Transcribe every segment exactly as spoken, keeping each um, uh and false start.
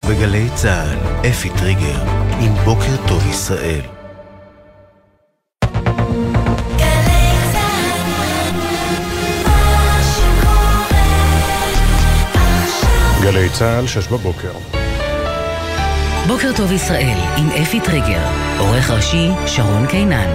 בגלי צהל, אפי טריגר, עם בוקר טוב ישראל. גלי צהל, שש בבוקר. בוקר טוב ישראל, עם אפי טריגר, עורך ראשי שרון קינן.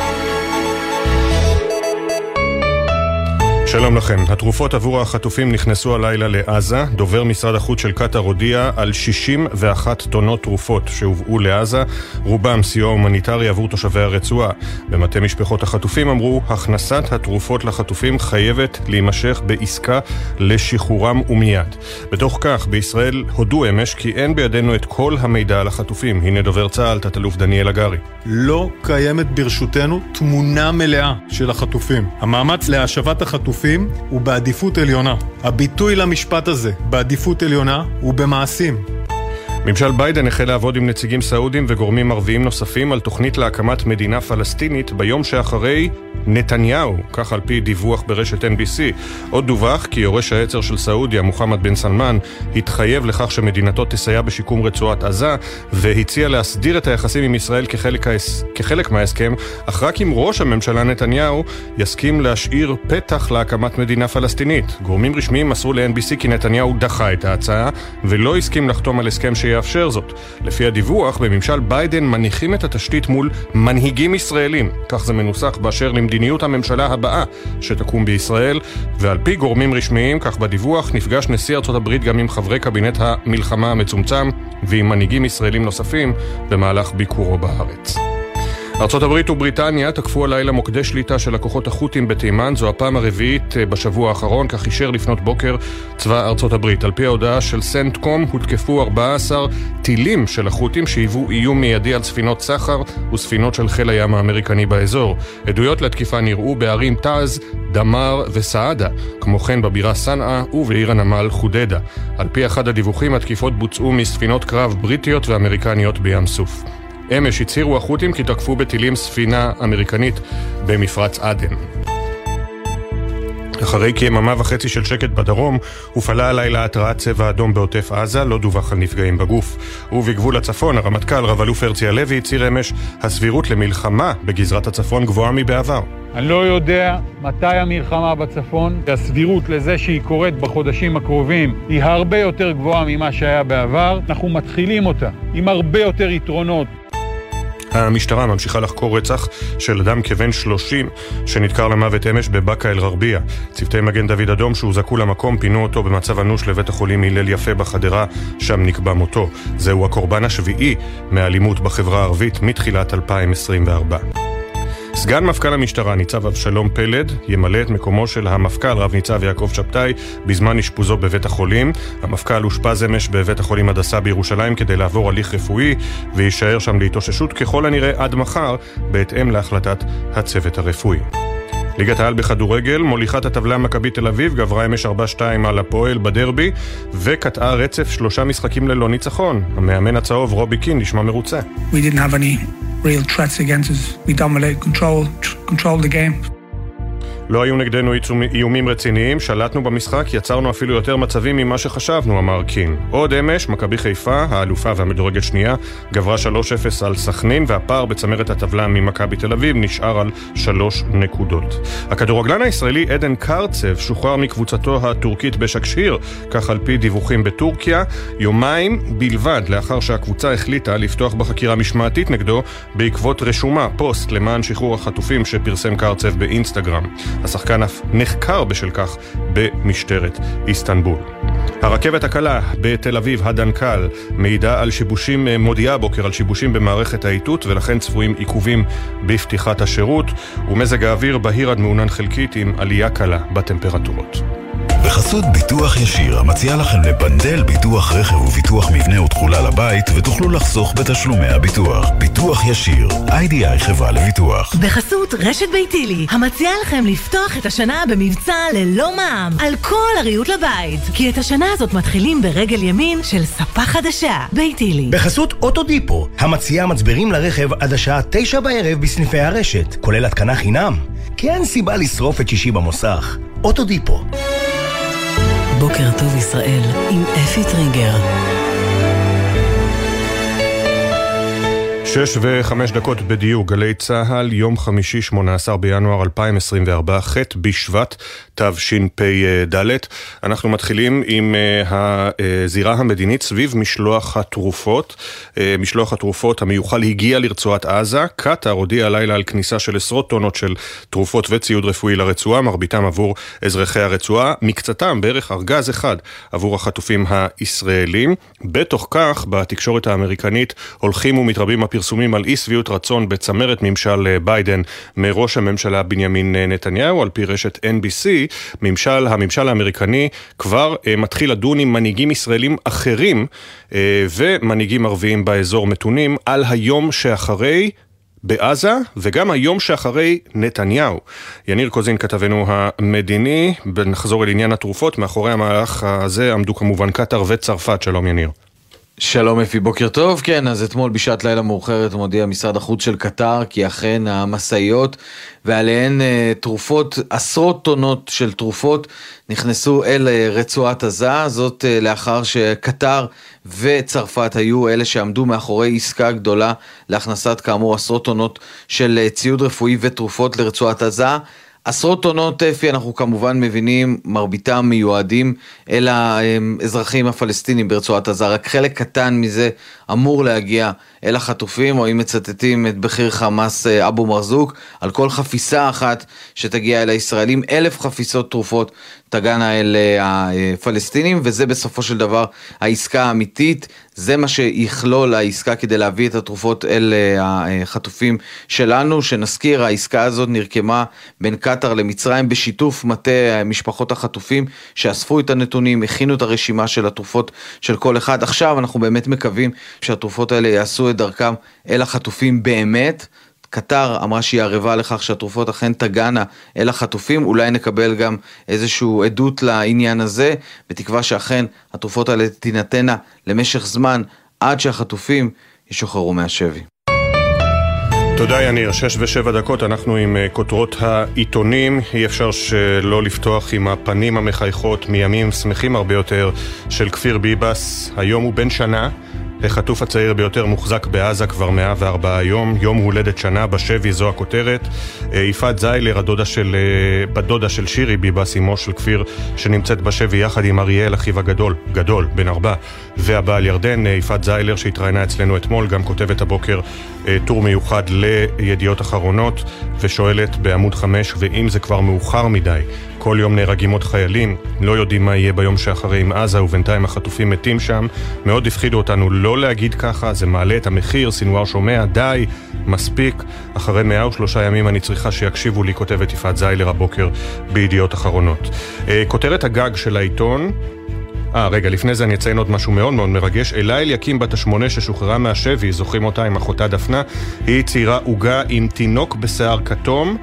שלום לכם. התרופות עבור החטופים נכנסו הלילה לעזה. דובר משרד החוץ של קטר הודיע על שישים ואחת טונות תרופות שהובאו לעזה, רובם סיוע הומניטרי עבור תושבי הרצועה. במטה משפחות החטופים אמרו, הכנסת התרופות לחטופים חייבת להימשך בעסקה לשחרורם ומיד. בתוך כך, בישראל הודו אמש כי אין בידינו את כל המידע על החטופים. הנה דובר צה"ל, תת-אלוף דניאל הגרי. לא קיימת ברשותנו תמונה מלאה של החטופים. המאמץ להשבת החטופים הוא בעדיפות עליונה. הביטוי למשפט הזה, בעדיפות עליונה, הוא במעשים. ממשל ביידן החל לעבוד עם נציגים סעודים וגורמים ערביים נוספים על תוכנית להקמת מדינה פלסטינית ביום שאחרי נתניהו, כך על פי דיווח ברשת אן בי סי. עוד דווח כי יורש העצר של סעודיה, מוחמד בן סלמן, התחייב לכך שמדינתו תסייע בשיקום רצועת עזה, והציע להסדיר את היחסים עם ישראל כחלק, ההס... כחלק מההסכם, אך רק אם ראש הממשלה נתניהו יסכים להשאיר פתח להקמת מדינה פלסטינית. גורמים רשמיים מסרו ל-אן בי סי כי נתניהו דחה את ההצעה ולא הסכים לחתום על הסכם שיאפשר זאת. לפי הדיווח, בממשל ביידן מניחים את התשתית מול מנהיגים ישראלים. כך זה מנוסח באשר למדיניות הממשלה הבאה שתקום בישראל, ועל פי גורמים רשמיים, כך בדיווח, נפגש נשיא ארצות הברית גם עם חברי קבינט המלחמה המצומצם ועם מנהיגים ישראלים נוספים במהלך ביקורו בארץ. ארצות הברית ובריטניה תקפו הלילה מוקדי שליטה של הכוחות החות'ים בתימן. זו הפעם הרביעית בשבוע האחרון, כך אישר לפנות בוקר צבא ארצות הברית. על פי ההודעה של סנטקום, הותקפו ארבעה עשר טילים של החות'ים שהיוו איום מיידי על ספינות סחר וספינות של חיל הים האמריקני באזור. עדויות לתקיפה נראו בערים טאז, דמר וסעדה, כמו כן בבירה סנאה ובעיר הנמל חודדה. על פי אחד הדיווחים, התקיפות בוצעו מספינות קרב בריטיות ואמריקניות בים סוף. אמש הצהירו החות'ים כי תקפו בטילים ספינה אמריקנית במפרץ עדן. אחרי כיממה וחצי של שקט בדרום, הופעלה הלילה התרעת צבע אדום בעוטף עזה, לא דווח על נפגעים בגוף. ובגבול הצפון, הרמטכ"ל רב-אלוף הרצי הלוי הצהיר אמש, הסבירות למלחמה בגזרת הצפון גבוהה מבעבר. אני לא יודע מתי המלחמה בצפון, הסבירות לזה שהיא קורית בחודשים הקרובים היא הרבה יותר גבוהה ממה שהיה בעבר. אנחנו מתחילים אותה עם הרבה יותר יתרונות. המשטרה ממשיכה לחקור רצח של אדם כבן שלושים שנדקר למוות אמש בבאקה אל גרבייה. צוותי מגן דוד אדום שהוזעקו למקום פינו אותו במצב אנוש לבית החולים הלל יפה בחדרה, שם נקבע מותו. זהו הקורבן השביעי מאלימות בחברה הערבית מתחילת אלפיים עשרים וארבע. סגן מפכ"ל המשטרה ניצב אבשלום פלד ימלא את מקומו של המפכ"ל רב ניצב יעקב שבתאי בזמן אשפוזו בבית החולים. המפכ"ל הושפז אמש בבית החולים הדסה בירושלים כדי לעבור הליך רפואי ויישאר שם להתאוששות ככל הנראה עד מחר בהתאם להחלטת הצוות הרפואי. ליגת העל בכדורגל, מוליכת הטבלה מכבי תל אביב גברה אמש ארבע שתיים על הפועל בדרבי וקטעה רצף שלושה משחקים ללא ניצחון. המאמן הצהוב רובי קין נשמע מרוצה. We didn't have any real threats against us. We dominated, control, control the game. לא היו נגדנו איומים רציניים, שלטנו במשחק, יצרנו אפילו יותר מצבים ממה שחשבנו, אמר קין. עוד אמש, מכבי חיפה, האלופה והמדורגת שנייה, גברה שלוש אפס על סכנין, והפער בצמרת הטבלה ממכבי תל אביב נשאר על שלוש נקודות. הכדורגלן הישראלי עדן קרצב שוחרר מקבוצתו הטורקית בשקשיר, כך על פי דיווחים בטורקיה, יומיים בלבד לאחר שהקבוצה החליטה לפתוח בחקירה משמעתית נגדו בעקבות רשומה, פוסט למען שחרור החטופים שפרסם קרצב באינסטגרם. השחקן אף נחקר בשל כך במשטרת איסטנבול. הרכבת הקלה בתל אביב, הדנקל, מעידה על שיבושים, מודיעה בוקר על שיבושים במערכת האיתות, ולכן צפויים עיכובים בפתיחת השירות, ומזג האוויר בהיר עד מעונן חלקית עם עלייה קלה בטמפרטורות. בחסות ביטוח ישיר, המציע לכם לבנדל ביטוח רכב וביטוח מבנה ותכולה לבית, ותוכלו לחסוך בתשלומי הביטוח. ביטוח ישיר, איי די איי חברה לביטוח. בחסות רשת ביתילי, המציע לכם לפתוח את השנה במבצע ללא מע"מ על כל הריהוט לבית, כי את השנה הזאת מתחילים ברגל ימין של ספה חדשה. ביתילי. בחסות אוטודיפו, המציע מצברים לרכב עד השעה תשע בערב בסניפי הרשת, כולל התקנה חינם, כי אין סיבה לשרוף את שישי במוסך. אוטודיפו. בוקר טוב ישראל עם אפי טריגר. שש וחמש דקות בדיוק, גלי צהל, יום חמישי שמונה עשר בינואר אלפיים עשרים וארבע, ח' בשבט תשפ"ד. אנחנו מתחילים עם הזירה המדינית סביב משלוח התרופות. משלוח התרופות המיוחל הגיע לרצועת עזה. קטר הודיע הלילה על כניסה של עשרות טונות של תרופות וציוד רפואי לרצועה, מרביתם עבור אזרחי הרצועה, מקצתם בערך ארגז אחד עבור החטופים הישראלים. בתוך כך, בתקשורת האמריקנית הולכים ומתרבים הפרסומים על אי שביעות רצון בצמרת ממשל ביידן מראש הממשלה בנימין נתניהו. על פי רשת אן בי סי, ממשל, הממשל האמריקני כבר מתחיל לדון עם מנהיגים ישראלים אחרים ומנהיגים ערביים באזור מתונים על היום שאחרי בעזה וגם היום שאחרי נתניהו. יניר קוזין כתבנו המדיני. נחזור אל עניין התרופות. מאחורי המהלך הזה עמדו כמובן קטר וצרפת. שלום יניר. שלום אפי, בוקר טוב. כן, אז אתמול בשעת לילה מאוחרת מודיע משרד החוץ של קטר כי אכן המסעיות ועליהן תרופות, עשרות טונות של תרופות נכנסו אל רצועת עזה. זאת לאחר שקטר וצרפת היו אלה שעמדו מאחורי עסקה גדולה להכנסת כאמור עשרות טונות של ציוד רפואי ותרופות לרצועת עזה. עשרות טונות אפי, אנחנו כמובן מבינים, מרביתם מיועדים אל האזרחים הפלסטינים ברצועת עזה, רק חלק קטן מזה אמור להגיע אל החטופים, או אם מצטטים את בכיר חמאס אבו מרזוק, על כל חפיסה אחת שתגיע אל הישראלים, אלף חפיסות תרופות תגענה אל הפלסטינים, וזה בסופו של דבר העסקה האמיתית. זה מה שיכלול העסקה כדי להביא את התרופות אל החטופים שלנו. שנזכיר, העסקה הזאת נרקמה בין קטר למצרים בשיתוף מטה משפחות החטופים שאספו את הנתונים, הכינו את הרשימה של התרופות של כל אחד. עכשיו אנחנו באמת מקווים שהתרופות האלה יעשו את דרכם אל החטופים באמת. קטר אמרה שהיא ערבה לכך שהתרופות אכן תגענה אל החטופים. אולי נקבל גם איזשהו עדות לעניין הזה, בתקווה שאכן התרופות האלה תינתנה למשך זמן עד שהחטופים ישוחררו מהשבי. תודה יניר. שש ושבע דקות, אנחנו עם כותרות העיתונים. אי אפשר שלא לפתוח עם הפנים המחייכות מימים שמחים הרבה יותר של כפיר ביבס. היום הוא בן שנה, החטוף הצעיר ביותר מוחזק בעזה כבר מאה וארבעה יום, יום הולדת שנה בשבי, זו הכותרת. יפעת זיילר, הדודה של, בדודה של שירי ביבס, אמו של כפיר, שנמצאת בשבי יחד עם אריאל, אחיו הגדול, גדול, בן ארבע, והבעל ירדן. יפעת זיילר שהתראיינה אצלנו אתמול, גם כותבת הבוקר טור מיוחד לידיעות אחרונות, ושואלת בעמוד חמש, ואם זה כבר מאוחר מדי, כל יום נהרגים עוד חיילים, לא יודעים מה יהיה ביום שאחרי עם עזה, ובינתיים החטופים מתים שם. מאוד הפחידו אותנו לא להגיד ככה, זה מעלה את המחיר. סינואר שומע, די, מספיק. אחרי מאה ושלושה ימים אני צריכה שיקשיבו לי, כותבת יפעת זיילר הבוקר בידיעות אחרונות. כותרת הגג של העיתון. אה, רגע, לפני זה אני אציין עוד משהו מאוד מאוד מרגש. אלה אליקים בת השמונה ששוחררה מהשבי, זוכרים אותה עם אחותה דפנה, היא ציירה עוגה עם תינוק בשיער כתום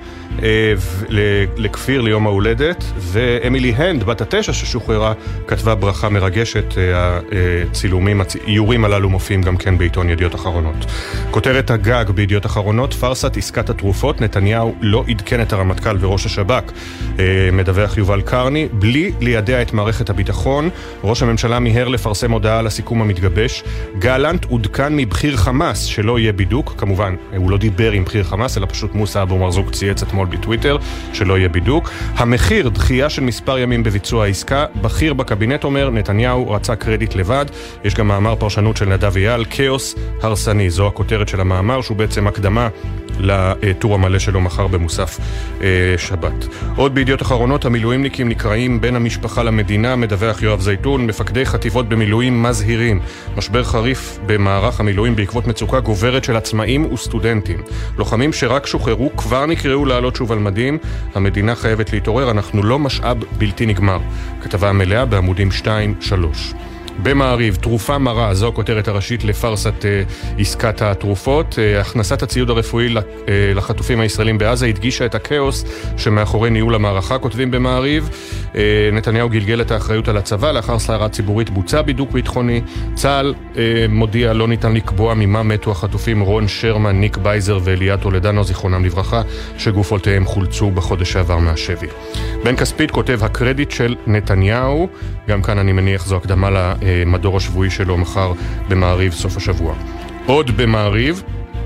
לכפיר ליום ההולדת, ואמילי הנד בת התשע ששוחררה כתבה ברכה מרגשת. הצילומים, האיורים הללו מופיעים גם כן בעיתון ידיעות אחרונות. כותרת הגג בידיעות אחרונות, פרסת עסקת התרופות, נתניהו לא עדכן את הרמטכ"ל וראש השב"כ. מדווח יובל קרני, בלי לידע את מערכת הביטחון. ראש הממשלה מיהר לפרסם הודעה על הסיכום המתגבש. גלנט עודכן מבחיר חמאס שלא יהיה בידוק. כמובן, הוא לא דיבר עם בחיר חמאס, אלא פשוט מוסא אבו מרזוק צייץ אתמול בטוויטר שלא יהיה בידוק. המחיר, דחייה של מספר ימים בביצוע העסקה. בכיר בקבינט אומר, נתניהו רצה קרדיט לבד. יש גם מאמר פרשנות של נדב אייל, כאוס הרסני. זו הכותרת של המאמר, שהוא בעצם הקדמה לטור המלא שלו מחר במוסף שבת. עוד בידיעות אחרונות, המילואימניקים נקראים בין המשפחה למדינה. מדווח יואב זייתון, מפקדי חטיבות במילואים מזהירים. משבר חריף במערך המילואים בעקבות מצוקה גוברת של עצמאים וסטודנטים. לוחמים שרק שוחררו כבר נקראו לעלות שוב על מדים. המדינה חייבת להתעורר, אנחנו לא משאב בלתי נגמר. כתבה מלאה בעמודים שתיים שלוש. במעריב, תרופה מרה, זו הכותרת הראשית לפרסת אה, עסקת התרופות. אה, הכנסת הציוד הרפואי אה, לחטופים הישראלים בעזה הדגישה את הכאוס שמאחורי ניהול המערכה, כותבים במעריב. אה, נתניהו גלגל את האחריות על הצבא, לאחר סערה ציבורית בוצע בידוק ביטחוני. צה"ל אה, מודיע לא ניתן לקבוע ממה מתו החטופים רון שרמן, ניק בייזר ואליה טולדנו, זיכרונם לברכה, שגופותיהם חולצו בחודש שעבר מהשבי. בן כספית כותב הקרדיט של נתניהו, גם כאן אני מניח זו הקדמה לה מדור השבועי שלו מחר במעריב סוף השבוע. עוד במעריב,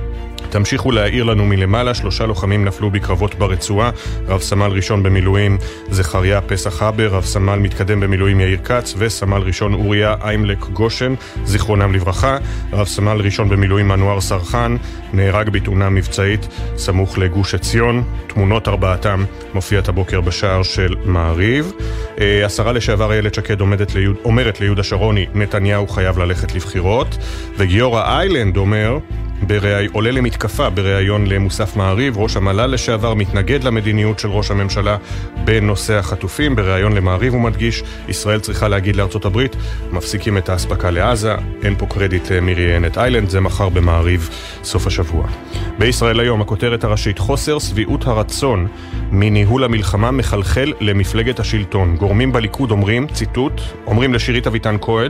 תמשיכו להעיר לנו מלמעלה, שלושה לוחמים נפלו בקרבות ברצועה, רב סמל ראשון במילואים זכריה פסח הבר, רב סמל מתקדם במילואים יאיר כץ, וסמל ראשון אוריה איימלק גושן, זיכרונם לברכה. רב סמל ראשון במילואים מנואר סרחן, נהרג בתאונה מבצעית סמוך לגוש עציון. תמונות ארבעתם מופיעת הבוקר בשער של מעריב. השרה לשעבר איילת שקד אומרת ליהוד, אומרת ליהודה שרוני, נתניהו חייב ללכת לבחירות, וגיורא איילנד אומר, בראי, עולה למתקפה בראיון למוסף מעריב, ראש המל"ל לשעבר מתנגד למדיניות של ראש הממשלה בנושא החטופים. בראיון למעריב הוא מדגיש, ישראל צריכה להגיד לארצות הברית, מפסיקים את ההספקה לעזה, אין פה קרדיט למירי ענת איילנד, זה מחר במעריב סוף השבוע. בישראל היום הכותרת הראשית, חוסר סביעות הרצון מניהול המלחמה מחלחל למפלגת השלטון. גורמים בליכוד אומרים, ציטוט, אומרים לשירית אביטן כהן,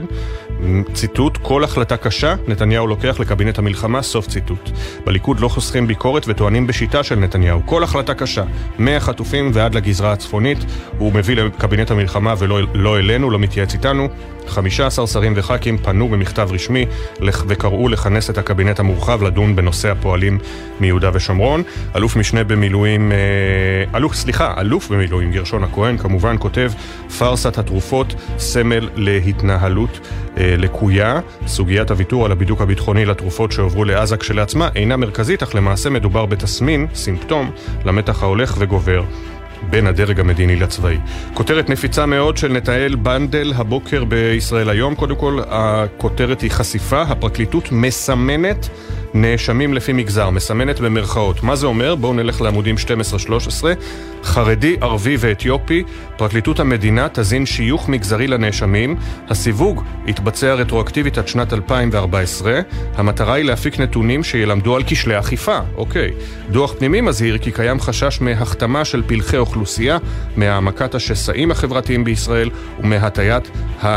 ציטוט, כל החלטה קשה נתניהו לוקח לקבינט המלחמה, סוף ציטוט. בליכוד לא חוסכים ביקורת וטוענים בשיטה של נתניהו, כל החלטה קשה, מהחטופים ועד לגזרה הצפונית, הוא מביא לקבינט המלחמה ולא לא אלינו, לא מתייעץ איתנו. חמישה עשר שרים וח"כים פנו במכתב רשמי וקראו לכנס את הקבינט המורחב לדון בנושא הפועלים מיהודה ושומרון. אלוף משנה במילואים, אלוף, סליחה, אלוף במילואים גרשון הכהן כמובן כותב, פרסת התרופות סמל להתנהלות לקויה. סוגיית הוויתור על הבידוק הביטחוני לתרופות שעוברו לעזה כשלעצמה אינה מרכזית, אך למעשה מדובר בתסמין, סימפטום, למתח ההולך וגובר בין הדרג המדיני לצבאי. כותרת נפיצה מאוד של נתנאל בנדל הבוקר בישראל היום. קודם כל, הכותרת היא חשיפה, הפרקליטות מסמנת נאשמים לפי מגזר, מסמנת במרכאות. מה זה אומר? בואו נלך לעמודים שתים עשרה שלוש עשרה. חרדי, ערבי ואתיופי, פרקליטות המדינה תזין שיוך מגזרי לנאשמים. הסיווג יתבצע רטרואקטיבית עד שנת אלפיים וארבע עשרה. המטרה היא להפיק נתונים שילמדו על כשלי אכיפה. אוקיי. דוח פנימי מזהיר כי קיים חשש מהחתמה של פלחי אוכלוסייה, מהעמקת השסעים החברתיים בישראל ומהטיית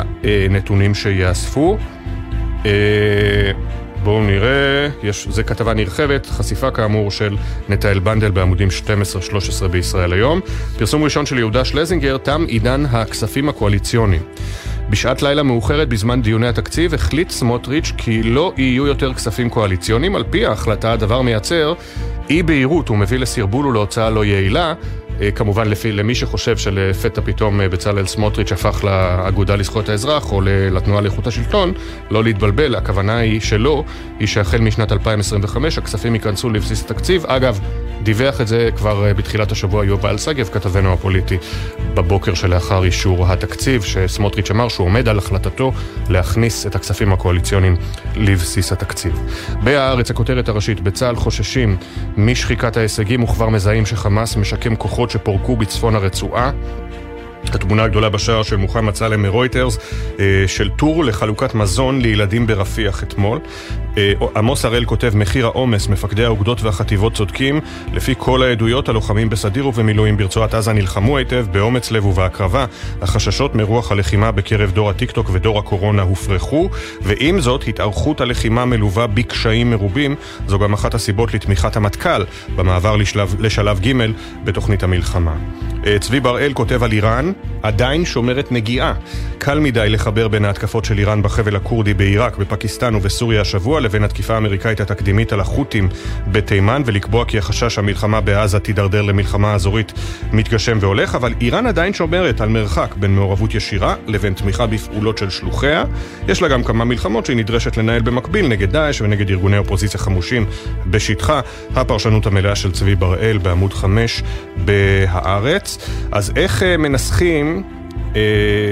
הנתונים שיאספו. בואו נראה, יש, זה כתבה נרחבת, חשיפה כאמור של נתנאל בנדל בעמודים שתים עשרה שלוש עשרה בישראל היום. פרסום ראשון של יהודה שלזינגר, תם עידן הכספים הקואליציוניים. בשעת לילה מאוחרת בזמן דיוני התקציב החליט סמוטריץ' כי לא יהיו יותר כספים קואליציוניים. על פי ההחלטה הדבר מייצר אי בהירות ומביא לסרבול ולהוצאה לא יעילה. כמובן לפי, למי שחושב שלפתע פתאום בצלאל סמוטריץ' הפך לאגודה לזכויות האזרח או לתנועה לאיכות השלטון, לא להתבלבל, הכוונה היא שלא, היא שהחל משנת אלפיים עשרים וחמש הכספים ייכנסו לבסיס התקציב. אגב, דיווח את זה כבר בתחילת השבוע יובל שגב, כתבנו הפוליטי, בבוקר שלאחר אישור התקציב, שסמוטריץ' אמר שהוא עומד על החלטתו להכניס את הכספים הקואליציוניים לבסיס התקציב. בהארץ הכותרת הראשית, בצה"ל חוששים משחיקת ההישגים וכבר מזהים שחמאס משקם כוחות שפורקו בצפון הרצועה. התמונה הגדולה בשער של מוחמד סלם מרויטרס של טור לחלוקת מזון לילדים ברפיח אתמול. עמוס הראל כותב, מחיר העומס, מפקדי האוגדות והחטיבות צודקים, לפי כל העדויות הלוחמים בסדיר ובמילואים ברצועת עזה נלחמו היטב באומץ לב ובהקרבה. החששות מרוח הלחימה בקרב דור הטיקטוק ודור הקורונה הופרכו, ועם זאת התארכות הלחימה מלווה בקשיים מרובים. זו גם אחת הסיבות לתמיכת המטכ"ל במעבר לשלב, לשלב ג' בתוכנית המלחמה. צבי בראל כותב על איראן, עדיין שומרת נגיעה. קל מדי לחבר בין ההתקפות של איראן בחבל הקורדי בעיראק, בפקיסטן ובסוריה השבוע לבין התקיפה האמריקאית התקדימית על החות'ים בתימן, ולקבוע כי החשש המלחמה בעזה תידרדר למלחמה אזורית מתגשם והולך. אבל איראן עדיין שומרת על מרחק בין מעורבות ישירה לבין תמיכה בפעולות של שלוחיה. יש לה גם כמה מלחמות שהיא נדרשת לנהל במקביל נגד דאעש ונגד ארגוני אופוזיציה חמושים בשטחה. הפרשנות המלאה של צבי בראל בעמוד חמש בהארץ. אז איך מנסחים אה,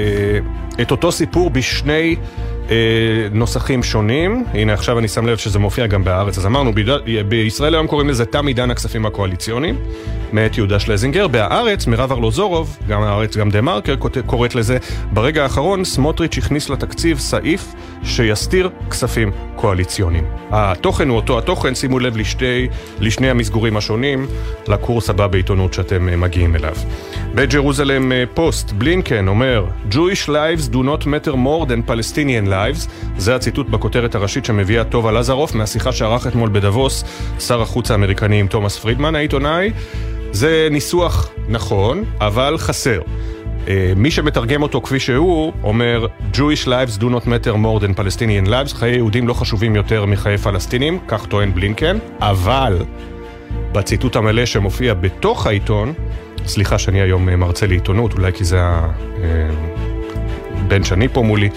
את אותו סיפור בשני אה, נוסחים שונים? הנה עכשיו אני שם לב שזה מופיע גם בארץ. אז אמרנו, ב- בישראל היום קוראים לזה תם עידן הכספים הקואליציוניים, מאת יהודה שלזינגר. בארץ מירב ארלוזורוב, גם הארץ גם דה מרקר, קוראת לזה, ברגע האחרון סמוטריץ' הכניס לתקציב סעיף שיסתיר כספים קואליציוניים. התוכן הוא אותו התוכן, שימו לב לשתי, לשני המסגורים השונים, לקורס הבא בעיתונות שאתם מגיעים אליו. בג'רוזלם פוסט, בלינקן אומר, Jewish lives do not matter more than Palestinian lives. זה הציטוט בכותרת הראשית שמביאה טובה לזרוף מהשיחה שערך אתמול בדבוס שר החוץ האמריקני עם תומאס פרידמן העיתונאי. זה ניסוח נכון, אבל חסר. מי שמתרגם אותו כפי שהוא, אומר, Jewish lives do not matter more than Palestinian lives, חיי יהודים לא חשובים יותר מחיי פלסטינים, כך טוען בלינקן, אבל בציטוט המלא שמופיע בתוך העיתון, סליחה שאני היום מרצה לעיתונות, אולי כי זה הבן שני פה מולי,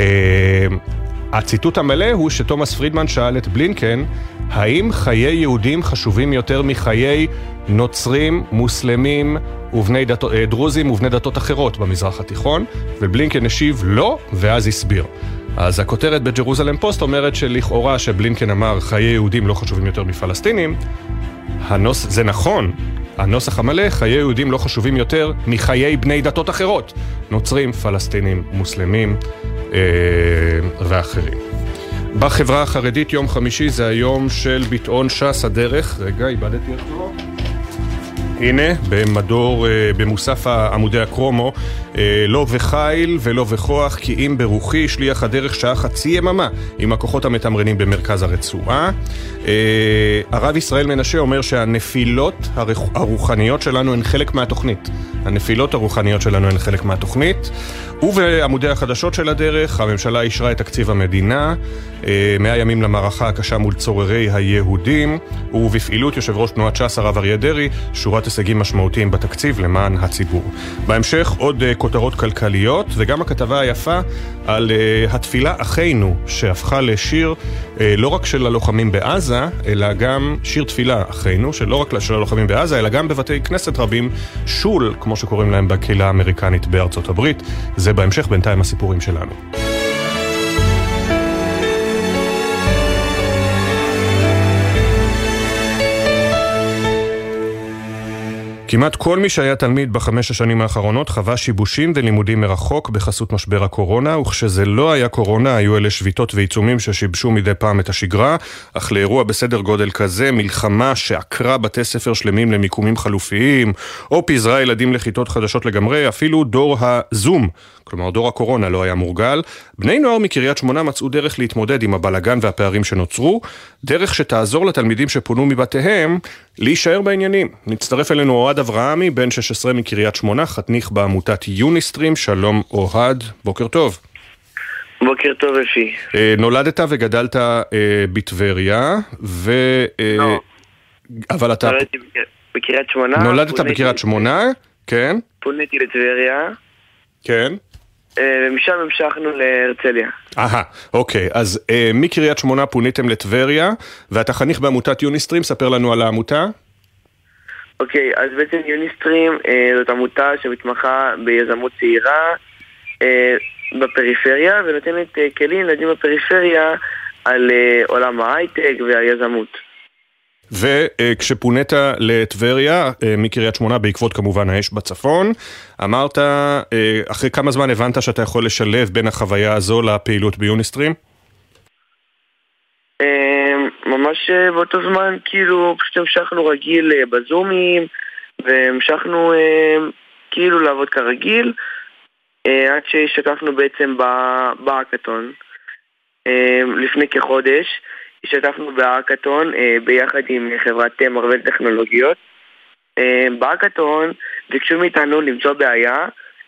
הציטוט המלא הוא שתומאס פרידמן שאל את בלינקן, האם חיי יהודים חשובים יותר מחיי נוצרים, מוסלמים ובני דתות, דרוזים ובני דתות אחרות במזרח התיכון? ובלינקן השיב לא, ואז הסביר. אז הכותרת בג'רוזלם פוסט אומרת שלכאורה שבלינקן אמר חיי יהודים לא חשובים יותר מפלסטינים, הנוס... זה נכון, הנוסח המלא, חיי יהודים לא חשובים יותר מחיי בני דתות אחרות, נוצרים, פלסטינים, מוסלמים אה, ואחרים. בחברה החרדית יום חמישי זה היום של ביטאון ש"ס הדרך, רגע, איבדתי אותו. הנה, במדור, במוסף עמודי הקרומו, לא וחיל ולא וכוח, כי אם ברוחי שליח הדרך שעה חצי יממה עם הכוחות המתמרנים במרכז הרצועה. הרב ישראל מנשה אומר שהנפילות הרוחניות שלנו הן חלק מהתוכנית. הנפילות הרוחניות שלנו הן חלק מהתוכנית. ובעמודי החדשות של הדרך, הממשלה אישרה את תקציב המדינה, מאה ימים למערכה הקשה מול צוררי היהודים, ובפעילות יושב ראש תנועת ש"ס הרב אריה דרעי, שורת הישגים משמעותיים בתקציב למען הציבור. בהמשך עוד כותרות כלכליות, וגם הכתבה היפה על התפילה אחינו, שהפכה לשיר לא רק של הלוחמים בעזה, אלא גם שיר תפילה אחינו, שלא רק של הלוחמים בעזה, אלא גם בבתי כנסת רבים, שול, כמו שקוראים להם בקהילה האמריקנית בארצות הברית. זה בהמשך, בינתיים הסיפורים שלנו. כמעט כל מי שהיה תלמיד בחמש השנים האחרונות חווה שיבושים ולימודים מרחוק בחסות משבר הקורונה, וכשזה לא היה קורונה היו אלה שביתות ועיצומים ששיבשו מדי פעם את השגרה, אך לאירוע בסדר גודל כזה, מלחמה שעקרה בתי ספר שלמים למיקומים חלופיים, או פיזרה ילדים לכיתות חדשות לגמרי, אפילו דור הזום, כלומר דור הקורונה לא היה מורגל, בני נוער מקריית שמונה מצאו דרך להתמודד עם הבלגן והפערים שנוצרו, דרך שתעזור לתלמידים שפונו מבתיהם להישאר בעניינים. נצטרף אלינו אוהד אברהמי, בן שש עשרה מקריית שמונה, חתניך בעמותת יוניסטרים. שלום אוהד, בוקר טוב. בוקר טוב אפי. נולדת וגדלת בטבריה, ו... לא. אבל אתה... נולדתי בקריית שמונה. נולדת בקריית שמונה, כן. פוניתי לטבריה. כן. ומשם המשכנו להרצליה. אהה, אוקיי. אז אה, מקריית שמונה פוניתם לטבריה, ואתה חניך בעמותת יוניסטרים, ספר לנו על העמותה. אוקיי, אז בעצם יוניסטרים אה, זאת עמותה שמתמחה ביזמות צעירה אה, בפריפריה, ונותנת אה, כלים לילדים בפריפריה על אה, עולם ההייטק והיזמות. וכשפונית לטבריה, מקריית שמונה, בעקבות כמובן האש בצפון, אמרת, אחרי כמה זמן הבנת שאתה יכול לשלב בין החוויה הזו לפעילות ביוניסטרים? ממש באותו זמן, כאילו, פשוט המשכנו רגיל בזומים, והמשכנו כאילו לעבוד כרגיל, עד שהשתתפנו בעצם בהאקתון לפני כחודש. השתתפנו בהאקתון ביחד עם חברת מרוול טכנולוגיות. בהאקתון ביקשו מאיתנו למצוא בעיה,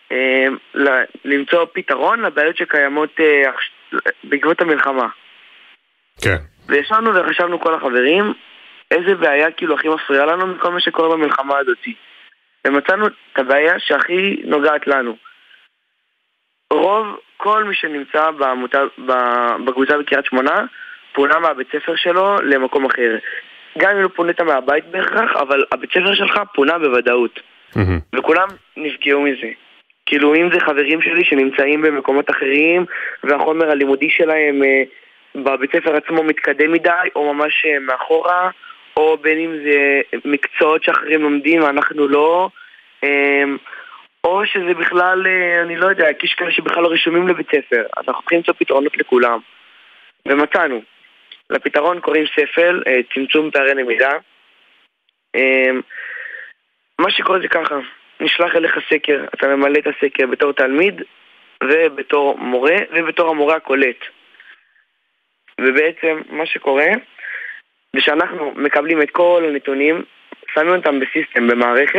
למצוא פתרון לבעיות שקיימות בעקבות המלחמה. כן. וישבנו וחשבנו כל החברים איזה בעיה כאילו הכי מפריעה לנו מכל מה שקורה במלחמה הזאת. ומצאנו את הבעיה שהכי נוגעת לנו. רוב כל מי שנמצא בעמותה, בקבוצה בקריית שמונה, פונה מהבית ספר שלו למקום אחר. גם אם לא פונית מהבית בהכרח, אבל הבית ספר שלך פונה בוודאות. Mm-hmm. וכולם נפגעו מזה. כאילו אם זה חברים שלי שנמצאים במקומות אחרים, והחומר הלימודי שלהם אה, בבית ספר עצמו מתקדם מדי, או ממש אה, מאחורה, או בין אם זה מקצועות שאחרים לומדים ואנחנו לא, אה, או שזה בכלל, אה, אני לא יודע, יש כאלה שבכלל לא רשומים לבית ספר. אז אנחנו צריכים למצוא פתרונות לכולם. ומצאנו. לפתרון קוראים ספל, צמצום פערי למידה. מה שקורה זה ככה, נשלח אליך סקר, אתה ממלא את הסקר בתור תלמיד ובתור מורה ובתור המורה הקולט. ובעצם מה שקורה זה שאנחנו מקבלים את כל הנתונים, שמים אותם בסיסטם, במערכת,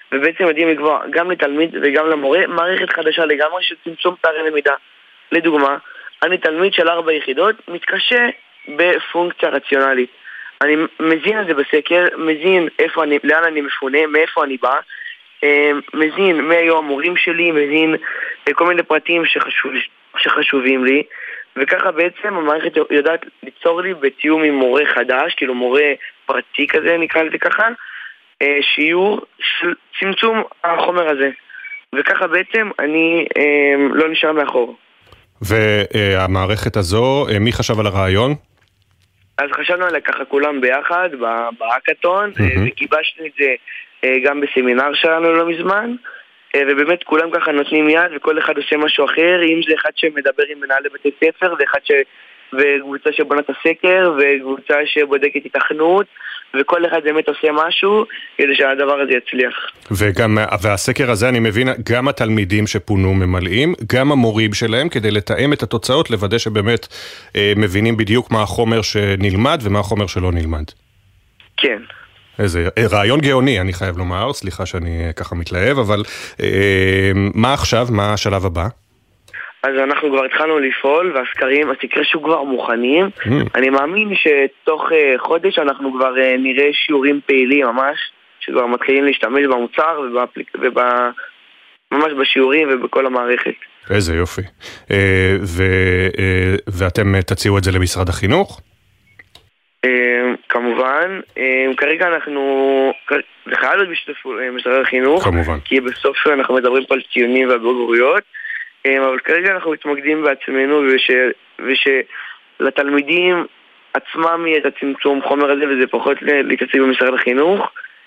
ובעצם יודעים לקבוע גם לתלמיד וגם למורה מערכת חדשה לגמרי של צמצום פערי למידה. לדוגמה, אני תלמיד של ארבע יחידות, מתקשה בפונקציה רציונלית. אני מזין את זה בסקר, מזין איפה אני, לאן אני מפונה, מאיפה אני בא, מזין מי היו המורים שלי, מזין כל מיני פרטים שחשוב, שחשובים לי, וככה בעצם המערכת יודעת ליצור לי בתיאום עם מורה חדש, כאילו מורה פרטי כזה נקרא לזה ככה, שיעור של צמצום החומר הזה. וככה בעצם אני לא נשאר מאחור. והמערכת הזו, מי חשב על הרעיון? אז חשבנו עליה ככה כולם ביחד, בהאקתון, וגיבשנו את זה גם בסמינר שלנו לא מזמן, ובאמת כולם ככה נותנים יד, וכל אחד עושה משהו אחר, אם זה אחד שמדבר עם מנהלי בתי ספר, ואחד ש... וקבוצה שבונה את הסקר, וקבוצה שבודקת התכנות, וכל אחד באמת עושה משהו כדי שהדבר הזה יצליח. וגם, והסקר הזה אני מבין, גם התלמידים שפונו ממלאים, גם המורים שלהם, כדי לתאם את התוצאות, לוודא שבאמת אה, מבינים בדיוק מה החומר שנלמד ומה החומר שלא נלמד. כן. איזה רעיון גאוני, אני חייב לומר, סליחה שאני ככה מתלהב, אבל אה, מה עכשיו, מה השלב הבא? אז אנחנו כבר התחלנו לפעול, והסקרים, הסקרי שוק כבר מוכנים. Mm. אני מאמין שתוך uh, חודש אנחנו כבר uh, נראה שיעורים פעילים ממש, שכבר מתחילים להשתמש במוצר ובאפליק... וב... ממש בשיעורים ובכל המערכת. איזה יופי. Uh, ו... uh, ואתם תציעו את זה למשרד החינוך? Uh, כמובן. Uh, כרגע אנחנו... זה חייב להיות בשיתוף משרד החינוך. כמובן. כי בסוף אנחנו מדברים פה על ציונים והבגרויות. אבל כרגע אנחנו מתמקדים בעצמנו וש, ושלתלמידים עצמם יהיה את הצמצום חומר הזה וזה פחות להתעסק במשרד החינוך.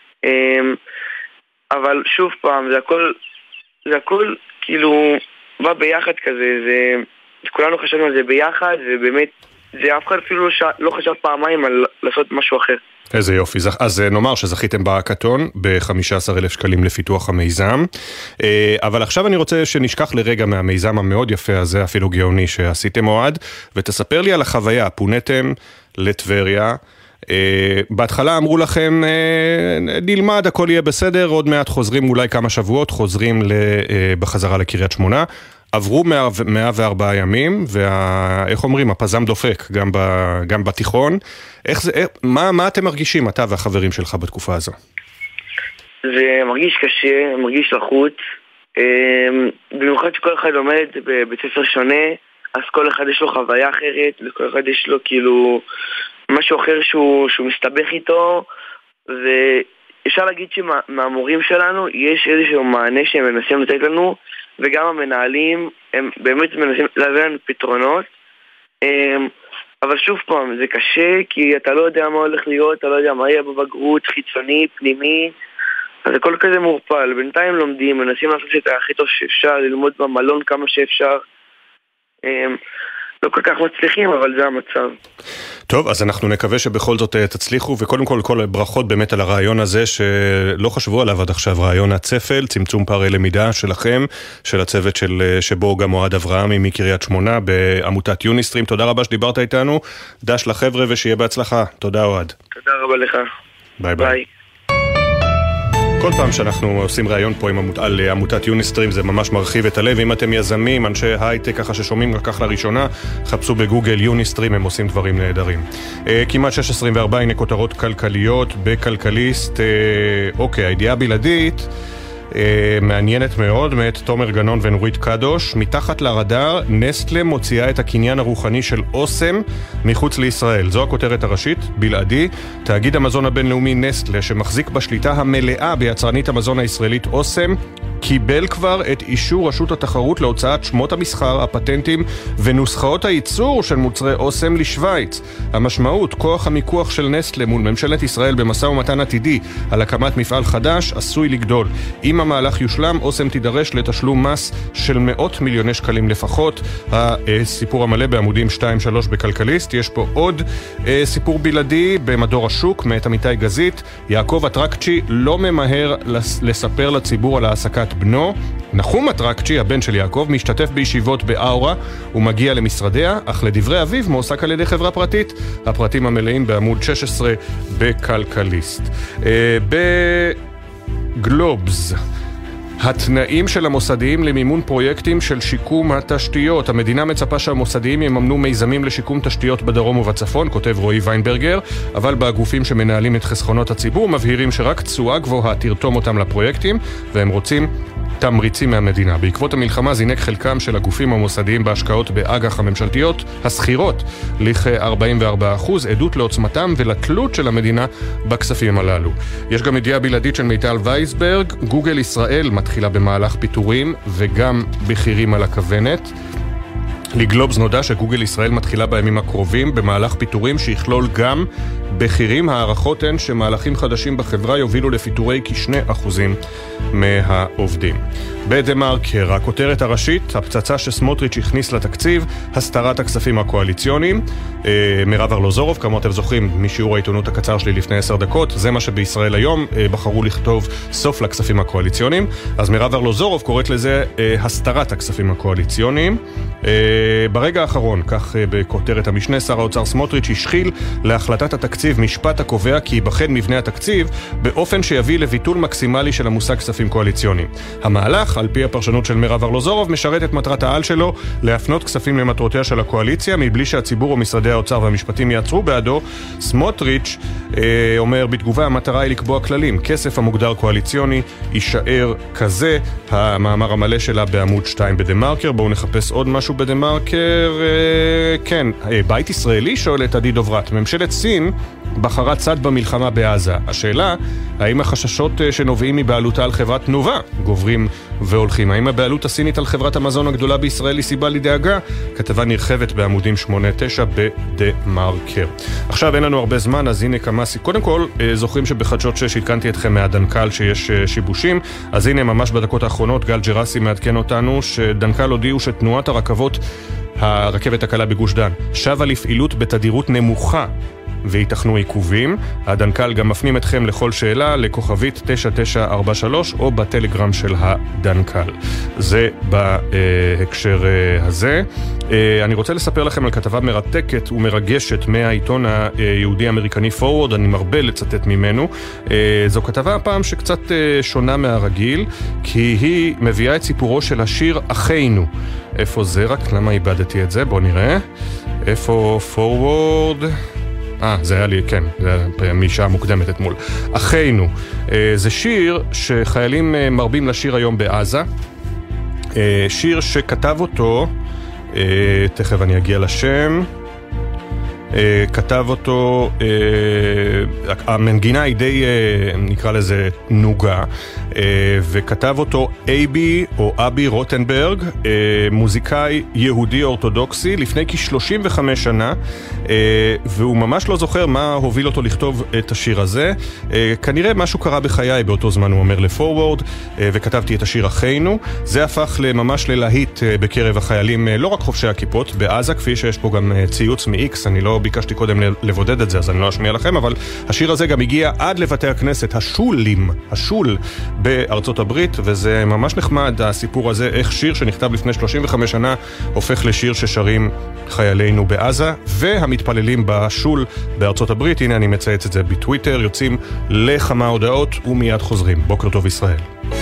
אבל שוב פעם, זה הכל, זה הכל כאילו בא ביחד כזה, זה, כולנו חשבנו על זה ביחד ובאמת זה אף אחד אפילו לא חשב פעמיים על לעשות משהו אחר. איזה יופי. אז נאמר שזכיתם בהאקתון ב-חמישה עשר אלף שקלים לפיתוח המיזם, אבל עכשיו אני רוצה שנשכח לרגע מהמיזם המאוד יפה הזה, אפילו גאוני שעשיתם אוהד, ותספר לי על החוויה. פוניתם לטבריה, בהתחלה אמרו לכם נלמד, הכל יהיה בסדר, עוד מעט חוזרים אולי כמה שבועות, חוזרים בחזרה לקריית שמונה, עברו מאה וארבעה ימים, ואיך אומרים, הפזם דופק, גם, ב, גם בתיכון. איך זה, איך, מה, מה אתם מרגישים, אתה והחברים שלך בתקופה הזו? זה מרגיש קשה, מרגיש לחוץ. במיוחד שכל אחד לומד בבית ספר שונה, אז כל אחד יש לו חוויה אחרת, לכל אחד יש לו כאילו משהו אחר שהוא, שהוא מסתבך איתו, ואפשר להגיד שמהמורים שלנו יש איזשהו מענה שהם מנסים לתת לנו, וגם המנהלים הם באמת מנסים להביא לנו פתרונות, אבל שוב פעם, זה קשה כי אתה לא יודע מה הולך להיות, אתה לא יודע מה יהיה בבגרות, חיצוני, פנימי, אז הכל כזה מורפל. בינתיים לומדים, מנסים לעשות את הכי טוב שאפשר, ללמוד במלון כמה שאפשר, לא כל כך מצליחים, אבל זה המצב. טוב, אז אנחנו נקווה שבכל זאת תצליחו, וקודם כל, כל ברכות באמת על הרעיון הזה שלא חשבו עליו עד עכשיו, רעיון הצפל, צמצום פערי למידה שלכם, של הצוות של, שבו גם אוהד אברהמי מקריית שמונה בעמותת יוניסטרים. תודה רבה שדיברת איתנו, דש לחבר'ה ושיהיה בהצלחה. תודה אוהד. תודה רבה לך. ביי ביי. ביי. כל פעם שאנחנו עושים ראיון פה על עמותת יוניסטרים זה ממש מרחיב את הלב. אם אתם יזמים, אנשי הייטק ככה ששומעים כך לראשונה, חפשו בגוגל יוניסטרים, הם עושים דברים נהדרים. כמעט שש עשרים וארבע, הנה כותרות כלכליות בכלכליסט. אוקיי, הידיעה בלעדית מעניינת מאוד, מאת תומר גנון ונורית קדוש. מתחת לרדאר, נסטלה מוציאה את הקניין הרוחני של אוסם מחוץ לישראל. זו הכותרת הראשית, בלעדי. תאגיד המזון הבינלאומי נסטלה, שמחזיק בשליטה המלאה ביצרנית המזון הישראלית אוסם, קיבל כבר את אישור רשות התחרות להוצאת שמות המסחר, הפטנטים ונוסחאות הייצור של מוצרי אוסם לשוויץ. המשמעות, כוח המיקוח של נסטלה מול ממשלת ישראל במשא ומתן עתידי על הקמת מפעל חדש עשוי לגדול. אם המהלך יושלם, אוסם תידרש לתשלום מס של מאות מיליוני שקלים לפחות. הסיפור המלא בעמודים שתיים שלוש בכלכליסט. יש פה עוד סיפור בלעדי במדור השוק מאת עמיתי גזית. יעקב אטרקצ'י לא ממהר לספר לציבור על העסקת בנו. נחום אטרקצ'י, הבן של יעקב, משתתף בישיבות באורה ומגיע למשרדיה, אך לדברי אביו מועסק על ידי חברה פרטית. הפרטים המלאים בעמוד שש עשרה בכלכליסט. ב... גלובס. התנאים של המוסדיים למימון פרויקטים של שיקום התשתיות. המדינה מצפה שהמוסדיים יממנו מיזמים לשיקום תשתיות בדרום ובצפון, כותב רועי ויינברגר, אבל בגופים שמנהלים את חסכונות הציבור מבהירים שרק תשואה גבוהה תרתום אותם לפרויקטים, והם רוצים תמריצים מהמדינה. בעקבות המלחמה זינק חלקם של הגופים המוסדיים בהשקעות באג"ח הממשלתיות הסחירות לכ-ארבעים וארבעה אחוז, עדות לעוצמתם ולתלות של המדינה בכספים הללו. יש גם ידיעה בלעדית של מיטל וייסברג, גוגל ישראל מתחילה במהלך פיטורים וגם בכירים על הכוונת. לגלובס נודע שגוגל ישראל מתחילה בימים הקרובים במהלך פיטורים שיכלול גם בכירים. הערכות הן שמהלכים חדשים בחברה יובילו לפיטורי כשני אחוזים מהעובדים. בדה-מרקר, הכותרת הראשית, הפצצה שסמוטריץ' הכניס לתקציב, הסתרת הכספים הקואליציוניים. אה, מירב ארלוזורוב, כמו אתם זוכרים משיעור העיתונות הקצר שלי לפני עשר דקות, זה מה שבישראל היום אה, בחרו לכתוב סוף לכספים הקואליציוניים. אז מירב ארלוזורוב קוראת לזה אה, הסתרת הכספים הקואליציוניים. אה, ברגע האחרון, כך אה, בכותרת המשנה, שר האוצר סמוטריץ' השחיל להחלטת התקציב משפט הקובע כי ייבחן מבנה התקציב באופן שיביא לביטול מקסימלי של המושג כספים קואליציוניים. המהלך, על פי הפרשנות של מירב ארלוזורוב, משרת את מטרת העל שלו להפנות כספים למטרותיה של הקואליציה מבלי שהציבור או משרדי האוצר והמשפטים יעצרו בעדו. סמוטריץ' אה, אומר בתגובה, המטרה היא לקבוע כללים. כסף המוגדר קואליציוני יישאר כזה. המאמר המלא שלה בעמוד שתיים בדה-מרקר. בואו נחפש עוד משהו בדה-מרקר. אה, כן, אה, בית ישראלי שואל את עדי דוברת. ממשלת סין בחרה צד במלחמה בעזה. השאלה, האם החששות שנובעים מבעלותה על חברת תנובה גוברים והולכים? האם הבעלות הסינית על חברת המזון הגדולה בישראל היא סיבה לדאגה? כתבה נרחבת בעמודים שמונה תשע בדה-מרקר. עכשיו אין לנו הרבה זמן, אז הנה כמה סיכוי. קודם כל, זוכרים שבחדשות שש התקנתי אתכם מהדנקל שיש שיבושים, אז הנה ממש בדקות האחרונות גל ג'רסי מעדכן אותנו שדנקל הודיעו שתנועת הרכבות, הרכבת הקלה בגוש דן, שבה לפעילות בתדירות נמוכה ויתכנו עיכובים. הדנקל גם מפנים אתכם לכל שאלה לכוכבית תשע תשע ארבע שלוש או בטלגרם של הדנקל. זה בהקשר הזה. אני רוצה לספר לכם על כתבה מרתקת ומרגשת מהעיתון היהודי-אמריקני פורוורד, אני מרבה לצטט ממנו. זו כתבה הפעם שקצת שונה מהרגיל, כי היא מביאה את סיפורו של השיר אחינו. איפה זה רק? למה איבדתי את זה? בואו נראה. איפה פורוורד? אה, זה היה לי, כן, זה היה משעה מוקדמת אתמול. אחינו, זה שיר שחיילים מרבים לשיר היום בעזה. שיר שכתב אותו, תכף אני אגיע לשם, כתב אותו, המנגינה היא די, נקרא לזה נוגה, וכתב אותו אייבי או אבי רוטנברג, מוזיקאי יהודי אורתודוקסי לפני כ-שלושים וחמש שנה, והוא ממש לא זוכר מה הוביל אותו לכתוב את השיר הזה. כנראה משהו קרה בחיי באותו זמן, הוא אומר לפורוורד, וכתבתי את השיר אחינו. זה הפך ממש ללהיט בקרב החיילים, לא רק חובשי הכיפות בעזה, כפי שיש פה גם ציוץ מ-X, אני לא ביקשתי קודם לבודד את זה, אז אני לא אשמיע לכם, אבל השיר הזה גם הגיע עד לבתי הכנסת, השולים, השול בארצות הברית, וזה ממש נחמד הסיפור הזה, איך שיר שנכתב לפני שלושים וחמש שנה הופך לשיר ששרים חיילינו בעזה והמתפללים בשול בארצות הברית. הנה אני מצייץ את זה בטוויטר, יוצאים לכמה הודעות ומיד חוזרים. בוקר טוב ישראל.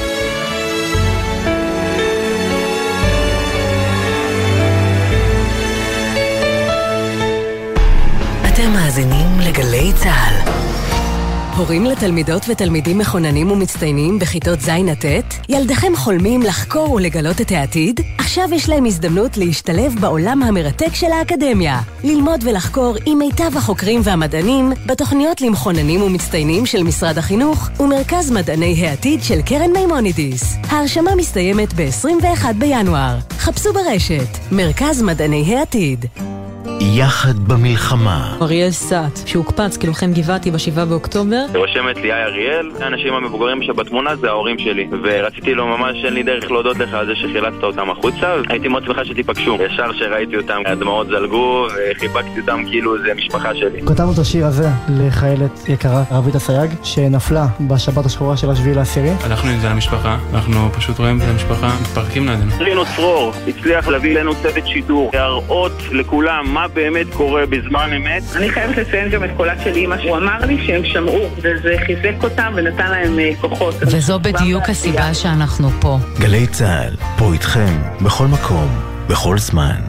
אתם מאזינים לגלי צהל. הורים לתלמידות ותלמידים מכוננים ומצטיינים בכיתות זין עד ט'? ילדיכם חולמים לחקור ולגלות את העתיד? עכשיו יש להם הזדמנות להשתלב בעולם המרתק של האקדמיה. ללמוד ולחקור עם מיטב החוקרים והמדענים בתוכניות למכוננים ומצטיינים של משרד החינוך ומרכז מדעני העתיד של קרן מימונידיס. ההרשמה מסתיימת ב-עשרים ואחד בינואר. חפשו ברשת מרכז מדעני העתיד. יחד במלחמה. אריאל סאט, שהוקפץ כלוחם גבעתי בשבעה באוקטובר. רושמת לי אריאל, האנשים המבוגרים שבתמונה זה ההורים שלי, ורציתי לו ממש אין לי דרך להודות לך על זה שחילצת אותם החוצה, הייתי מאוד שמחה שתיפגשו. ישר שראיתי אותם, הדמעות זלגו וחיבקתי אותם כאילו זה משפחה שלי. כתבנו את השיר הזה לחיילת יקרה, רבית הסייג, שנפלה בשבת השחורה של השביעי לעשירי. הלכנו עם זה למשפחה, אנחנו פשוט רואים את המשפחה, מתפרקים לידינו. רינו צרור הצליח להביא לנו צוות שידור, להראות לכולם מה באמת קורה בזמן אמת. אני חייבת לציין גם את קולה של אמא, הוא אמר לי שהם שמעו, וזה חיזק אותם ונתן להם כוחות. וזו בדיוק הסיבה שאנחנו פה. גלי צהל, פה איתכם, בכל מקום, בכל זמן.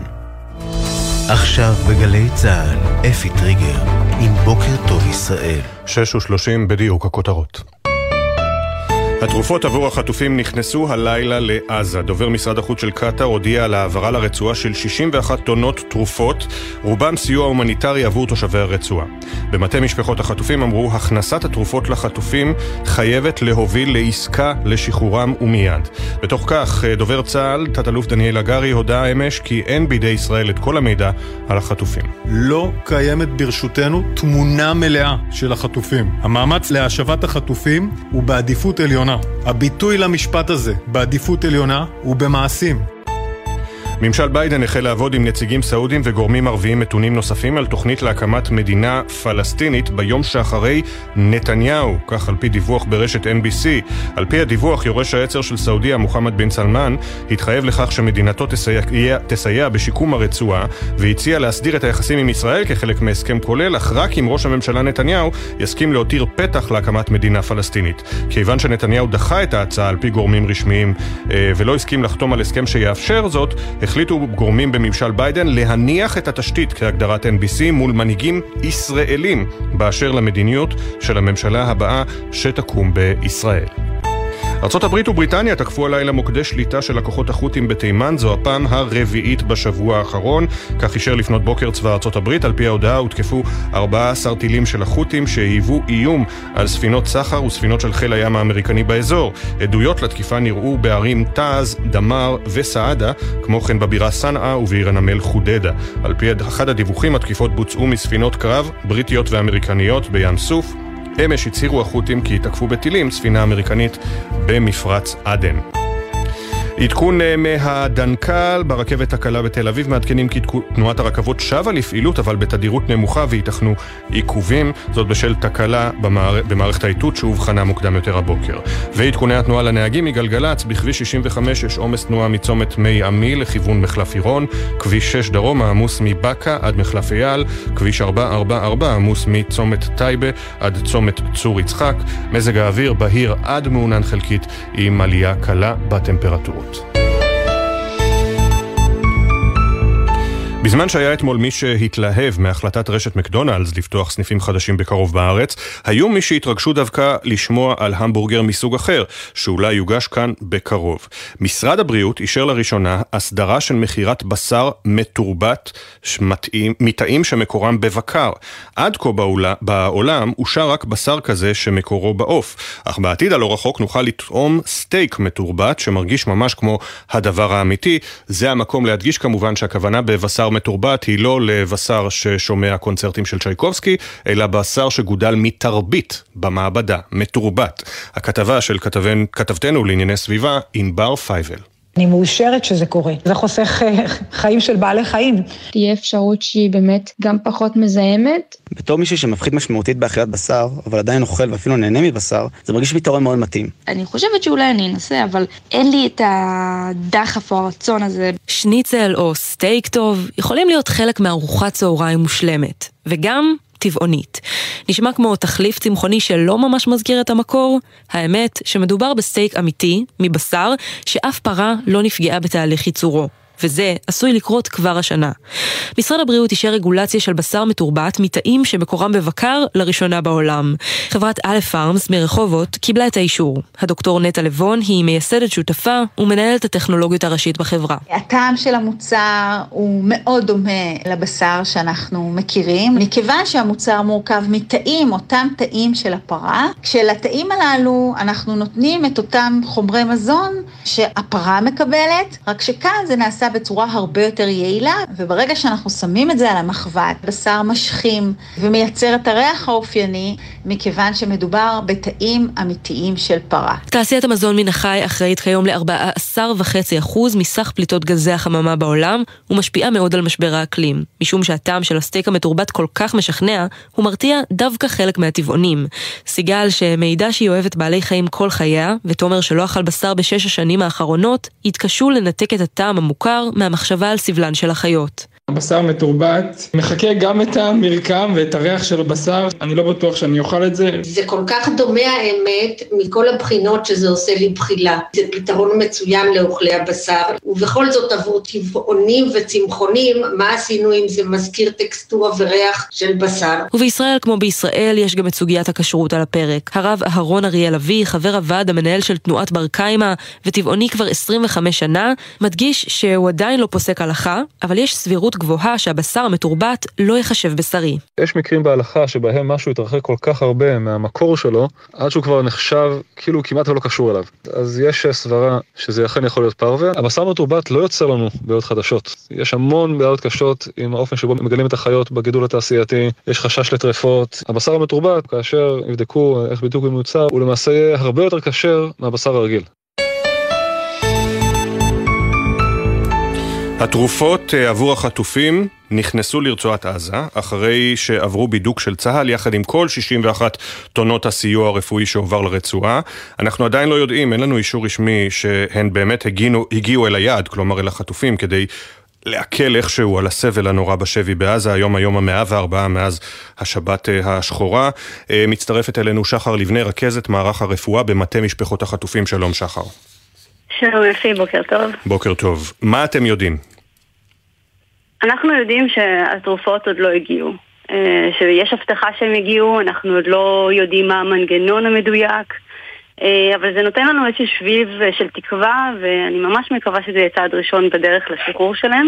עכשיו בגלי צהל, אפי טריגר, עם בוקר טוב ישראל. שש ושלושים בדיוק הכותרות. התרופות עבור החטופים נכנסו הלילה לעזה. דובר משרד החוץ של קטר הודיע על העברה לרצועה של שישים ואחת טונות תרופות, רובם סיוע הומניטרי עבור תושבי הרצועה. במטה משפחות החטופים אמרו, הכנסת התרופות לחטופים חייבת להוביל לעסקה לשחרורם ומיד. בתוך כך, דובר צה"ל, תת-אלוף דניאל הגרי, הודע אמש כי אין בידי ישראל את כל המידע על החטופים. לא קיימת ברשותנו תמונה מלאה של החטופים. המאמץ להשבת החטופים הוא בעדיפות עליונה. הביטוי למשפט הזה, בעדיפות עליונה, הוא במעשים. ממשל ביידן החל לעבוד עם נציגים סעודים וגורמים ערביים מתונים נוספים על תוכנית להקמת מדינה פלסטינית ביום שאחרי נתניהו, כך על פי דיווח ברשת אן בי סי. על פי הדיווח, יורש העצר של סעודיה, מוחמד בן סלמן, התחייב לכך שמדינתו תסייע, תסייע בשיקום הרצועה, והציע להסדיר את היחסים עם ישראל כחלק מהסכם כולל, אך רק אם ראש הממשלה נתניהו יסכים להותיר פתח להקמת מדינה פלסטינית. כיוון שנתניהו דחה את ההצעה על פי גורמים רשמיים ולא הסכים לחתום על הסכם שיאפשר זאת, החליטו גורמים בממשל ביידן להניח את התשתית כהגדרת אן בי סי מול מנהיגים ישראלים באשר למדיניות של הממשלה הבאה שתקום בישראל. ארצות הברית ובריטניה תקפו הלילה מוקדי שליטה של הכוחות החות'ים בתימן, זו הפעם הרביעית בשבוע האחרון. כך אישר לפנות בוקר צבא ארצות הברית. על פי ההודעה הותקפו ארבעה עשר טילים של החות'ים שהיוו איום על ספינות סחר וספינות של חיל הים האמריקני באזור. עדויות לתקיפה נראו בערים טאז, דמר וסעדה, כמו כן בבירה סנאה ובעיר הנמל חודדה. על פי אחד הדיווחים, התקיפות בוצעו מספינות קרב בריטיות ואמריקניות בים סוף. אמש הצהירו החות'ים כי תקפו בטילים ספינה אמריקנית במפרץ עדן. עדכון מהדנקל ברכבת הקלה בתל אביב, מעדכנים כי תנועת הרכבות שבה לפעילות, אבל בתדירות נמוכה ויתכנו עיכובים, זאת בשל תקלה במערכ... במערכת האיתות שהובחנה מוקדם יותר הבוקר. ועדכוני התנועה לנהגים מגלגלץ, בכביש שישים וחמש יש עומס תנועה מצומת מי עמי לכיוון מחלף עירון, כביש שש דרום עמוס מבקה עד מחלף אייל, כביש ארבע ארבע ארבע עמוס מצומת טייבה עד צומת צור יצחק. מזג האוויר בהיר עד מעונן חלקית עם עלייה קלה בטמפרטורות. בזמן שהיה אתמול מי שהתלהב מהחלטת רשת מקדונלדס לפתוח סניפים חדשים בקרוב בארץ, היו מי שהתרגשו דווקא לשמוע על המבורגר מסוג אחר, שאולי יוגש כאן בקרוב. משרד הבריאות אישר לראשונה הסדרה של מחירת בשר מתורבת מתאים שמקורם בבקר. עד כה בעולם אושר רק בשר כזה שמקורו בעוף, אך בעתיד הלא רחוק נוכל לטעום סטייק מתורבת שמרגיש ממש כמו הדבר האמיתי. זה המקום להדגיש כמובן שהכוונה בבשר מתורבת היא לא לבשר ששומע קונצרטים של צ'ייקובסקי, אלא בשר שגודל מתרבית במעבדה, מתורבת. הכתבה של כתבן, כתבתנו לענייני סביבה, ענבר פייבל. אני מאושרת שזה קורה. זה חוסך חיים של בעלי חיים. תהיה אפשרות שהיא באמת גם פחות מזהמת. בתור מישהו שמפחית משמעותית באכילת בשר, אבל עדיין אוכל ואפילו נהנה מבשר, זה מרגיש פתרון מאוד מתאים. אני חושבת שאולי אני אנסה, אבל אין לי את הדחף או הרצון הזה. שניצל או סטייק טוב יכולים להיות חלק מארוחת צהריים מושלמת. וגם טבעונית. נשמע כמו תחליף צמחוני שלא ממש מזכיר את המקור. האמת שמדובר בסטייק אמיתי, מבשר, שאף פרה לא נפגעה בתהליך ייצורו. וזה עשוי לקרות כבר השנה. משרד הבריאות אישר רגולציה של בשר מתורבת מתאים שמקורם בבקר לראשונה בעולם. חברת א' פארמס מרחובות קיבלה את האישור. הדוקטור נטע לבון היא מייסדת שותפה ומנהלת הטכנולוגיות הראשית בחברה. הטעם של המוצר הוא מאוד דומה לבשר שאנחנו מכירים, מכיוון שהמוצר מורכב מתאים, אותם תאים של הפרה. כשלתאים הללו אנחנו נותנים את אותם חומרי מזון שהפרה מקבלת, רק שכאן זה נעשה בצורה הרבה יותר יעילה, וברגע שאנחנו שמים את זה על המחבת, בשר משכים ומייצר את הריח האופייני, מכיוון שמדובר בתאים אמיתיים של פרה. תעשיית המזון מן החי אחראית כיום ל-ארבעה עשר וחצי אחוז מסך פליטות גזי החממה בעולם, ומשפיעה מאוד על משבר האקלים. משום שהטעם של הסטייק המתורבת כל כך משכנע, הוא מרתיע דווקא חלק מהטבעונים. סיגל, שמידע שהיא אוהבת בעלי חיים כל חייה, ותומר שלא אכל בשר בשש השנים האחרונות, התקשו לנתק את הטעם המוכר מהמחשבה על סבלן של החיות. הבשר מתורבת, מחכה גם את המרקם ואת הריח של הבשר, אני לא בטוח שאני אוכל את זה. זה כל כך דומה האמת מכל הבחינות שזה עושה לי בחילה. זה פתרון מצוין לאוכלי הבשר, ובכל זאת עבור טבעונים וצמחונים, מה עשינו אם זה מזכיר טקסטורה וריח של בשר. ובישראל כמו בישראל יש גם את סוגיית הכשרות על הפרק. הרב אהרון אריאל אבי, חבר הוועד המנהל של תנועת בר קיימא וטבעוני כבר עשרים וחמש שנה, מדגיש שהוא עדיין לא פוסק הלכה, אבל יש סבירות גבוהה שהבשר המתורבת לא יחשב בשרי. יש מקרים בהלכה שבהם משהו יתרחק כל כך הרבה מהמקור שלו, עד שהוא כבר נחשב כאילו כמעט ולא קשור אליו. אז יש סברה שזה אכן יכול להיות פרווה. הבשר המתורבת לא יוצא לנו בעיות חדשות. יש המון בעיות קשות עם האופן שבו מגלים את החיות בגידול התעשייתי, יש חשש לטרפות. הבשר המתורבת, כאשר יבדקו איך בדיוק הוא מיוצר, הוא למעשה יהיה הרבה יותר כשר מהבשר הרגיל. התרופות עבור החטופים נכנסו לרצועת עזה, אחרי שעברו בידוק של צה"ל יחד עם כל שישים ואחת טונות הסיוע הרפואי שעובר לרצועה. אנחנו עדיין לא יודעים, אין לנו אישור רשמי שהן באמת הגיעו, הגיעו אל היעד, כלומר אל החטופים, כדי להקל איכשהו על הסבל הנורא בשבי בעזה. היום היום המאה וארבעה מאז השבת השחורה. מצטרפת אלינו שחר לבני, רכזת מערך הרפואה במטה משפחות החטופים. שלום שחר. שלום אפי, בוקר טוב. בוקר טוב. מה אתם יודעים? אנחנו יודעים שהתרופות עוד לא הגיעו, שיש הבטחה שהם הגיעו, אנחנו עוד לא יודעים מה המנגנון המדויק, אבל זה נותן לנו איזשהו שביב של תקווה, ואני ממש מקווה שזה יהיה צעד ראשון בדרך לשחרור שלהם.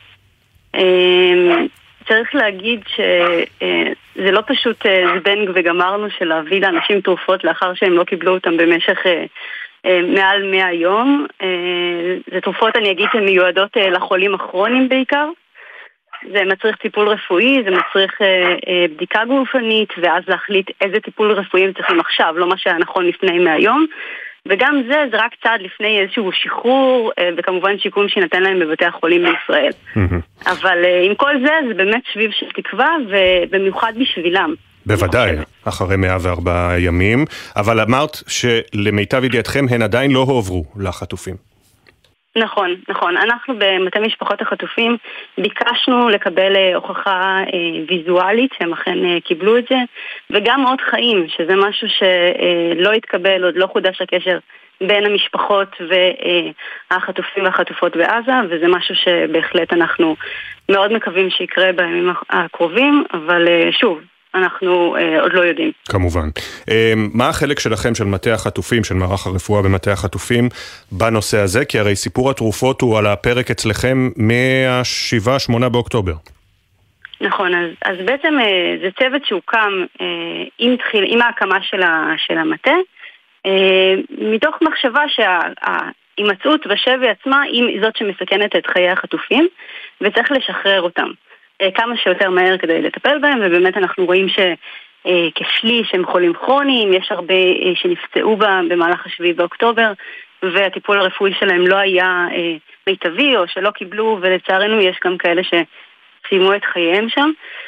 צריך להגיד שזה לא פשוט זבנג וגמרנו של להביא לאנשים תרופות לאחר שהם לא קיבלו אותם במשך מעל מאה יום. זה תרופות, אני אגיד, שהן מיועדות לחולים הכרוניים בעיקר. זה מצריך טיפול רפואי, זה מצריך בדיקה גופנית, ואז להחליט איזה טיפול רפואי הם צריכים עכשיו, לא מה שהיה נכון לפני מאה יום. וגם זה, זה רק צעד לפני איזשהו שחרור, וכמובן שיקום שינתן להם בבתי החולים בישראל. אבל עם כל זה, זה באמת שביב של תקווה, ובמיוחד בשבילם. בוודאי, אחרי מאה וארבעה ימים, אבל אמרת שלמיטב ידיעתכם הן עדיין לא הועברו לחטופים. נכון, נכון. אנחנו במטה משפחות החטופים ביקשנו לקבל הוכחה ויזואלית, שהם אכן קיבלו את זה, וגם עוד חיים, שזה משהו שלא התקבל, עוד לא חודש הקשר בין המשפחות והחטופים והחטופות בעזה, וזה משהו שבהחלט אנחנו מאוד מקווים שיקרה בימים הקרובים, אבל שוב, אנחנו אה, עוד לא יודעים. כמובן. אה, מה החלק שלכם של מטה החטופים, של מערך הרפואה במטה החטופים בנושא הזה? כי הרי סיפור התרופות הוא על הפרק אצלכם מה-שבעה שמונה באוקטובר. נכון, אז, אז בעצם אה, זה צוות שהוקם אה, עם, תחיל, עם ההקמה של, ה, של המטה, אה, מתוך מחשבה שההימצאות בשבי עצמה היא זאת שמסכנת את חיי החטופים, וצריך לשחרר אותם כמה שיותר מהר כדי לטפל בהם, ובאמת אנחנו רואים שכשליש הם חולים כרוניים, יש הרבה שנפצעו במהלך השביעי באוקטובר, והטיפול הרפואי שלהם לא היה מיטבי או שלא קיבלו, ולצערנו יש גם כאלה שסיימו את חייהם שם,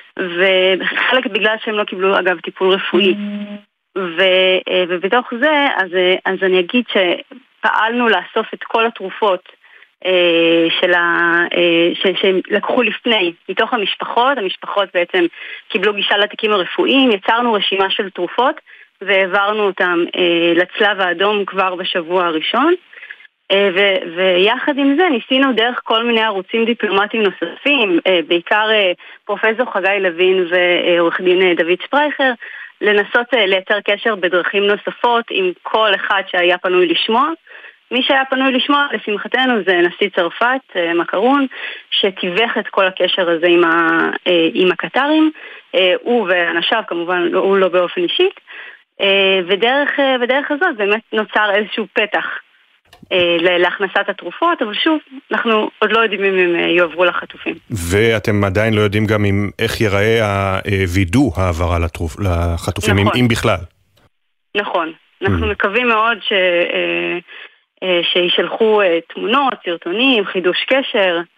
וחלק בגלל שהם לא קיבלו אגב טיפול רפואי. ובתוך זה, אז, אז אני אגיד שפעלנו לאסוף את כל התרופות של ה... שלקחו לפני, מתוך המשפחות. המשפחות בעצם קיבלו גישה לתיקים הרפואיים, יצרנו רשימה של תרופות והעברנו אותם לצלב האדום כבר בשבוע הראשון, ו- ויחד עם זה ניסינו דרך כל מיני ערוצים דיפלומטיים נוספים, בעיקר פרופסור חגי לוין ועורך דין דוד שפרייכר, לנסות לייצר קשר בדרכים נוספות עם כל אחד שהיה פנוי לשמוע. מי שהיה פנוי לשמוע, לשמחתנו, זה נשיא צרפת, מקרון, שתיווך את כל הקשר הזה עם, ה, עם הקטרים, הוא ואנשיו, כמובן, הוא לא באופן אישית, ודרך, ודרך הזאת באמת נוצר איזשהו פתח להכנסת התרופות, אבל שוב, אנחנו עוד לא יודעים אם הם יועברו לחטופים. ואתם עדיין לא יודעים גם אם, איך ייראה הווידוא העברה לתרופ, לחטופים, נכון. אם, אם בכלל. נכון. אנחנו mm. מקווים מאוד ש... שישלחו תמונות, סרטונים, חידוש קשר,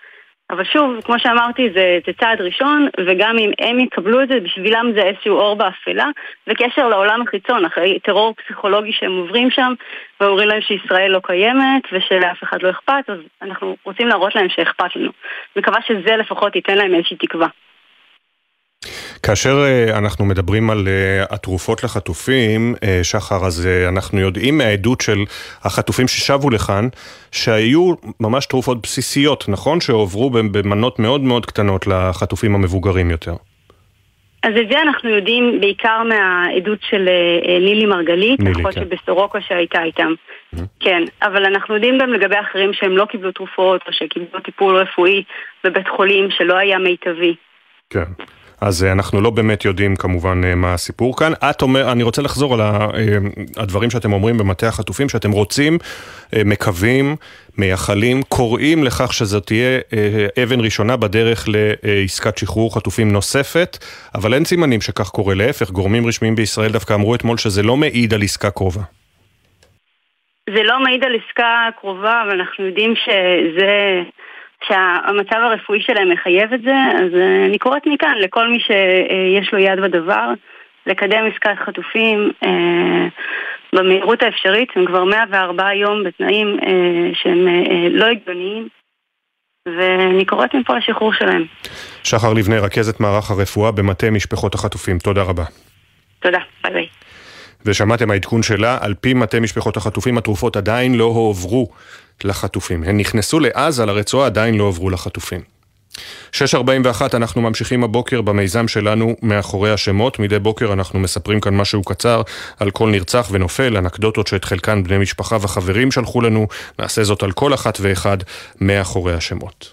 אבל שוב, כמו שאמרתי, זה, זה צעד ראשון, וגם אם הם יקבלו את זה, בשבילם זה איזשהו אור באפלה, וקשר לעולם החיצון, אחרי טרור פסיכולוגי שהם עוברים שם, ואומרים להם שישראל לא קיימת, ושלאף אחד לא אכפת, אז אנחנו רוצים להראות להם שאכפת לנו. מקווה שזה לפחות ייתן להם איזושהי תקווה. כאשר אנחנו מדברים על התרופות לחטופים, שחר, אז אנחנו יודעים מהעדות של החטופים ששבו לכאן, שהיו ממש תרופות בסיסיות, נכון? שעוברו במנות מאוד מאוד קטנות לחטופים המבוגרים יותר. אז את זה אנחנו יודעים בעיקר מהעדות של נילי מרגלית, אחות שבסורוקה שהייתה איתם. כן, אבל אנחנו יודעים גם לגבי אחרים שהם לא קיבלו תרופות, או שקיבלו טיפול רפואי בבית חולים שלא היה מיטבי. כן. אז אנחנו לא באמת יודעים כמובן מה הסיפור כאן. את אומר, אני רוצה לחזור על הדברים שאתם אומרים במטה החטופים, שאתם רוצים, מקווים, מייחלים, קוראים לכך שזאת תהיה אבן ראשונה בדרך לעסקת שחרור חטופים נוספת, אבל אין סימנים שכך קורה. להפך, גורמים רשמיים בישראל דווקא אמרו אתמול שזה לא מעיד על עסקה קרובה. זה לא מעיד על עסקה קרובה, אבל אנחנו יודעים שזה... שהמצב הרפואי שלהם מחייב את זה, אז אני קוראת מכאן לכל מי שיש לו יד בדבר, לקדם עסקת חטופים אה, במהירות האפשרית. הם כבר מאה וארבעה יום בתנאים אה, שהם אה, לא הגיוניים, ואני קוראת מפה לשחרור שלהם. שחר לבנה, רכזת מערך הרפואה במטה משפחות החטופים, תודה רבה. תודה, ביי ביי. ושמעתם העדכון שלה, על פי מטה משפחות החטופים, התרופות עדיין לא הועברו לחטופים. הן נכנסו לעזה, לרצועה, עדיין לא עברו לחטופים. שש ארבעים ואחת, אנחנו ממשיכים הבוקר במיזם שלנו מאחורי השמות. מדי בוקר אנחנו מספרים כאן משהו קצר על כל נרצח ונופל, אנקדוטות שאת חלקן בני משפחה וחברים שלחו לנו. נעשה זאת על כל אחת ואחד מאחורי השמות.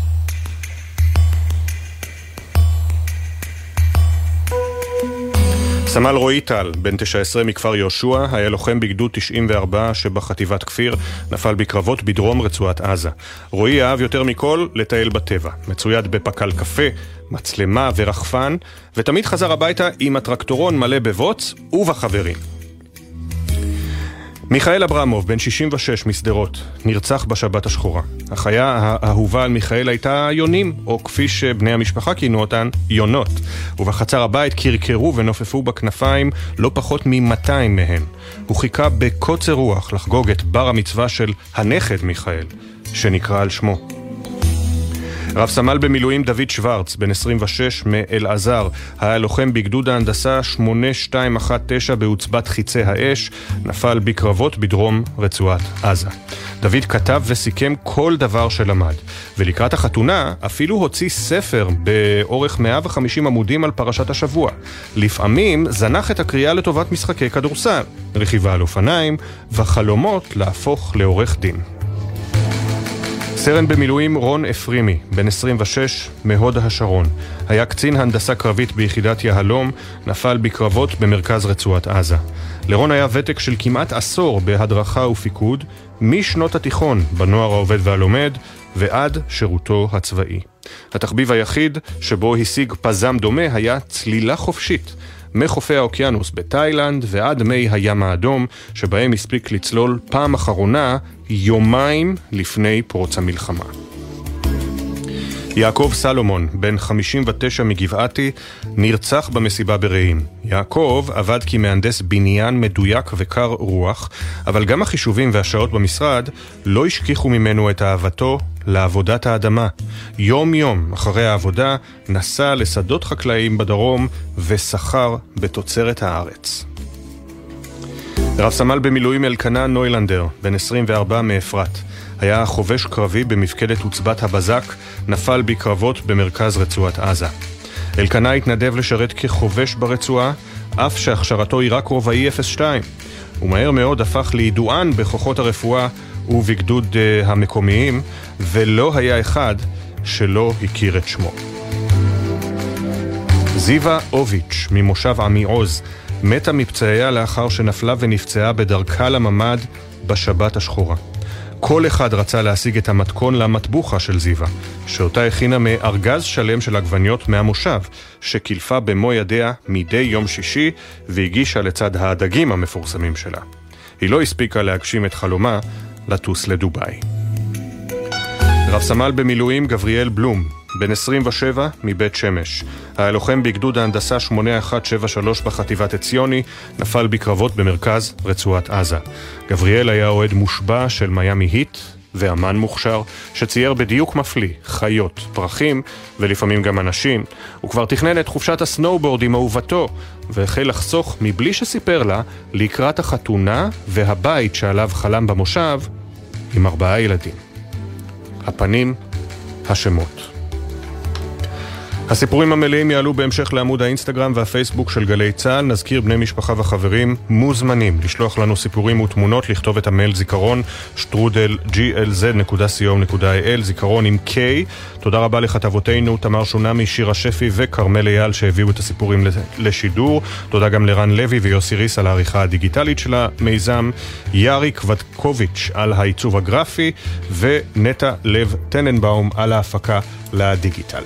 סמל רועי טל, בן תשע עשרה מכפר יהושע, היה לוחם בגדוד תשעים וארבע שבחטיבת כפיר, נפל בקרבות בדרום רצועת עזה. רועי אהב יותר מכל לטייל בטבע, מצויד בפקל קפה, מצלמה ורחפן, ותמיד חזר הביתה עם הטרקטורון מלא בבוץ ובחברים. מיכאל אברמוב, בן שישים ושש מסדרות, נרצח בשבת השחורה. החיה האהובה על מיכאל הייתה יונים, או כפי שבני המשפחה כינו אותן, יונות. ובחצר הבית קרקרו ונופפו בכנפיים לא פחות מ-מאתיים מהם. הוא חיכה בקוצר רוח לחגוג את בר המצווה של הנכד מיכאל, שנקרא על שמו. רב סמל במילואים דוד שוורץ, בן עשרים ושש מאלעזר, היה לוחם בגדוד ההנדסה שמונה שתיים אחת תשע בעוצבת חיצי האש, נפל בקרבות בדרום רצועת עזה. דוד כתב וסיכם כל דבר שלמד, ולקראת החתונה אפילו הוציא ספר באורך מאה וחמישים עמודים על פרשת השבוע. לפעמים זנח את הקריאה לטובת משחקי כדורסל, רכיבה על אופניים וחלומות להפוך לעורך דין. סרן במילואים רון אפרימי, בן עשרים ושש, מהוד השרון. היה קצין הנדסה קרבית ביחידת יהלום, נפל בקרבות במרכז רצועת עזה. לרון היה ותק של כמעט עשור בהדרכה ופיקוד, משנות התיכון בנוער העובד והלומד, ועד שירותו הצבאי. התחביב היחיד שבו השיג פזם דומה היה צלילה חופשית, מחופי האוקיינוס בתאילנד ועד מי הים האדום, שבהם הספיק לצלול פעם אחרונה יומיים לפני פרוץ המלחמה. יעקב סלומון, בן חמישים ותשע מגבעתי, נרצח במסיבה ברעים. יעקב עבד כמהנדס בניין מדויק וקר רוח, אבל גם החישובים והשעות במשרד לא השכיחו ממנו את אהבתו לעבודת האדמה. יום יום אחרי העבודה נסע לשדות חקלאיים בדרום ושכר בתוצרת הארץ. רב סמל במילואים אלקנה נוילנדר, בן עשרים וארבע מאפרת, היה חובש קרבי במפקדת עוצבת הבזק, נפל בקרבות במרכז רצועת עזה. אלקנה התנדב לשרת כחובש ברצועה, אף שהכשרתו היא רק רובעי אפס שתיים. הוא מהר מאוד הפך לידוען בכוחות הרפואה ובגדוד uh, המקומיים, ולא היה אחד שלא הכיר את שמו. זיווה אוביץ' ממושב עמי עוז מתה מפצעיה לאחר שנפלה ונפצעה בדרכה לממד בשבת השחורה. כל אחד רצה להשיג את המתכון למטבוחה של זיווה, שאותה הכינה מארגז שלם של עגבניות מהמושב, שקילפה במו ידיה מדי יום שישי והגישה לצד הדגים המפורסמים שלה. היא לא הספיקה להגשים את חלומה לטוס לדוביי. רב סמל במילואים גבריאל בלום, בן עשרים ושבע מבית שמש. היה לוחם בגדוד ההנדסה שמונה אחת שבע שלוש בחטיבת עציוני, נפל בקרבות במרכז רצועת עזה. גבריאל היה אוהד מושבע של מיאמי היט ואמן מוכשר שצייר בדיוק מפליא, חיות, פרחים ולפעמים גם אנשים. הוא כבר תכנן את חופשת הסנואובורד עם אהובתו והחל לחסוך מבלי שסיפר לה לקראת החתונה והבית שעליו חלם במושב עם ארבעה ילדים. הפנים, השמות. הסיפורים המלאים יעלו בהמשך לעמוד האינסטגרם והפייסבוק של גלי צהל. נזכיר בני משפחה וחברים מוזמנים לשלוח לנו סיפורים ותמונות, לכתוב את המייל זיכרון שטרודל ג'י אל זד נקודה סי או נקודה איי אל, זיכרון עם K. תודה רבה לכתבותינו תמר שונמי, שירה שפי וקרמל אייל שהביאו את הסיפורים לשידור. תודה גם לרן לוי ויוסי ריס על העריכה הדיגיטלית של המיזם, יאריק ודקוביץ' על העיצוב הגרפי ונטע לב טננבאום על ההפקה לדיגיטל.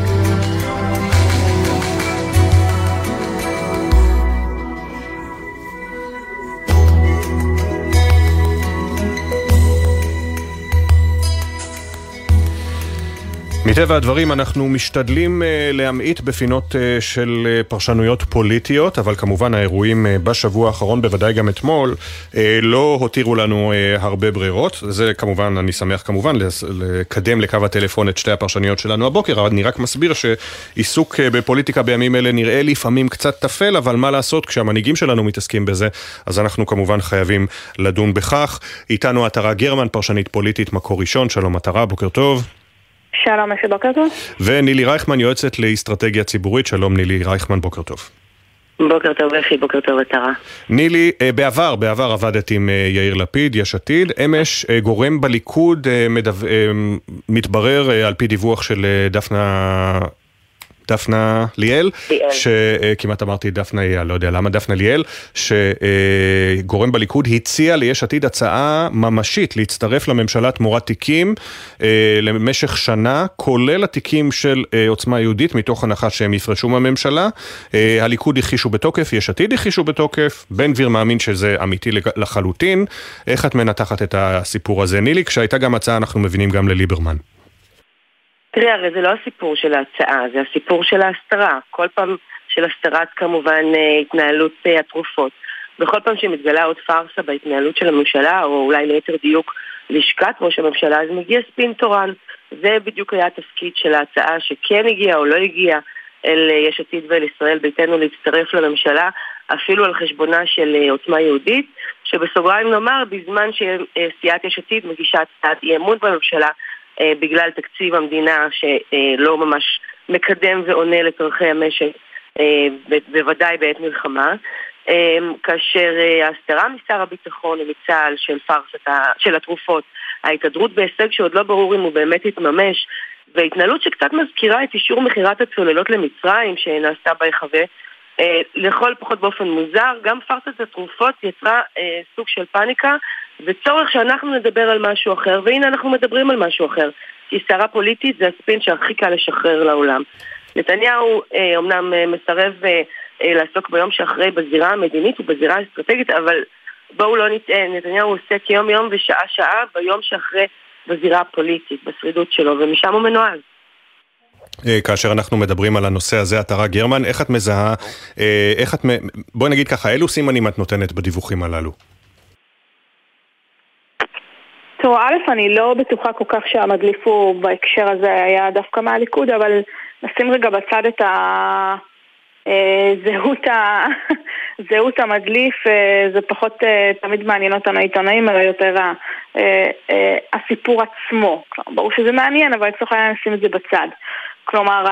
מטבע הדברים אנחנו משתדלים uh, להמעיט בפינות uh, של uh, פרשנויות פוליטיות, אבל כמובן האירועים uh, בשבוע האחרון, בוודאי גם אתמול, uh, לא הותירו לנו uh, הרבה ברירות. זה כמובן, אני שמח כמובן לקדם לקו הטלפון את שתי הפרשניות שלנו הבוקר. אני רק מסביר שעיסוק uh, בפוליטיקה בימים אלה נראה לפעמים קצת תפל, אבל מה לעשות, כשהמנהיגים שלנו מתעסקים בזה, אז אנחנו כמובן חייבים לדון בכך. איתנו עטרה גרמן, פרשנית פוליטית מקור ראשון. שלום עטרה, בוקר טוב. שלום, אפי, בוקר טוב. ונילי רייכמן, יועצת לאסטרטגיה ציבורית. שלום נילי רייכמן, בוקר טוב. בוקר טוב, אפי, בוקר טוב, עטרה. נילי, בעבר, בעבר עבדת עם יאיר לפיד, יש עתיד. אמש גורם בליכוד מדו... מתברר על פי דיווח של דפנה... דפנה ליאל, שכמעט אמרתי דפנה ליאל, לא יודע למה דפנה ליאל, שגורם בליכוד הציע ליש עתיד הצעה ממשית להצטרף לממשלה תמורת תיקים למשך שנה, כולל התיקים של עוצמה יהודית, מתוך הנחה שהם יפרשו מהממשלה. הליכוד הכישו בתוקף, יש עתיד הכישו בתוקף, בן גביר מאמין שזה אמיתי לחלוטין. איך את מנתחת את הסיפור הזה, נילי? כשהייתה גם הצעה, אנחנו מבינים גם לליברמן. תראה, הרי זה לא הסיפור של ההצעה, זה הסיפור של ההסתרה. כל פעם של הסתרת כמובן התנהלות התרופות. בכל פעם שמתגלה עוד פרסה בהתנהלות של הממשלה, או אולי ליתר דיוק לשכת ראש הממשלה, אז מגיע ספין תורן. זה בדיוק היה התפקיד של ההצעה שכן הגיע או לא הגיע אל יש עתיד ואל ישראל ביתנו להצטרף לממשלה, אפילו על חשבונה של עוצמה יהודית, שבסוגריים נאמר, בזמן שסיעת יש עתיד מגישה הצעת אי אמון בממשלה, בגלל תקציב המדינה שלא ממש מקדם ועונה לצורכי המשק, בוודאי בעת מלחמה, כאשר ההסתרה משר הביטחון ומצה"ל של פרסת של התרופות, ההתהדרות בהישג שעוד לא ברור אם הוא באמת יתממש, והתנהלות שקצת מזכירה את אישור מחירת הצוללות למצרים שנעשתה בהיחווה, לכל פחות באופן מוזר, גם פרסת התרופות יצרה סוג של פאניקה, וצורך שאנחנו נדבר על משהו אחר, והנה אנחנו מדברים על משהו אחר, כי סערה פוליטית זה הספין שהכי קל לשחרר לעולם. נתניהו אה, אומנם אה, מסרב אה, אה, לעסוק ביום שאחרי בזירה המדינית ובזירה האסטרטגית, אבל בואו לא נטעה, נתניהו עוסק יום יום ושעה שעה ביום שאחרי בזירה הפוליטית, בשרידות שלו, ומשם הוא מנועז. כאשר אנחנו מדברים על הנושא הזה, עטרה גרמן, איך את מזהה, איך את, בואי נגיד ככה, אילו סימנים את נותנת בדיווחים הללו? טוב, א', אני לא בטוחה כל כך שהמדליף הוא בהקשר הזה היה דווקא מהליכוד, אבל נשים רגע בצד את הזהות, זהות המדליף, זה פחות תמיד מעניין אותנו העיתונאים, אלא יותר הסיפור עצמו. ברור שזה מעניין, אבל צריך היה נשים את זה בצד. כלומר,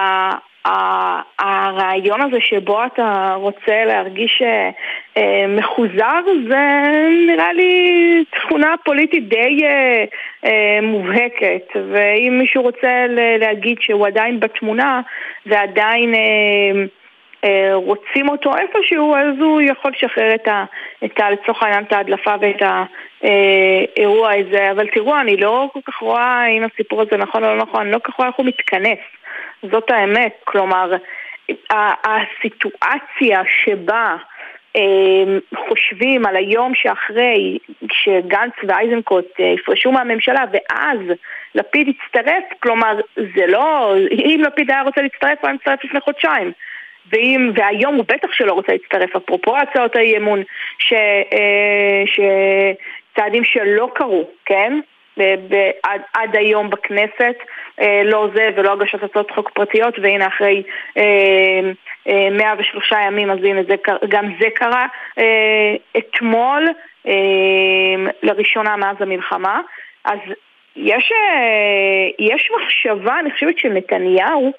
הרעיון הזה שבו אתה רוצה להרגיש מחוזר, זה נראה לי תכונה פוליטית די מובהקת, ואם מישהו רוצה להגיד שהוא עדיין בתמונה ועדיין רוצים אותו איפשהו, אז הוא יכול לשחרר את ה, לצורך העניין, את ההדלפה ואת האירוע הזה. אבל תראו, אני לא כל כך רואה אם הסיפור הזה נכון או לא נכון, אני לא כל כך רואה איך הוא מתכנס. זאת האמת. כלומר, הסיטואציה שבה חושבים על היום שאחרי שגנץ ואיזנקוט יפרשו מהממשלה ואז לפיד יצטרף, כלומר זה לא, אם לפיד היה רוצה להצטרף הוא היה מצטרף לפני חודשיים, ואם, והיום הוא בטח שלא רוצה להצטרף, אפרופו הצעות האי-אמון ש, שצעדים שלא קרו, כן? עד, עד היום בכנסת, לא זה ולא הגשת הצעות חוק פרטיות, והנה אחרי מאה ושלושה ימים, אז הנה זה, גם זה קרה אתמול לראשונה מאז המלחמה. אז יש, יש מחשבה, אני חושבת שנתניהו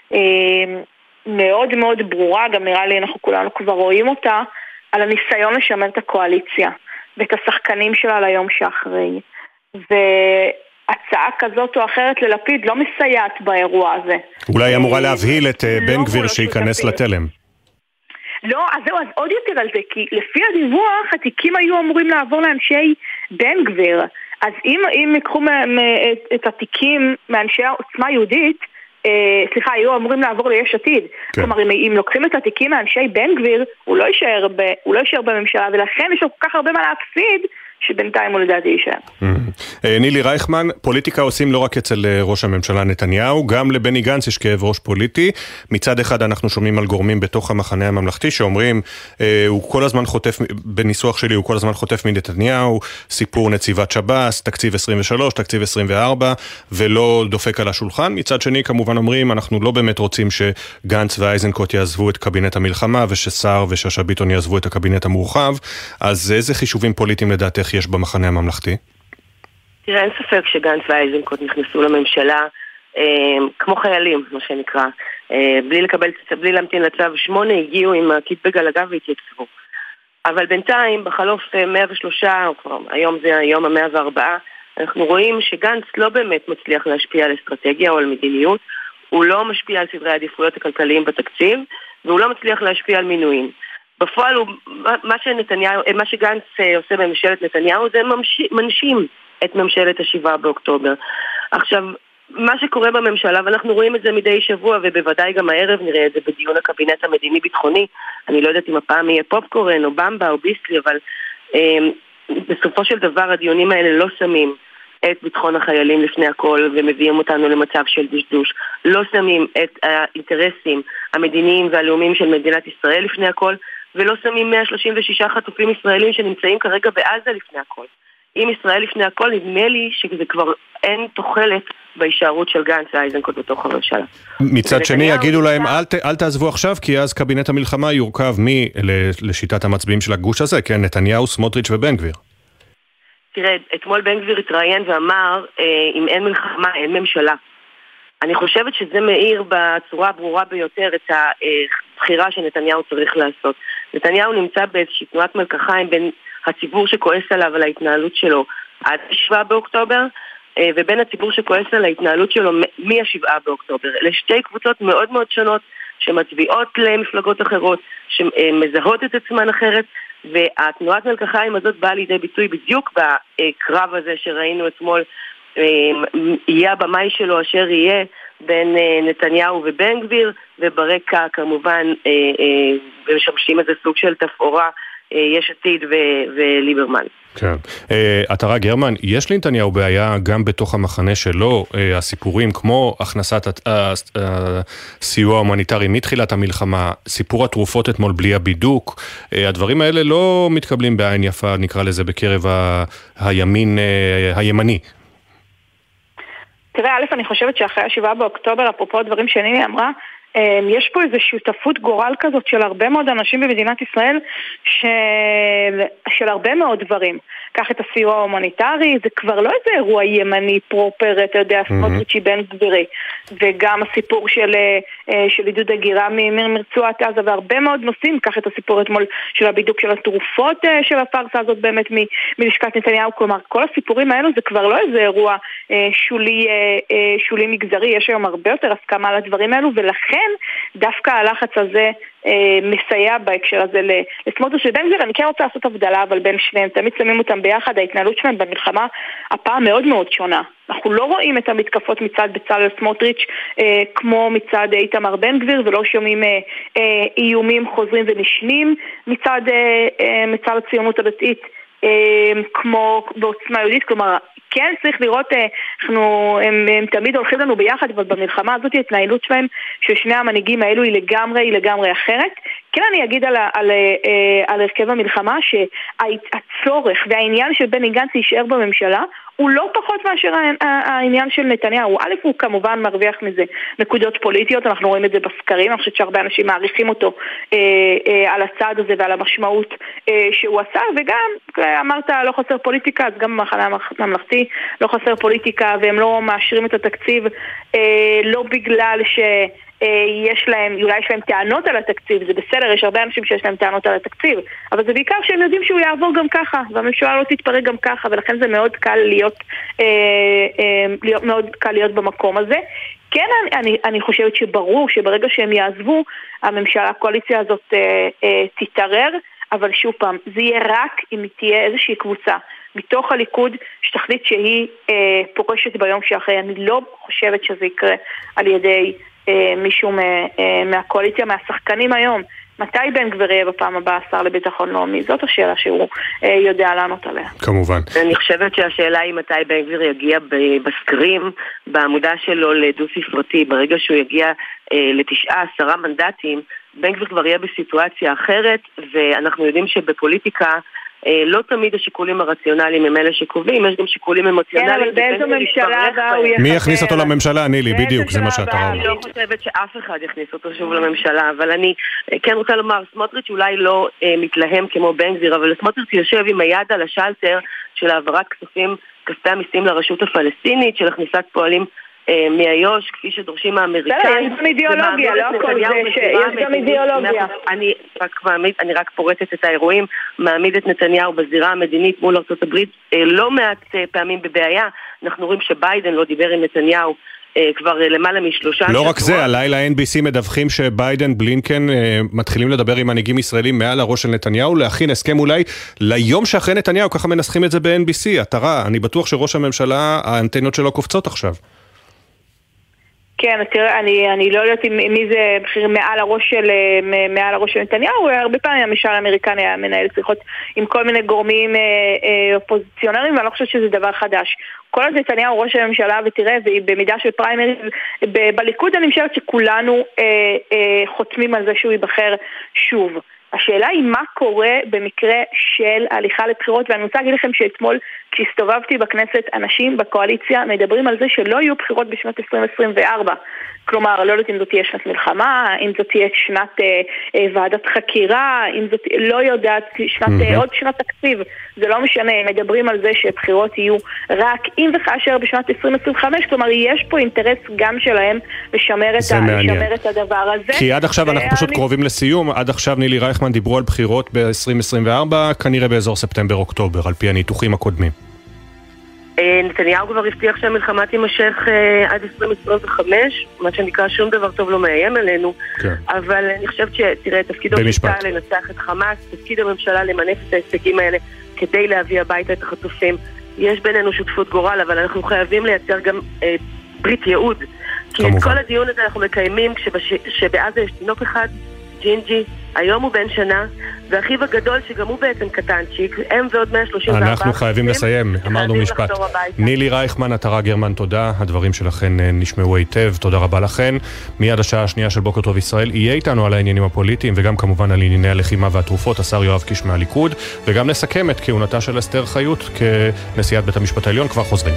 מאוד מאוד ברורה, גם נראה לי אנחנו כולנו כבר רואים אותה, על הניסיון לשמר את הקואליציה ואת השחקנים שלה ליום שאחרי. והצעה כזאת או אחרת ללפיד לא מסייעת באירוע הזה. אולי אמורה להבהיל את בן גביר שייכנס לתלם. לא, אז זהו, אז עוד יותר על זה, כי לפי הדיווח התיקים היו אמורים לעבור לאנשי בן גביר. אז אם, אם יקחו את, את התיקים מאנשי העוצמה יהודית, אה, סליחה, היו אמורים לעבור ליש עתיד. כן. כלומר, אם, אם לוקחים את התיקים מאנשי בן גביר, הוא לא יישאר, ב, הוא לא יישאר בממשלה, ולכן יש לו כל כך הרבה מה להפסיד, שבינתיים הוא לדעתי יישאר. נילי רייכמן, פוליטיקה עושים לא רק אצל ראש הממשלה נתניהו, גם לבני גנץ יש כאב ראש פוליטי. מצד אחד אנחנו שומעים על גורמים בתוך המחנה הממלכתי שאומרים, הוא כל הזמן חוטף, בניסוח שלי הוא כל הזמן חוטף מנתניהו, סיפור נציבת שב"ס, תקציב עשרים ושלוש, תקציב עשרים וארבע, ולא דופק על השולחן. מצד שני כמובן אומרים, אנחנו לא באמת רוצים שגנץ ואיזנקוט יעזבו את קבינט המלחמה, וששר וששה ביטון יעזבו את הקבינט המורחב. אז איזה חישובים פוליטיים לדעתך יש במחנה הממלכתי? תראה, אין ספק שגנץ ואיזנקוט נכנסו לממשלה אה, כמו חיילים, מה שנקרא. אה, בלי לקבל, בלי להמתין לצו שמונה, הגיעו עם הכית בגל הגב והתייצבו. אבל בינתיים, בחלוף מאה ושלושה, או כבר היום זה היום המאה וארבעה, אנחנו רואים שגנץ לא באמת מצליח להשפיע על אסטרטגיה או על מדיניות, הוא לא משפיע על סדרי העדיפויות הכלכליים בתקציב, והוא לא מצליח להשפיע על מינויים. בפועל הוא, מה שנתניהו, מה שגנץ עושה בממשלת נתניהו זה מנשים את ממשלת השבעה באוקטובר. עכשיו, מה שקורה בממשלה, ואנחנו רואים את זה מדי שבוע, ובוודאי גם הערב נראה את זה בדיון הקבינט המדיני-ביטחוני, אני לא יודעת אם הפעם יהיה פופקורן או במבה או ביסלי, אבל אה, בסופו של דבר הדיונים האלה לא שמים את ביטחון החיילים לפני הכל ומביאים אותנו למצב של דשדוש. לא שמים את האינטרסים המדיניים והלאומיים של מדינת ישראל לפני הכל, ולא שמים מאה שלושים ושישה חטופים ישראלים שנמצאים כרגע בעזה לפני הכל. אם ישראל לפני הכל, נדמה לי שזה כבר אין תוחלת בהישארות של גנץ ואיזנקוט בתוך הממשלה. מצד שני יגידו להם, אל, ת, אל תעזבו עכשיו, כי אז קבינט המלחמה יורכב מי לשיטת המצביעים של הגוש הזה, כן, נתניהו, סמוטריץ' ובן גביר. תראה, אתמול בן גביר התראיין ואמר, אם אין מלחמה, אין ממשלה. אני חושבת שזה מאיר בצורה הברורה ביותר את הבחירה שנתניהו צריך לעשות. נתניהו נמצא באיזושהי תנועת מלקחיים בין הציבור שכועס עליו על ההתנהלות שלו עד השבעה באוקטובר, ובין הציבור שכועס על ההתנהלות שלו מהשבעה באוקטובר. אלה שתי קבוצות מאוד מאוד שונות שמצביעות למפלגות אחרות, שמזהות את עצמן אחרת, והתנועת מלקחיים הזאת באה לידי ביטוי בדיוק בקרב הזה שראינו אתמול, יהיה הבמאי שלו אשר יהיה בין נתניהו ובן גביר, וברקע כמובן משמשים איזה סוג של תפאורה יש עתיד וליברמן. כן. עטרה גרמן, יש לנתניהו בעיה גם בתוך המחנה שלו, הסיפורים כמו הכנסת הסיוע ההומניטרי מתחילת המלחמה, סיפור התרופות אתמול בלי הבידוק, הדברים האלה לא מתקבלים בעין יפה, נקרא לזה, בקרב הימין הימני. תראה, א', אני חושבת שאחרי השבעה באוקטובר, אפרופו דברים שנילי אמרה, יש פה איזו שותפות גורל כזאת של הרבה מאוד אנשים במדינת ישראל, של, של הרבה מאוד דברים. קח את הסיוע ההומניטרי, זה כבר לא איזה אירוע ימני פרופר, אתה יודע, סמוטריצ'י בן גבירי, וגם הסיפור של, של עידוד הגירה מרצועת עזה, והרבה מאוד נושאים, קח את הסיפור אתמול של הבידוק של התרופות של הפרסה הזאת באמת מ, מלשכת נתניהו, כלומר, כל הסיפורים האלו זה כבר לא איזה אירוע שולי, שולי מגזרי, יש היום הרבה יותר הסכמה על הדברים האלו, ולכן ולכן דווקא הלחץ הזה אה, מסייע בהקשר הזה לסמוטריץ' ובן גביר. אני כן רוצה לעשות הבדלה אבל בין שניהם, תמיד שמים אותם ביחד, ההתנהלות שלהם במלחמה הפעם מאוד מאוד שונה. אנחנו לא רואים את המתקפות מצד בצלאל סמוטריץ' אה, כמו מצד איתמר בן גביר, ולא שומעים אה, אה, איומים חוזרים ונשנים מצד, אה, אה, מצד הציונות הדתית אה, כמו בעוצמה יהודית. כלומר, כן צריך לראות, אה, אנחנו, הם, הם תמיד הולכים לנו ביחד, אבל במלחמה הזאת ההתנהלות שלהם של שני המנהיגים האלו היא לגמרי, היא לגמרי אחרת. כן, אני אגיד על, על, אה, על הרכב המלחמה שהצורך והעניין של בני גנץ יישאר בממשלה הוא לא פחות מאשר העניין של נתניהו. א', הוא כמובן מרוויח מזה נקודות פוליטיות, אנחנו רואים את זה בסקרים, אני חושבת שהרבה אנשים מעריכים אותו אה, אה, על הצעד הזה ועל המשמעות אה, שהוא עשה, וגם, אמרת לא חסר פוליטיקה, אז גם במחנה הממלכתי לא חסר פוליטיקה, והם לא מאשרים את התקציב אה, לא בגלל ש... יש להם, אולי יש להם טענות על התקציב, זה בסדר, יש הרבה אנשים שיש להם טענות על התקציב, אבל זה בעיקר שהם יודעים שהוא יעבור גם ככה, והממשלה לא תתפרק גם ככה, ולכן זה מאוד קל להיות, אה, אה, להיות מאוד קל להיות במקום הזה. כן, אני, אני, אני חושבת שברור שברגע שהם יעזבו, הממשלה, הקואליציה הזאת אה, אה, תתערר, אבל שוב פעם, זה יהיה רק אם תהיה איזושהי קבוצה מתוך הליכוד שתחליט שהיא אה, פורשת ביום שאחרי. אני לא חושבת שזה יקרה על ידי מישהו מהקואליציה, מהשחקנים היום. מתי בן גביר יהיה בפעם הבאה שר לביטחון לאומי? זאת השאלה שהוא יודע לענות עליה. כמובן. אני חושבת שהשאלה היא מתי בן גביר יגיע בסקרים, בעמודה שלו לדו ספרתי. ברגע שהוא יגיע לתשעה, עשרה מנדטים, בן גביר כבר יהיה בסיטואציה אחרת, ואנחנו יודעים שבפוליטיקה לא תמיד השיקולים הרציונליים הם אלה שקובעים, יש גם שיקולים אמוציונליים. כן, אבל באיזו ממשלה הוא יחסר? מי יכניס אותו לממשלה? נילי, בדיוק, זה מה שאתה רואה. אני לא חושבת שאף אחד יכניס אותו שוב לממשלה, אבל אני כן רוצה לומר, סמוטריץ' אולי לא מתלהם כמו בן גביר, אבל סמוטריץ' יושב עם היד על השלטר של העברת כספים, כספי המיסים לרשות הפלסטינית, של הכנסת פועלים מאיו"ש, כפי שדורשים האמריקאים. יש גם אידיאולוגיה, לא הכל זה שיש גם אידיאולוגיה. אני רק פורטת את האירועים, מעמיד את נתניהו בזירה המדינית מול ארצות הברית לא מעט פעמים בבעיה. אנחנו רואים שביידן לא דיבר עם נתניהו כבר למעלה משלושה. לא רק זה, הלילה אן בי סי מדווחים שביידן בלינקן מתחילים לדבר עם מנהיגים ישראלים מעל הראש של נתניהו, להכין הסכם אולי ליום שאחרי נתניהו, ככה מנסחים את זה ב-אן בי סי. התרה, אני בטוח שראש הממשלה, האנטנות שלו קופצות עכשיו. כן, תראה, אני, אני לא יודעת מי זה בכיר מעל הראש של, מעל הראש של נתניהו, הרבה פעמים הממשל האמריקני היה מנהל שיחות עם כל מיני גורמים אה, אה, אופוזיציונרים, ואני לא חושבת שזה דבר חדש. כל עוד נתניהו ראש הממשלה, ותראה, במידה של פריימריז, ב- בליכוד אני חושבת שכולנו אה, אה, חותמים על זה שהוא ייבחר שוב. השאלה היא מה קורה במקרה של הליכה לבחירות, ואני רוצה להגיד לכם שאתמול כשהסתובבתי בכנסת, אנשים בקואליציה מדברים על זה שלא יהיו בחירות בשנת עשרים עשרים וארבע. כלומר, לא יודעת אם זאת תהיה שנת מלחמה, אם זאת תהיה שנת אה, אה, ועדת חקירה, אם זאת לא יודעת, שנת, mm-hmm. אה, עוד שנת תקציב, זה לא משנה, הם מדברים על זה שבחירות יהיו רק אם וכאשר בשנת עשרים עשרים וחמש, כלומר יש פה אינטרס גם שלהם לשמר את, ה, לשמר את הדבר הזה. כי עד עכשיו אנחנו פשוט אני... קרובים לסיום, עד עכשיו נילי רייכמן דיברו על בחירות ב-עשרים עשרים וארבע, כנראה באזור ספטמבר-אוקטובר, על פי הניתוחים הקודמים. נתניהו כבר הבטיח שהמלחמה תימשך עד עשרים עשרים וחמש, מה שנקרא שום דבר טוב לא מאיים עלינו, אבל אני חושבת שתראה, תפקידו של לנצח את חמאס, תפקיד הממשלה למנף את ההישגים האלה כדי להביא הביתה את החטופים. יש בינינו שותפות גורל, אבל אנחנו חייבים לייצר גם ברית ייעוד, כי את כל הדיון הזה אנחנו מקיימים כשבעזה יש תינוק אחד, ג'ינג'י, היום הוא בן שנה, ואחיו הגדול שגם הוא בעצם קטנצ'יק, הם ועוד מאה שלושים וארבע. אנחנו חייבים לסיים, אמרנו משפט. נילי רייכמן, התרה גרמן, תודה. הדברים שלכן נשמעו היטב, תודה רבה לכן. מיד השעה השנייה של בוקר טוב ישראל יהיה איתנו על העניינים הפוליטיים, וגם כמובן על ענייני הלחימה והתרופות, השר יואב קיש מהליכוד, וגם נסכם את כהונתה של אסתר חיות כנשיאת בית המשפט העליון. כבר חוזרים.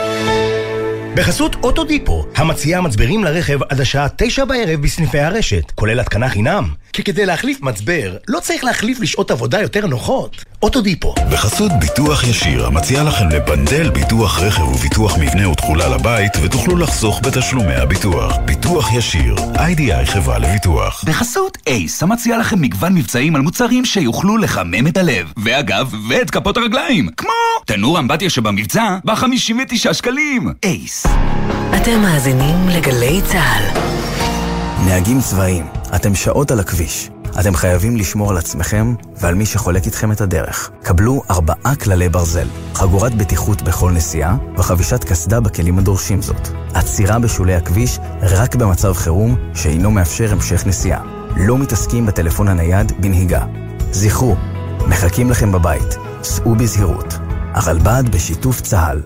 בחסות אוטודיפו, המציעה מצברים לרכב עד השעה תשע בערב בסניפי הרשת, כולל התקנה חינם. כי כדי להחליף מצבר, לא צריך להחליף לשעות עבודה יותר נוחות. אוטודיפו. בחסות ביטוח ישיר, המציע לכם לבנדל ביטוח רכב וביטוח מבנה ותכולה לבית, ותוכלו לחסוך בתשלומי הביטוח. ביטוח ישיר, איי די איי חברה לביטוח. בחסות אייס, המציע לכם מגוון מבצעים על מוצרים שיוכלו לחמם את הלב. ואגב, ואת כפות הרגליים. כמו תנור אמבטיה שבמבצע, ב-חמישים ותשעה שקלים. אייס. אתם מאזינים לגלי צהל. נהגים צבאיים, אתם שעות על הכביש. אתם חייבים לשמור על עצמכם ועל מי שחולק איתכם את הדרך. קבלו ארבעה כללי ברזל, חגורת בטיחות בכל נסיעה וחבישת קסדה בכלים הדורשים זאת. עצירה בשולי הכביש רק במצב חירום שאינו מאפשר המשך נסיעה. לא מתעסקים בטלפון הנייד בנהיגה. זכרו, מחכים לכם בבית. סעו בזהירות. הרלב"ד בשיתוף צה"ל.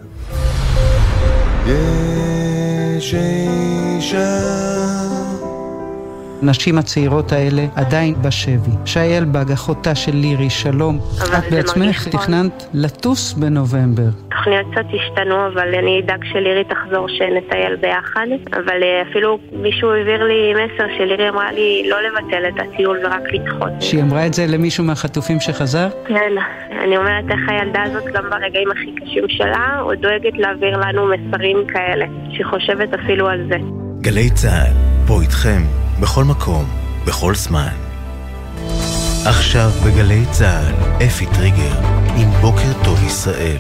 יש אישה הנשים הצעירות האלה עדיין בשבי. שי אלבג, אחותה של לירי, שלום. את בעצמך תכננת לטוס בנובמבר. תוכניות קצת השתנו, אבל אני אדאג שלירי תחזור שנטייל ביחד. אבל אפילו מישהו העביר לי מסר שלירי אמרה לי לא לבטל את הטיול ורק לדחות. שהיא אמרה את זה למישהו מהחטופים שחזר? כן, אני אומרת איך הילדה הזאת גם ברגעים הכי קשים שלה, עוד דואגת להעביר לנו מסרים כאלה, שהיא חושבת אפילו על זה. גלי צהל, פה איתכם. בכל מקום, בכל זמן. עכשיו בגלי צהל, אפי טריגר, עם בוקר טוב ישראל.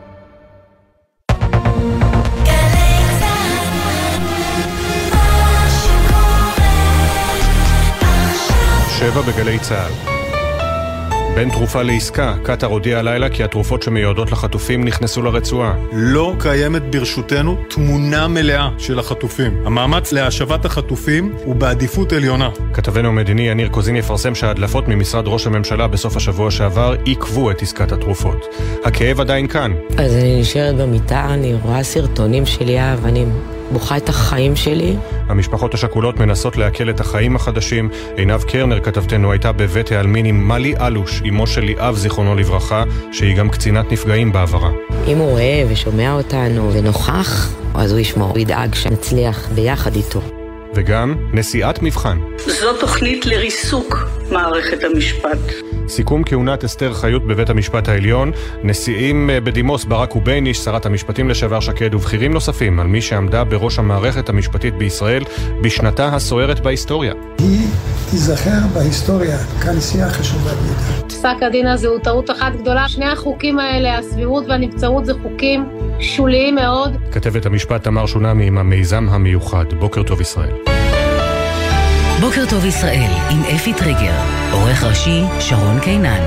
שבע בגלי צהל. בין תרופה לעסקה, קטר הודיע הלילה כי התרופות שמיועדות לחטופים נכנסו לרצועה. לא קיימת ברשותנו תמונה מלאה של החטופים. המאמץ להשבת החטופים הוא בעדיפות עליונה. כתבנו המדיני יניר קוזין יפרסם שההדלפות ממשרד ראש הממשלה בסוף השבוע שעבר עיכבו את עסקת התרופות. הכאב עדיין כאן. אז אני נשארת במיטה, אני רואה סרטונים שלי, ואני בוכה את החיים שלי. המשפחות השכולות מנסות להקל את החיים החדשים. עינב קרנר, כתבתנו, הייתה בבית העלמין עם מלי אלוש, אמו של ליאב זיכרונו לברכה, שהיא גם קצינת נפגעים בעברה. אם הוא רואה ושומע אותנו ונוכח, אז הוא ישמור, הוא ידאג שנצליח ביחד איתו. וגם נשיאת מבחן. זו תוכנית לריסוק מערכת המשפט. סיכום כהונת אסתר חיות בבית המשפט העליון, נשיאים בדימוס ברק ובייניש, שרת המשפטים לשעבר שקד ובכירים נוספים על מי שעמדה בראש המערכת המשפטית בישראל בשנתה הסוערת בהיסטוריה. היא תיזכר בהיסטוריה כנשיאה חשובה ביותר. פסק הדין הזה הוא טעות אחת גדולה. שני החוקים האלה, הסבירות והנבצרות, זה חוקים שוליים מאוד. כתבת המשפט תמר שונמי עם המיזם המיוחד. בוקר טוב ישראל. בוקר טוב ישראל עם אפי טריגר, עורך ראשי שרון קינן.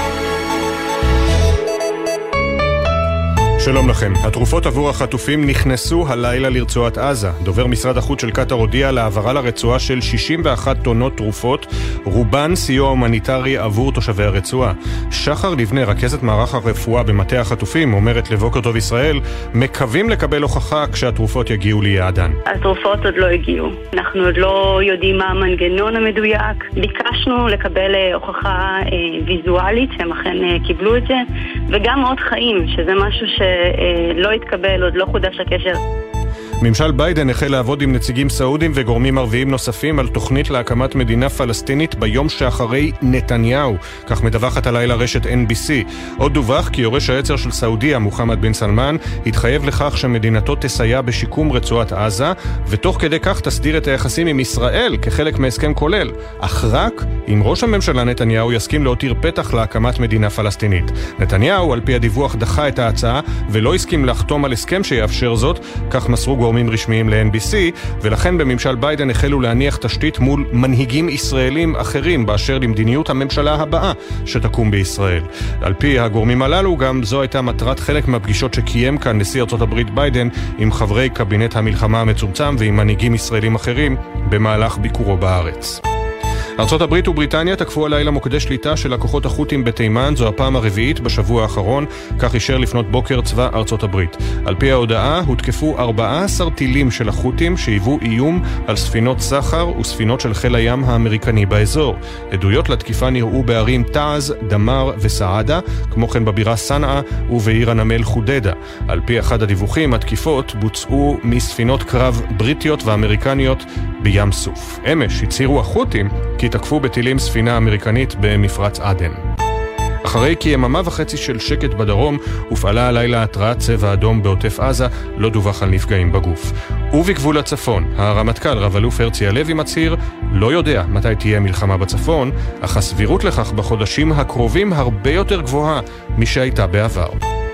שלום לכם. התרופות עבור החטופים נכנסו הלילה לרצועת עזה. דובר משרד החוץ של קטר הודיע להעברה לרצועה של שישים ואחת טונות תרופות, רובן סיוע הומניטרי עבור תושבי הרצועה. שחר לבנה, רכזת מערך הרפואה במטה החטופים, אומרת לבוקר טוב ישראל, מקווים לקבל הוכחה כשהתרופות יגיעו ליעדן. התרופות עוד לא הגיעו. אנחנו עוד לא יודעים מה המנגנון המדויק. ביקשנו לקבל הוכחה אה, ויזואלית, שהם אכן אה, קיבלו את זה, וגם עוד חיים, שזה משהו ש... לא התקבל, עוד לא חודש הקשר. ממשל ביידן החל לעבוד עם נציגים סעודים וגורמים ערביים נוספים על תוכנית להקמת מדינה פלסטינית ביום שאחרי נתניהו, כך מדווחת הלילה רשת אן בי סי. עוד דווח כי יורש העצר של סעודיה, מוחמד בן סלמן, התחייב לכך שמדינתו תסייע בשיקום רצועת עזה, ותוך כדי כך תסדיר את היחסים עם ישראל כחלק מהסכם כולל, אך רק אם ראש הממשלה נתניהו יסכים להותיר פתח להקמת מדינה פלסטינית. נתניהו, על פי הדיווח, דחה את ההצעה ולא הסכים לחתום על הסכם שיאפשר זאת, כך מסרו גורמים רשמיים ל-אן בי סי, ולכן בממשל ביידן החלו להניח תשתית מול מנהיגים ישראלים אחרים באשר למדיניות הממשלה הבאה שתקום בישראל. על פי הגורמים הללו, גם זו הייתה מטרת חלק מהפגישות שקיים כאן נשיא ארצות הברית ביידן עם חברי קבינט המלחמה המצומצם ועם מנהיגים ישראלים אחרים במהלך ביקורו בארץ. ארצות הברית ובריטניה תקפו הלילה מוקדי שליטה של הכוחות החות'ים בתימן, זו הפעם הרביעית בשבוע האחרון, כך אישר לפנות בוקר צבא ארצות הברית. על פי ההודעה, הותקפו ארבעה עשר טילים של החות'ים שהיוו איום על ספינות סחר וספינות של חיל הים האמריקני באזור. עדויות לתקיפה נראו בערים תעז, דמר וסעדה, כמו כן בבירה סנאה ובעיר הנמל חודדה. על פי אחד הדיווחים, התקיפות בוצעו מספינות קרב בריטיות ואמריקניות בים סוף. אמש הצהירו החות'ים כי תקפו בטילים ספינה אמריקנית במפרץ עדן. אחרי כיממה וחצי של שקט בדרום, הופעלה הלילה התרעת צבע אדום בעוטף עזה, לא דווח על נפגעים בגוף. ובגבול הצפון, הרמטכ"ל רב אלוף הרצי הלוי מצהיר, לא יודע מתי תהיה מלחמה בצפון, אך הסבירות לכך בחודשים הקרובים הרבה יותר גבוהה משהייתה בעבר.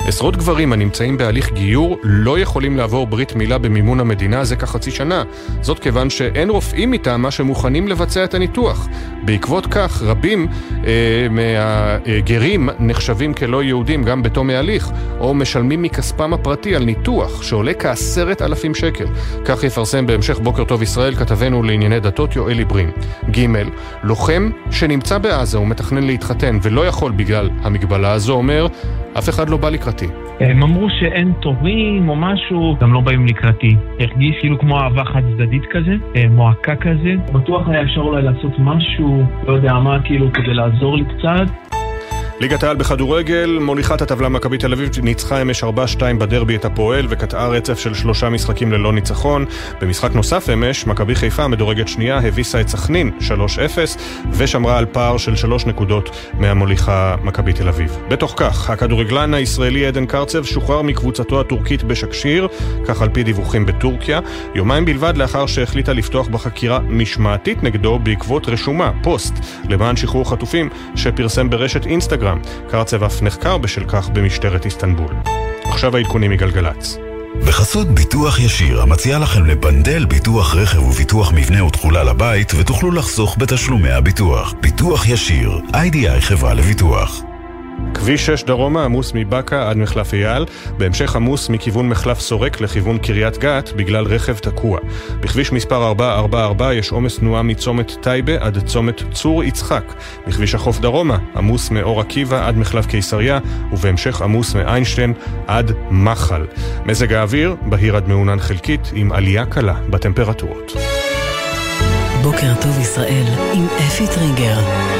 עשרות גברים הנמצאים בהליך גיור לא יכולים לעבור ברית מילה במימון המדינה זה כחצי שנה. זאת כיוון שאין רופאים מטעמה שמוכנים לבצע את הניתוח. בעקבות כך רבים אה, מהגרים נחשבים כלא יהודים גם בתום ההליך, או משלמים מכספם הפרטי על ניתוח שעולה כעשרת אלפים שקל. כך יפרסם בהמשך בוקר טוב ישראל כתבנו לענייני דתות יואל עברין. ג' לוחם שנמצא בעזה ומתכנן להתחתן ולא יכול בגלל המגבלה הזו אומר, אף אחד לא בא לקראתי. הם אמרו שאין תורים או משהו, גם לא באים לקראתי. הרגיש כאילו כמו אהבה חד צדדית כזה, מועקה כזה. בטוח היה אפשר אולי לעשות משהו, לא יודע מה, כאילו כדי לעזור לי קצת. ליגת העל בכדורגל, מוליכת הטבלה מכבי תל אביב ניצחה אמש ארבע שתיים בדרבי את הפועל וקטעה רצף של שלושה משחקים ללא ניצחון. במשחק נוסף אמש, מכבי חיפה מדורגת שנייה הביסה את סכנין שלוש אפס ושמרה על פער של שלוש נקודות מהמוליכה מכבי תל אביב. בתוך כך, הכדורגלן הישראלי עדן קרצב שוחרר מקבוצתו הטורקית בשקשיר, כך על פי דיווחים בטורקיה, יומיים בלבד לאחר שהחליטה לפתוח בחקירה משמעתית נגדו בעקבות רשומה, פוסט, למען שחרור חטופים שפרסם ברשת אינסטגרם. קרצב אף נחקר בשל כך במשטרת איסטנבול. עכשיו העדכונים מגלגלץ. בחסות ביטוח ישיר, המציע לכם לבנדל ביטוח רכב וביטוח מבנה ותכולה לבית, ותוכלו לחסוך בתשלומי הביטוח. ביטוח ישיר, איי די איי חברה לביטוח. כביש שש דרומה עמוס מבקה עד מחלף אייל, בהמשך עמוס מכיוון מחלף סורק לכיוון קריית גת בגלל רכב תקוע. בכביש מספר ארבע ארבע ארבע יש עומס תנועה מצומת טייבה עד צומת צור יצחק. בכביש החוף דרומה עמוס מאור עקיבא עד מחלף קיסריה, ובהמשך עמוס מאיינשטיין עד מחל. מזג האוויר בהיר עד מעונן חלקית עם עלייה קלה בטמפרטורות. בוקר טוב ישראל עם אפי טריגר.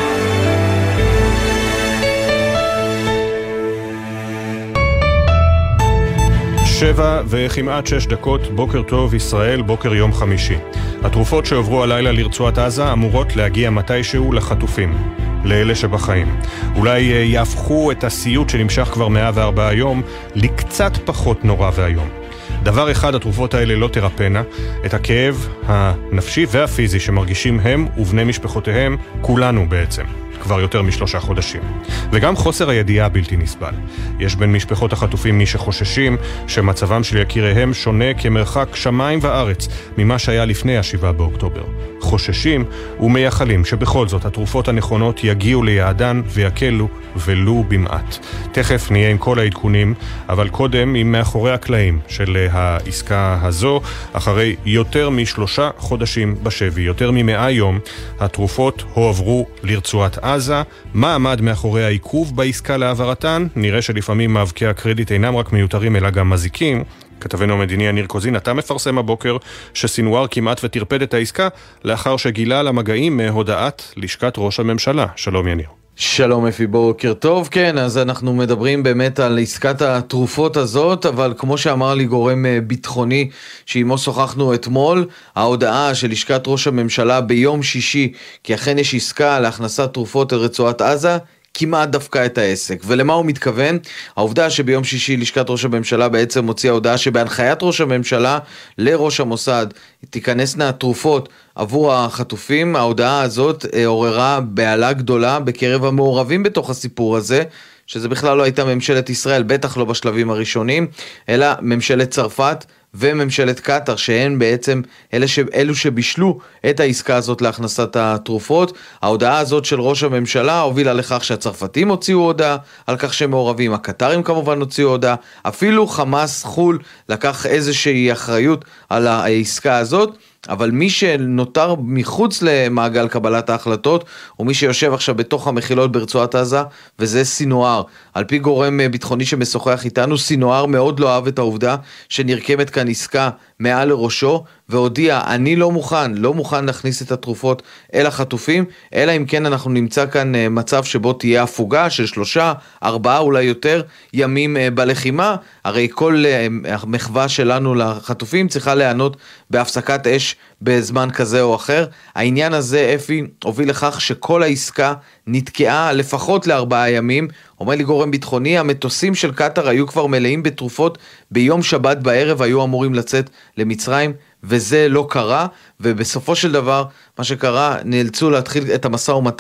שבע וכמעט שש דקות, בוקר טוב ישראל, בוקר יום חמישי. התרופות שעוברו הלילה לרצועת עזה אמורות להגיע מתישהו לחטופים, לאלה שבחיים. אולי יהפכו את הסיוט שנמשך כבר מאה וארבעה יום לקצת פחות נורא והיום. דבר אחד, התרופות האלה לא תרפנה את הכאב הנפשי והפיזי שמרגישים הם ובני משפחותיהם, כולנו בעצם. כבר יותר משלושה חודשים. וגם חוסר הידיעה בלתי נסבל. יש בין משפחות החטופים מי שחוששים שמצבם של יקיריהם שונה כמרחק שמיים וארץ ממה שהיה לפני השבעה באוקטובר. חוששים ומייחלים שבכל זאת התרופות הנכונות יגיעו ליעדן ויקלו ולו במעט. תכף נהיה עם כל העדכונים, אבל קודם עם מאחורי הקלעים של העסקה הזו, אחרי יותר משלושה חודשים בשבי, יותר ממאה יום, התרופות הועברו לרצועת עזה. מה עמד מאחורי העיכוב בעסקה להעברתן? נראה שלפעמים מאבקי הקרדיט אינם רק מיותרים אלא גם מזיקים. כתבנו המדיני יניר קוזין, אתה מפרסם הבוקר שסינואר כמעט וטרפד את העסקה לאחר שגילה על המגעים מהודעת לשכת ראש הממשלה. שלום יניר. שלום אפי, בוקר טוב. כן, אז אנחנו מדברים באמת על עסקת התרופות הזאת, אבל כמו שאמר לי גורם ביטחוני שעימו שוחחנו אתמול, ההודעה של לשכת ראש הממשלה ביום שישי כי אכן יש עסקה להכנסת תרופות לרצועת עזה כמעט דווקא את העסק. ולמה הוא מתכוון? העובדה שביום שישי לשכת ראש הממשלה בעצם הוציאה הודעה שבהנחיית ראש הממשלה לראש המוסד תיכנסנה תרופות עבור החטופים. ההודעה הזאת עוררה בעלה גדולה בקרב המעורבים בתוך הסיפור הזה, שזה בכלל לא הייתה ממשלת ישראל, בטח לא בשלבים הראשונים, אלא ממשלת צרפת וממשלת קטר, שהן בעצם אלה ש... אלו שבישלו את העסקה הזאת להכנסת התרופות. ההודעה הזאת של ראש הממשלה הובילה לכך שהצרפתים הוציאו הודעה על כך שהם מעורבים, הקטרים כמובן הוציאו הודעה, אפילו חמאס חול לקח איזושהי אחריות על העסקה הזאת. אבל מי שנותר מחוץ למעגל קבלת ההחלטות הוא מי שיושב עכשיו בתוך המחילות ברצועת עזה, וזה סינואר. על פי גורם ביטחוני שמשוחח איתנו, סינואר מאוד לא אהב את העובדה שנרקמת כאן עסקה מעל לראשו, והודיע, אני לא מוכן, לא מוכן להכניס את התרופות אל החטופים, אלא אם כן אנחנו נמצא כאן מצב שבו תהיה הפוגה של שלושה, ארבעה אולי יותר ימים בלחימה. הרי כל מחווה שלנו לחטופים צריכה להיענות בהפסקת אש בזמן כזה או אחר. העניין הזה, אפי, הוביל לכך שכל העסקה נתקעה לפחות לארבעה ימים. אומר לי גורם ביטחוני, המטוסים של קטר היו כבר מלאים בתרופות ביום שבת בערב, היו אמורים לצאת למצרים, וזה לא קרה, ובסופו של דבר, מה שקרה, נאלצו להתחיל את המשא ומתן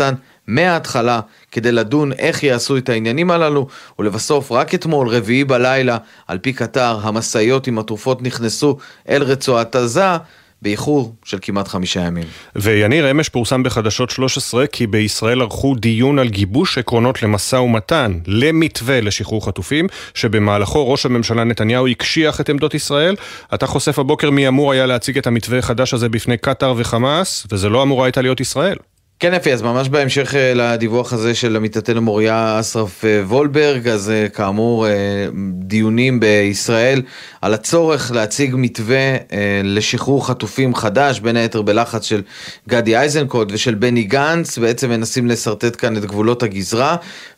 מההתחלה כדי לדון איך יעשו את העניינים הללו, ולבסוף רק אתמול רביעי בלילה על פי קטר המשאיות עם התרופות נכנסו אל רצועת עזה באיחור של כמעט חמישה ימים. ויניר, אמש פורסם בחדשות שלוש עשרה כי בישראל ערכו דיון על גיבוש עקרונות למשא ומתן למתווה לשחרור חטופים, שבמהלכו ראש הממשלה נתניהו הקשיח את עמדות ישראל. אתה חושף הבוקר מי אמור היה להציג את המתווה החדש הזה בפני קטר וחמאס, וזה לא אמורה הייתה להיות ישראל. כן אפי, אז ממש בהמשך לדיווח הזה של עמיתתנו מוריה אסרף וולברג, אז כאמור דיונים בישראל על הצורך להציג מתווה לשחרור חטופים חדש, בין היתר בלחץ של גדי איזנקוט ושל בני גנץ, בעצם מנסים לסרטט כאן את גבולות הגזרה,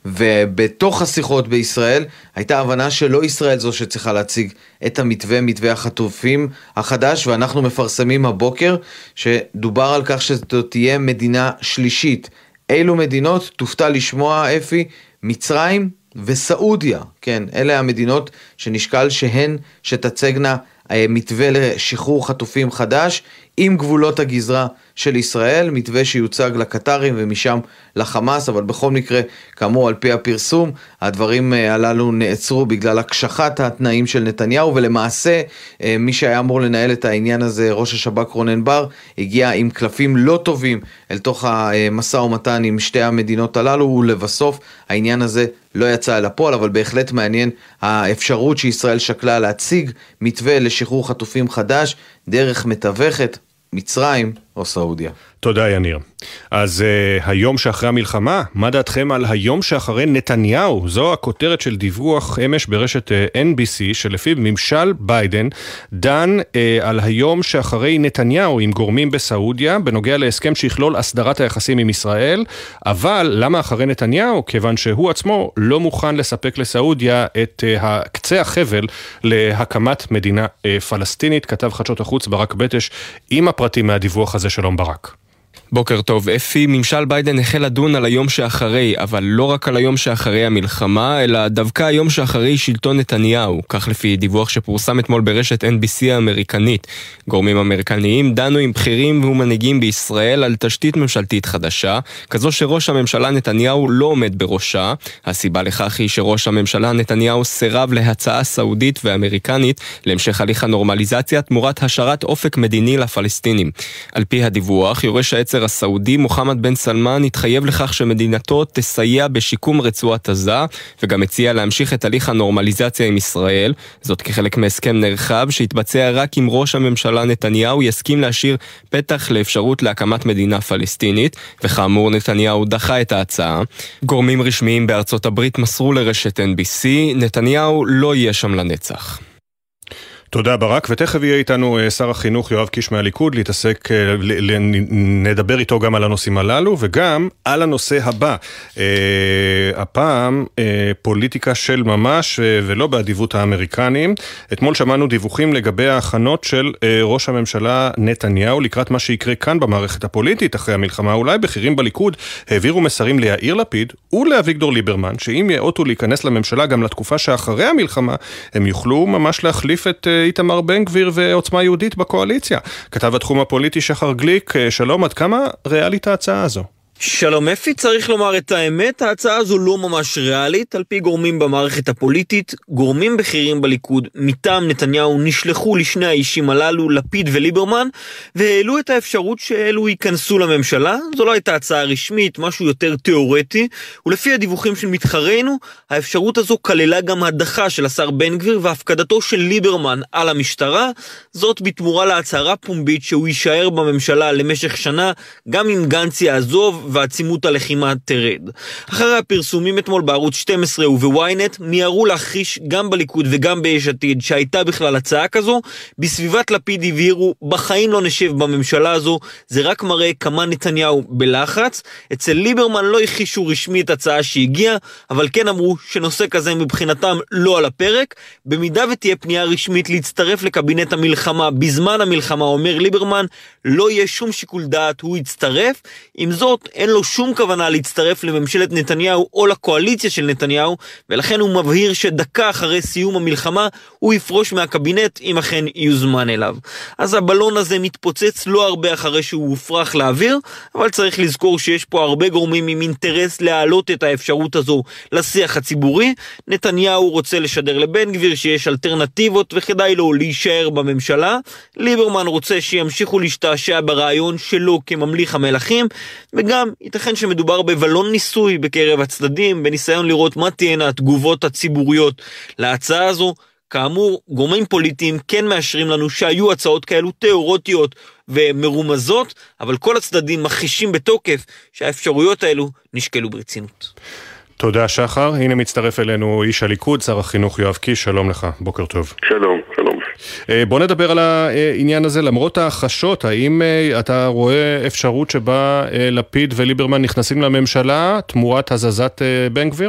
ובתוך השיחות בישראל הייתה הבנה שלא ישראל זו שצריכה להציג את המתווה, מתווה החטופים החדש, ואנחנו מפרסמים הבוקר שדובר על כך שזו תהיה מדינה שלישית. אילו מדינות? תופתע לשמוע אפי, מצרים וסעודיה. כן, אלה המדינות שנשקל שהן שתצגנה מתווה לשחרור חטופים חדש עם גבולות הגזרה של ישראל, מתווה שיוצג לקטרים ומשם לחמאס, אבל בכל מקרה, כאמור על פי הפרסום, הדברים הללו נעצרו בגלל הקשחת התנאים של נתניהו, ולמעשה מי שהיה אמור לנהל את העניין הזה, ראש השב"כ רונן בר, הגיע עם קלפים לא טובים אל תוך המשא ומתן עם שתי המדינות הללו, ולבסוף העניין הזה לא יצא אל הפועל, אבל בהחלט מעניין האפשרות שישראל שקלה להציג מתווה לשחרור חטופים חדש, דרך מתווכת, מצרים או סעודיה. תודה יניר. אז uh, היום שאחרי המלחמה, מה דעתכם על היום שאחרי נתניהו? זו הכותרת של דיווח אמש ברשת uh, אן בי סי, שלפיו ממשל ביידן דן uh, על היום שאחרי נתניהו עם גורמים בסעודיה, בנוגע להסכם שיכלול הסדרת היחסים עם ישראל, אבל למה אחרי נתניהו? כיוון שהוא עצמו לא מוכן לספק לסעודיה את uh, קצה החבל להקמת מדינה uh, פלסטינית. כתב חדשות החוץ ברק בטש עם הפרטים מהדיווח הזה. שלום ברק. בוקר טוב, אפי. ממשל ביידן החל לדון על היום שאחרי, אבל לא רק על היום שאחרי המלחמה, אלא דווקא היום שאחרי שלטון נתניהו, כך לפי דיווח שפורסם אתמול ברשת אן בי סי האמריקנית. גורמים אמריקניים דנו עם בכירים ומנהיגים בישראל על תשתית ממשלתית חדשה, כזו שראש הממשלה נתניהו לא עומד בראשה. הסיבה לכך היא שראש הממשלה נתניהו סירב להצעה סעודית ואמריקנית להמשך הליך הנורמליזציה תמורת השארת אופק מדיני לפלסטינים. על פי הדיווח, יורש העצר הסעודי מוחמד בן סלמן התחייב לכך שמדינתו תסייע בשיקום רצועת עזה, וגם הציע להמשיך את הליך הנורמליזציה עם ישראל, זאת כחלק מהסכם נרחב שהתבצע רק אם ראש הממשלה נתניהו יסכים להשאיר פתח לאפשרות להקמת מדינה פלסטינית, וכאמור נתניהו דחה את ההצעה. גורמים רשמיים בארצות הברית מסרו לרשת אן בי סי, נתניהו לא יהיה שם לנצח. תודה ברק, ותכף יהיה איתנו שר החינוך יואב קיש מהליכוד להתעסק, נדבר איתו גם על הנושאים הללו וגם על הנושא הבא. הפעם פוליטיקה של ממש ולא באדיבות האמריקנים. אתמול שמענו דיווחים לגבי ההכנות של ראש הממשלה נתניהו לקראת מה שיקרה כאן במערכת הפוליטית אחרי המלחמה. אולי בכירים בליכוד העבירו מסרים ליאיר לפיד ולאביגדור ליברמן שאם יאותו להיכנס לממשלה גם לתקופה שאחרי המלחמה הם יוכלו ממש להחליף את איתמר בן גביר ועוצמה יהודית בקואליציה. כתב התחום הפוליטי שחר גליק, שלום, עד כמה ריאלית ההצעה הזו? שלום אפי, צריך לומר את האמת, ההצעה הזו לא ממש ריאלית. על פי גורמים במערכת הפוליטית, גורמים בכירים בליכוד מטעם נתניהו נשלחו לשני האישים הללו, לפיד וליברמן, והעלו את האפשרות שאלו ייכנסו לממשלה. זו לא הייתה הצעה רשמית, משהו יותר תיאורטי, ולפי הדיווחים של מתחרינו, האפשרות הזו כללה גם הדחה של השר בן גביר והפקדתו של ליברמן על המשטרה, זאת בתמורה להצהרה פומבית שהוא יישאר בממשלה למשך שנה, גם אם גנץ יעזוב ועצימות הלחימה תרד. אחרי הפרסומים אתמול בערוץ שתים עשרה ובוויינט, מיהרו להכחיש גם בליכוד וגם ביש עתיד שהייתה בכלל הצעה כזו. בסביבת לפיד הבהירו, בחיים לא נשב בממשלה הזו, זה רק מראה כמה נתניהו בלחץ. אצל ליברמן לא הכחישו רשמית הצעה שהגיעה, אבל כן אמרו שנושא כזה מבחינתם לא על הפרק. במידה ותהיה פנייה רשמית להצטרף לקבינט המלחמה בזמן המלחמה, אומר ליברמן, לא יהיה שום שיקול דעת, הוא יצטרף. עם זאת, אין לו שום כוונה להצטרף לממשלת נתניהו או לקואליציה של נתניהו, ולכן הוא מבהיר שדקה אחרי סיום המלחמה הוא יפרוש מהקבינט אם אכן יוזמן אליו. אז הבלון הזה מתפוצץ לא הרבה אחרי שהוא הופרח לאוויר, אבל צריך לזכור שיש פה הרבה גורמים עם אינטרס להעלות את האפשרות הזו לשיח הציבורי. נתניהו רוצה לשדר לבן גביר שיש אלטרנטיבות וכדאי לו להישאר בממשלה. ליברמן רוצה שימשיכו להשתעשע ברעיון שלו כממליך המלכים, וגם ייתכן שמדובר בבלון ניסוי בקרב הצדדים, בניסיון לראות מה תהיינה התגובות הציבוריות להצעה הזו. כאמור, גורמים פוליטיים כן מאשרים לנו שהיו הצעות כאלו תיאורטיות ומרומזות, אבל כל הצדדים מכחישים בתוקף שהאפשרויות האלו נשקלו ברצינות. תודה שחר, הנה מצטרף אלינו איש הליכוד, שר החינוך יואב קיש, שלום לך, בוקר טוב. שלום, שלום. בוא נדבר על העניין הזה, למרות ההחשות, האם אתה רואה אפשרות שבה לפיד וליברמן נכנסים לממשלה תמורת הזזת בן גביר?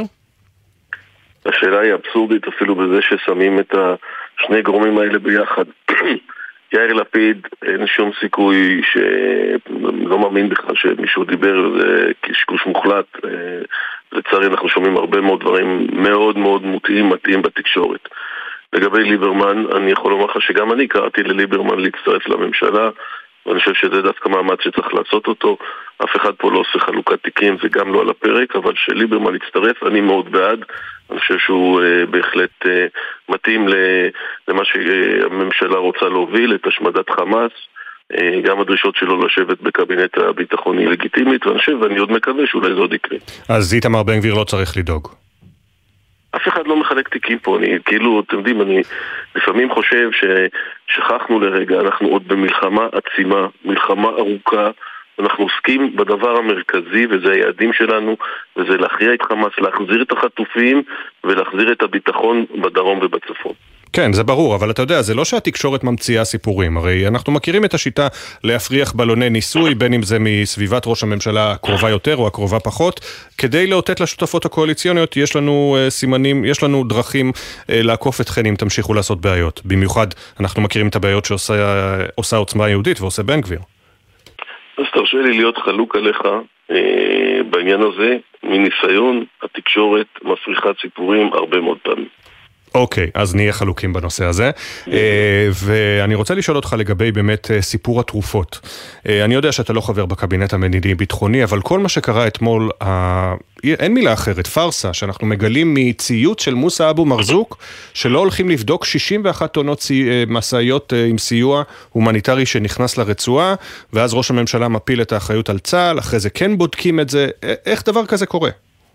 השאלה היא אבסורדית אפילו בזה ששמים את השני גורמים האלה ביחד. יאיר לפיד, אין שום סיכוי שלא מאמין בכלל שמישהו דיבר, זה קשקוש מוחלט. לצערי אנחנו שומעים הרבה מאוד דברים מאוד מאוד מוטעים, מתאים בתקשורת. לגבי ליברמן, אני יכול לומר לך שגם אני קראתי לליברמן להצטרף לממשלה, ואני חושב שזה דווקא מאמץ שצריך לעשות אותו. אף אחד פה לא עושה חלוקת תיקים, זה גם לא על הפרק, אבל שליברמן יצטרף, אני מאוד בעד. אני חושב שהוא uh, בהחלט uh, מתאים למה שהממשלה רוצה להוביל, את השמדת חמאס, uh, גם הדרישות שלו לשבת בקבינט הביטחוני לגיטימית, ואני חושב, ואני עוד מקווה שאולי זה עוד יקרה. אז איתמר בן גביר לא צריך לדאוג. אף אחד לא מחלק תיקים פה, אני כאילו, אתם יודעים, אני לפעמים חושב ששכחנו לרגע, אנחנו עוד במלחמה עצימה, מלחמה ארוכה, אנחנו עוסקים בדבר המרכזי, וזה היעדים שלנו, וזה להכריע את חמאס, להחזיר את החטופים, ולהחזיר את הביטחון בדרום ובצפון. כן, זה ברור, אבל אתה יודע, זה לא שהתקשורת ממציאה סיפורים, הרי אנחנו מכירים את השיטה להפריח בלוני ניסוי, בין אם זה מסביבת ראש הממשלה הקרובה יותר או הקרובה פחות, כדי לאותת לשותפות הקואליציוניות, יש לנו uh, סימנים, יש לנו דרכים uh, לעקוף אתכן אם תמשיכו לעשות בעיות. במיוחד, אנחנו מכירים את הבעיות שעושה עושה עוצמה יהודית ועושה בן גביר. אז תרשה לי להיות חלוק עליך אה, בעניין הזה, מניסיון התקשורת מפריחת סיפורים הרבה מאוד פעמים. אוקיי, אז נהיה חלוקים בנושא הזה. ואני רוצה לשאול אותך לגבי באמת סיפור התרופות. אני יודע שאתה לא חבר בקבינט המדיני-ביטחוני, אבל כל מה שקרה אתמול, אין מילה אחרת, פרסה, שאנחנו מגלים מציוץ של מוסא אבו מרזוק, שלא הולכים לבדוק שישים ואחת טונות מסעיות עם סיוע הומניטרי שנכנס לרצועה, ואז ראש הממשלה מפיל את האחריות על צה"ל, אחרי זה כן בודקים את זה. איך דבר כזה קורה?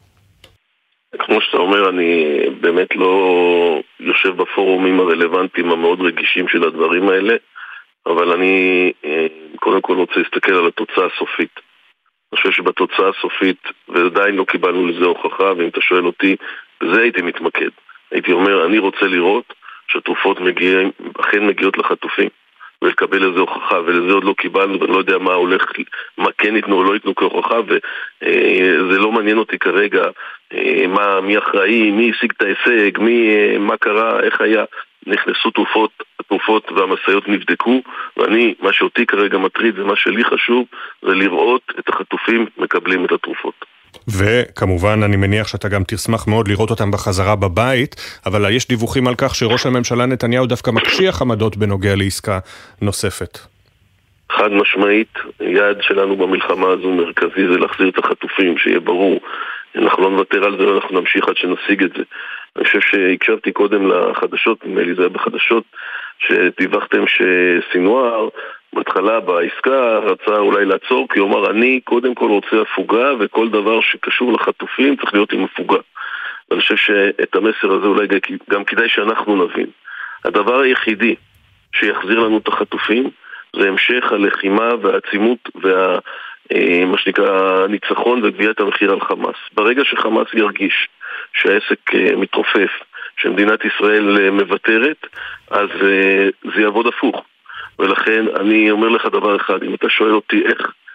כמו שאתה אומר, אני באמת לא יושב בפורומים הרלוונטיים המאוד רגישים של הדברים האלה, אבל אני קודם כל רוצה להסתכל על התוצאה הסופית. אני חושב שבתוצאה הסופית, ועדיין לא קיבלנו לזה הוכחה, ואם אתה שואל אותי, בזה הייתי מתמקד. הייתי אומר, אני רוצה לראות שהתרופות מגיעים, אכן מגיעות לחטופים, ולקבל לזה הוכחה, ולזה עוד לא קיבלנו, ואני לא יודע מה הולך, מה כן ייתנו או לא ייתנו כהוכחה, וזה לא מעניין אותי כרגע, מה, מי אחראי, מי השיג את ההישג, מי, מה קרה, איך היה, נכנסו תרופות, התרופות והמסעיות נבדקו, ואני, מה שאותי כרגע מטריד ומה שלי חשוב, זה לראות את החטופים מקבלים את התרופות. וכמובן אני מניח שאתה גם תשמח מאוד לראות אותם בחזרה בבית, אבל יש דיווחים על כך שראש הממשלה נתניהו דווקא מקשיח עמדות בנוגע לעסקה נוספת. חד משמעית, יעד שלנו במלחמה הזו מרכזי זה להחזיר את החטופים, שיהיה ברור. אנחנו לא נוותר על זה, אנחנו נמשיך עד שנשיג את זה. אני חושב שהקשבתי קודם לחדשות, נדמה לי זה היה בחדשות, שדיווחתם שסינואר בהתחלה בעסקה רצה אולי לעצור, כי הוא אמר, אני קודם כל רוצה הפוגה, וכל דבר שקשור לחטופים צריך להיות עם הפוגה. ואני חושב שאת המסר הזה אולי גם כדאי שאנחנו נבין. הדבר היחידי שיחזיר לנו את החטופים, זה המשך הלחימה והעצימות וה... מה שנקרא ניצחון וגביית המחיר על חמאס. ברגע שחמאס ירגיש שהעסק מתרופף, שמדינת ישראל מבטרת, אז זה יעבוד הפוך. ולכן אני אומר לך דבר אחד, אם אתה שואל אותי איך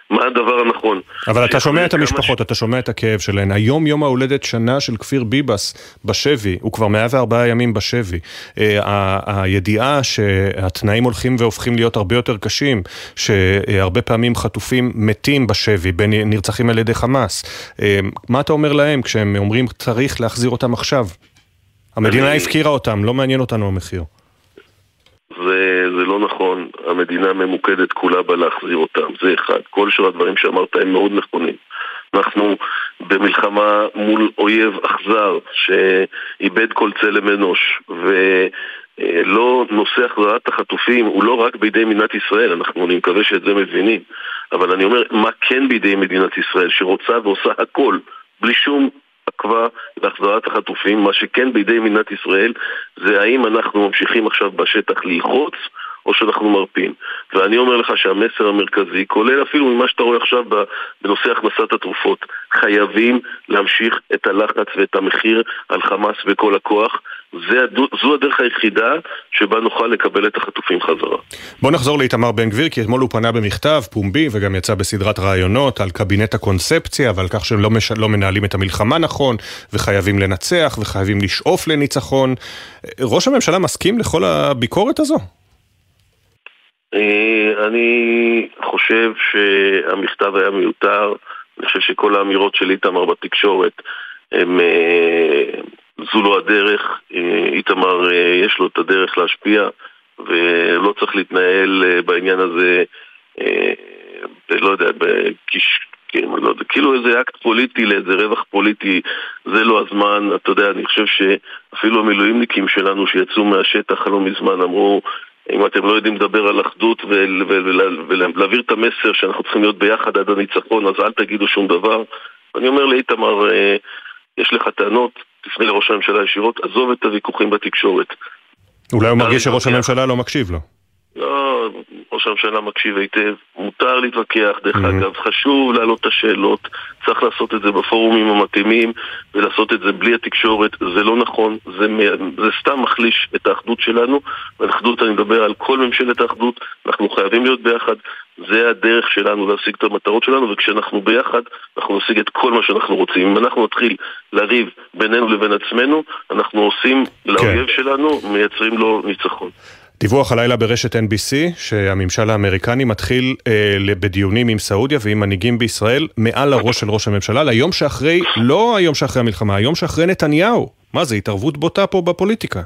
מה הדבר הנכון. אבל אתה שומע את המשפחות, אתה שומע את הכאב שלהן. היום יום ההולדת שנה של כפיר ביבס בשבי, הוא כבר מאה וארבעה ימים בשבי. הידיעה שהתנאים הולכים והופכים להיות הרבה יותר קשים, שהרבה פעמים חטופים מתים בשבי, בין נרצחים על ידי חמאס. מה אתה אומר להם כשהם אומרים צריך להחזיר אותם עכשיו? המדינה הפקירה אותם, לא מעניין אותנו המחיר. זה, זה לא נכון, המדינה ממוקדת כולה בה להחזיר אותם, זה אחד. כל שאר הדברים שאמרת הם מאוד נכונים. אנחנו במלחמה מול אויב אכזר שאיבד כל צלם אנוש, ולא נושא החזרת החטופים הוא לא רק בידי מדינת ישראל, אנחנו אני מקווה שאת זה מבינים, אבל אני אומר מה כן בידי מדינת ישראל שרוצה ועושה הכל בלי שום עקבה להחזרת החטופים. מה שכן בידי מדינת ישראל זה האם אנחנו ממשיכים עכשיו בשטח ללחוץ או שאנחנו מרפים. ואני אומר לך שהמסר המרכזי, כולל אפילו ממה שאתה רואה עכשיו בנושא הכנסת התרופות, חייבים להמשיך את הלחץ ואת המחיר על חמאס וכל הכוח. זו הדרך היחידה שבה נוכל לקבל את החטופים חזרה. בוא נחזור לאיתמר בן גביר, כי אתמול הוא פנה במכתב פומבי וגם יצא בסדרת רעיונות על קבינט הקונספציה ועל כך שלא מש... לא מנהלים את המלחמה נכון וחייבים לנצח וחייבים לשאוף לניצחון. ראש הממשלה מסכים לכל הביקורת הזו? אני חושב שהמכתב היה מיותר. אני חושב שכל האמירות של איתמר בתקשורת הם, זו לא הדרך. איתמר יש לו את הדרך להשפיע ולא צריך להתנהל בעניין הזה לא יודע, בקיש, כן, לא יודע, כאילו איזה אקט פוליטי לאיזה רווח פוליטי, זה לא הזמן. אתה יודע, אני חושב שאפילו המילואימניקים שלנו שיצאו מהשטח לא מזמן אמרו אם אתם לא יודעים לדבר על אחדות ולהעביר את המסר שאנחנו צריכים להיות ביחד עד הניצחון, אז אל תגידו שום דבר. אני אומר לאיתמר, יש לך טענות, תפנה לראש הממשלה ישירות, עזוב את הוויכוחים בתקשורת. אולי הוא מרגיש שראש הממשלה לא מקשיב לו. לא, ראש הממשלה מקשיב היטב, מותר להתווכח, דרך אגב, חשוב להעלות את השאלות, צריך לעשות את זה בפורומים המתאימים, ולעשות את זה בלי התקשורת, זה לא נכון, זה, זה סתם מחליש את האחדות שלנו, והאחדות, אני מדבר על כל ממשלת האחדות, אנחנו חייבים להיות ביחד, זה הדרך שלנו להשיג את המטרות שלנו, וכשאנחנו ביחד, אנחנו נשיג את כל מה שאנחנו רוצים. אם אנחנו נתחיל לריב בינינו לבין עצמנו, אנחנו עושים לאויב שלנו, מייצרים לו ניצחון. דיווח הלילה ברשת אן בי סי שהממשל האמריקני מתחיל אה, בדיונים עם סעודיה ועם מנהיגים בישראל מעל הראש של ראש הממשלה ליום שאחרי, לא היום שאחרי המלחמה, היום שאחרי נתניהו. מה זה, התערבות בוטה פה בפוליטיקה?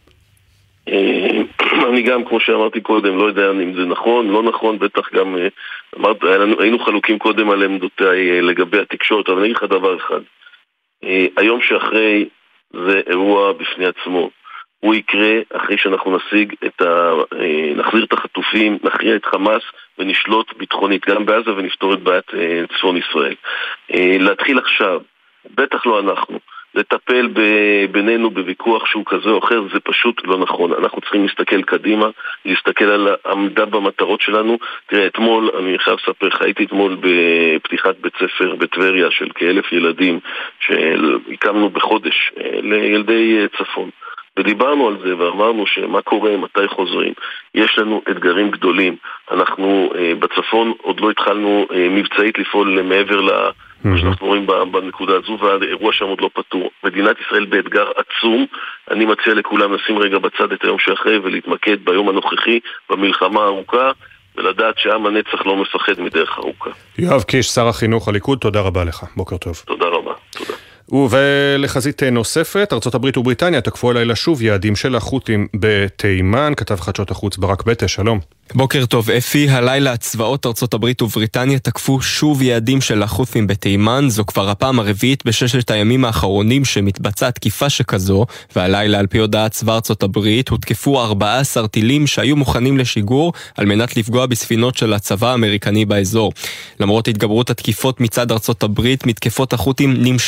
אני גם, כמו שאמרתי קודם, לא יודע אם זה נכון, לא נכון, בטח גם אמרת, היינו חלוקים קודם על עמדותיי לגבי התקשורת, אבל אני אגיד לך דבר אחד. היום שאחרי זה אירוע בפני עצמו. הוא יקרה אחרי שאנחנו נשיג את ה... נחזיר את החטופים, נכריע את חמאס ונשלוט ביטחונית גם בעזה ונפתור את בעיית צפון ישראל. להתחיל עכשיו, בטח לא אנחנו, לטפל בינינו בוויכוח שהוא כזה או אחר, זה פשוט לא נכון. אנחנו צריכים להסתכל קדימה, להסתכל על העמדה במטרות שלנו. תראה, אתמול, אני חייב לספר לך, הייתי אתמול בפתיחת בית ספר בטבריה של כאלף ילדים שהקמנו בחודש לילדי צפון. ודיברנו על זה ואמרנו שמה קורה, מתי חוזרים. יש לנו אתגרים גדולים. אנחנו אה, בצפון עוד לא התחלנו אה, מבצעית לפעול מעבר למה שאנחנו רואים בנקודה הזו, והאירוע שם עוד לא פתור. מדינת ישראל באתגר עצום. אני מציע לכולם לשים רגע בצד את היום שאחרי ולהתמקד ביום הנוכחי, במלחמה הארוכה, ולדעת שעם הנצח לא מפחד מדרך ארוכה. יואב קיש, שר החינוך הליכוד, תודה רבה לך. בוקר טוב. תודה רבה. תודה. ולחזית נוספת, ארצות הברית ובריטניה תקפו הלילה שוב יעדים של החות'ים בתימן. כתב חדשות החוץ ברק בטה, שלום. בוקר טוב אפי, הלילה הצבאות ארצות הברית ובריטניה תקפו שוב יעדים של החות'ים בתימן. זו כבר הפעם הרביעית בששת הימים האחרונים שמתבצעה תקיפה שכזו, והלילה על פי הודעת צבא ארצות הברית הותקפו ארבעה עשר טילים שהיו מוכנים לשיגור על מנת לפגוע בספינות של הצבא האמריקני באזור. למרות התגברות התקיפות מצד ארצות הברית, מתקפות החות'ים נמשכות.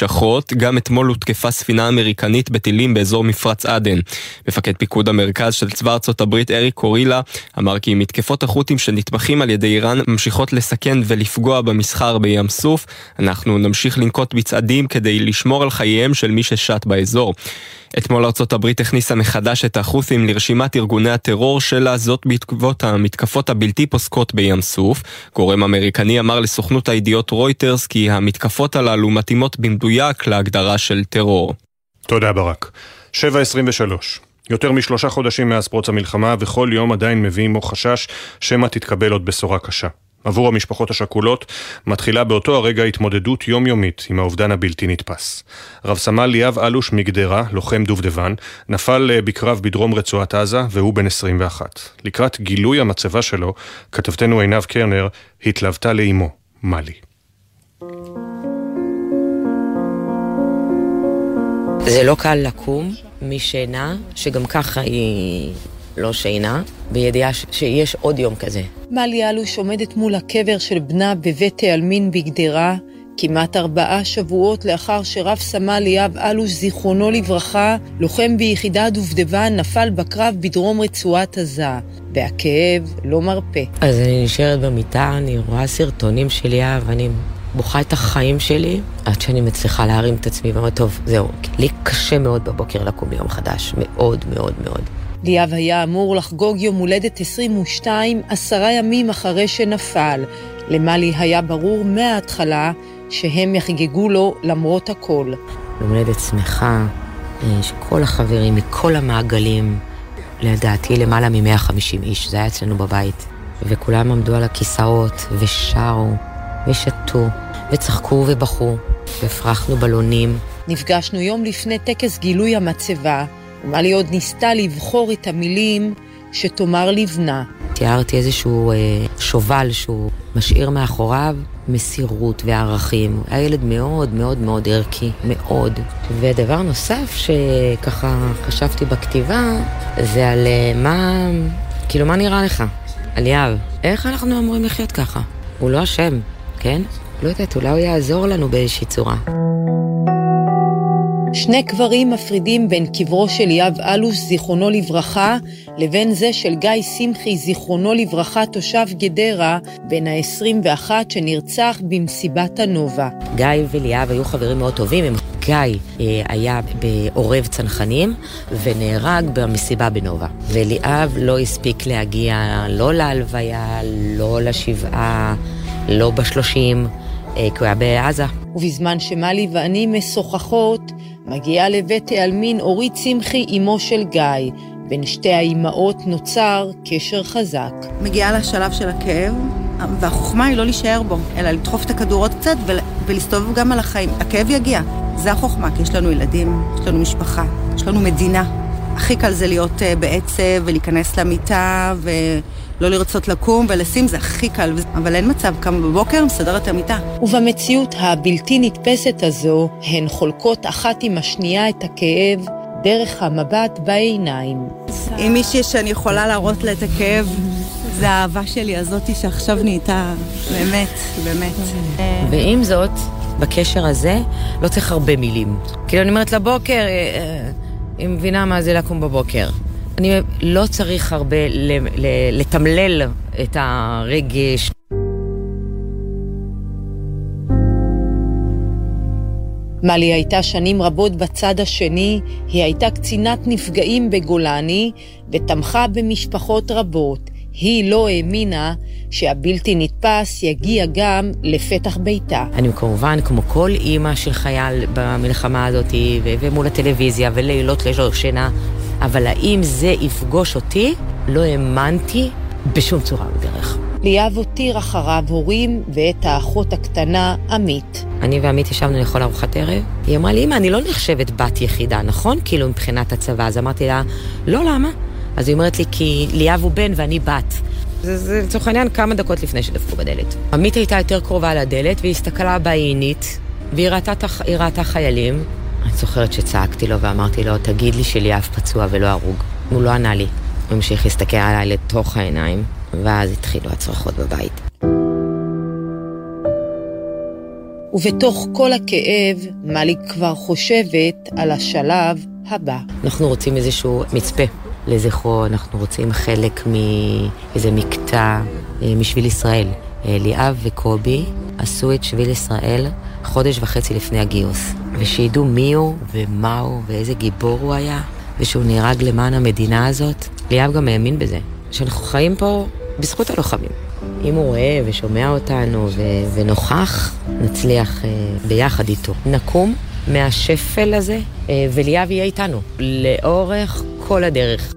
זאת, גם אתמול הותקפה ספינה אמריקנית בטילים באזור מפרץ עדן. מפקד פיקוד המרכז של צבא ארצות הברית אריק קורילה אמר כי מתקפות החות'ים שנתמכים על ידי איראן ממשיכות לסכן ולפגוע במסחר בים סוף. אנחנו נמשיך לנקוט בצעדים כדי לשמור על חייהם של מי ששט באזור. אתמול ארצות הברית הכניסה מחדש את החות'ים לרשימת ארגוני הטרור שלה, זאת בעקבות המתקפות הבלתי פוסקות בים סוף. גורם אמריקני אמר לסוכנות הידיעות רויטרס כי המתקפות הללו מתאימות במדויק להגדרה של טרור. תודה ברק. שבע עשרים ושלוש. יותר משלושה חודשים מאז פרוץ המלחמה, וכל יום עדיין מביאים או חשש שמה תתקבל עוד בשורה קשה. עבור המשפחות השכולות מתחילה באותו הרגע התמודדות יומיומית עם האובדן הבלתי נתפס. רב סמל ליאב אלוש מגדרה, לוחם דובדבן, נפל בקרב בדרום רצועת עזה והוא בן עשרים ואחת. לקראת גילוי המצבה שלו, כתבתנו עינב קרנר התלוותה לאמו, מלי. זה לא קל לקום משינה, שגם ככה היא לא שינה, בידיעה שיש עוד יום כזה. מלי אלוש עומדת מול הקבר של בנה בבית העלמין בגדרה, כמעט ארבעה שבועות לאחר שרב סמל ליאב אלוש זיכרונו לברכה, לוחם ביחידה דובדבן, נפל בקרב בדרום רצועת עזה, והכאב לא מרפא. אז אני נשארת במיטה, אני רואה סרטונים של ליאב, אני בוכה את החיים שלי, עד שאני מצליחה להרים את עצמי, ואומרת, טוב, זהו, לי קשה מאוד בבוקר לקום ביום חדש, מאוד מאוד מאוד. ליאב היה אמור לחגוג יום הולדת עשרים ושתיים, עשרה ימים אחרי שנפל. למלי היה ברור מההתחלה שהם יחגגו לו למרות הכל. יום הולדת שמחה, שכל החברים מכל המעגלים, לדעתי למעלה מ-מאה וחמישים איש, זה היה אצלנו בבית. וכולם עמדו על הכיסאות ושרו ושתו וצחקו ובחו והפרחנו בלונים. נפגשנו יום לפני טקס גילוי המצבה, ומלי עוד ניסתה לבחור את המילים שתאמר לבנה. תיארתי איזשהו אה, שובל שהוא משאיר מאחוריו מסירות וערכים. היה ילד מאוד מאוד מאוד ערכי, מאוד. ודבר נוסף שככה חשבתי בכתיבה, זה על אה, מה, כאילו מה נראה לך? על ליאב, איך אנחנו אמורים לחיות ככה? הוא לא אשם, כן? לא יודעת, אולי הוא יעזור לנו באיזושהי צורה. שני קברים מפרידים בין קברו של ליאב אלוש זיכרונו לברכה לבין זה של גיא שמחי זיכרונו לברכה תושב גדרה בן ה-עשרים ואחת שנרצח במסיבת הנובה. גיא וליאב היו חברים מאוד טובים. הם... גיא אה, היה בעורב צנחנים ונהרג במסיבה בנובה. וליאב לא הספיק להגיע לא להלוויה, לא לשבעה, לא בשלושים, אה, כי הוא היה בעזה. ובזמן שמלי ואני משוחחות, מגיעה לבית העלמין אורית שמחי, אמו של גיא. בין שתי האימהות נוצר קשר חזק. מגיעה לשלב של הכאב, והחוכמה היא לא להישאר בו, אלא לדחוף את הכדורות קצת ולהסתובב גם על החיים. הכאב יגיע, זה החוכמה, כי יש לנו ילדים, יש לנו משפחה, יש לנו מדינה. הכי קל זה להיות בעצב ולהיכנס למיטה ולא לרצות לקום ולשים, זה הכי קל, אבל אין מצב, קם בבוקר, מסדר את המיטה. ובמציאות הבלתי נתפסת הזו, הן חולקות אחת עם השנייה את הכאב דרך המבט בעיניים. אם מישהי שאני יכולה להראות לה את הכאב, זה האהבה שלי הזאתי שעכשיו נהייתה, באמת, באמת. ועם זאת, בקשר הזה, לא צריך הרבה מילים. כאילו אני אומרת לבוקר, היא מבינה מה זה לקום בבוקר. אני לא צריך הרבה לתמלל את הרגש. מלי הייתה שנים רבות בצד השני, היא הייתה קצינת נפגעים בגולני ותמכה במשפחות רבות. היא לא האמינה שהבלתי נתפס יגיע גם לפתח ביתה. אני כמובן, כמו כל אימא של חייל במלחמה הזאת, ו- ומול הטלוויזיה ולילות ללא שינה, אבל האם זה יפגוש אותי? לא האמנתי בשום צורה ודרך. ליאב הותיר אחריו הורים ואת האחות הקטנה עמית. אני ועמית ישבנו לאכול ארוחת ערב. היא אמרה לי, אמא, אני לא נחשבת בת יחידה, נכון? כאילו מבחינת הצבא. אז אמרתי לה, לא, למה? אז היא אומרת לי, כי ליאב הוא בן ואני בת. זה, זה לצורך העניין כמה דקות לפני שדפקו בדלת. עמית הייתה יותר קרובה לדלת, והיא הסתכלה בעינית, והיא ראתה, ראתה חיילים. אני זוכרת שצעקתי לו ואמרתי לו, תגיד לי שליאב פצוע ולא הרוג. הוא לא ענה לי. הוא המשיך להסתכל עליי לתוך העיניים, ואז התחילו הצרחות בבית. ובתוך כל הכאב, מליק כבר חושבת על השלב הבא. אנחנו רוצים איזשהו מצפה לזכרו, אנחנו רוצים חלק מאיזה מקטע משביל ישראל. ליאב וקובי עשו את שביל ישראל חודש וחצי לפני הגיוס, ושידעו מי הוא ומה הוא ואיזה גיבור הוא היה, ושהוא נהרג למען המדינה הזאת. ליאב גם האמין בזה, שאנחנו חיים פה בזכות הלוחמים. אם הוא רואה ושומע אותנו ו- ונוכח, נצליח uh, ביחד איתו. נקום מהשפל הזה, uh, וליאב יהיה איתנו לאורך כל הדרך.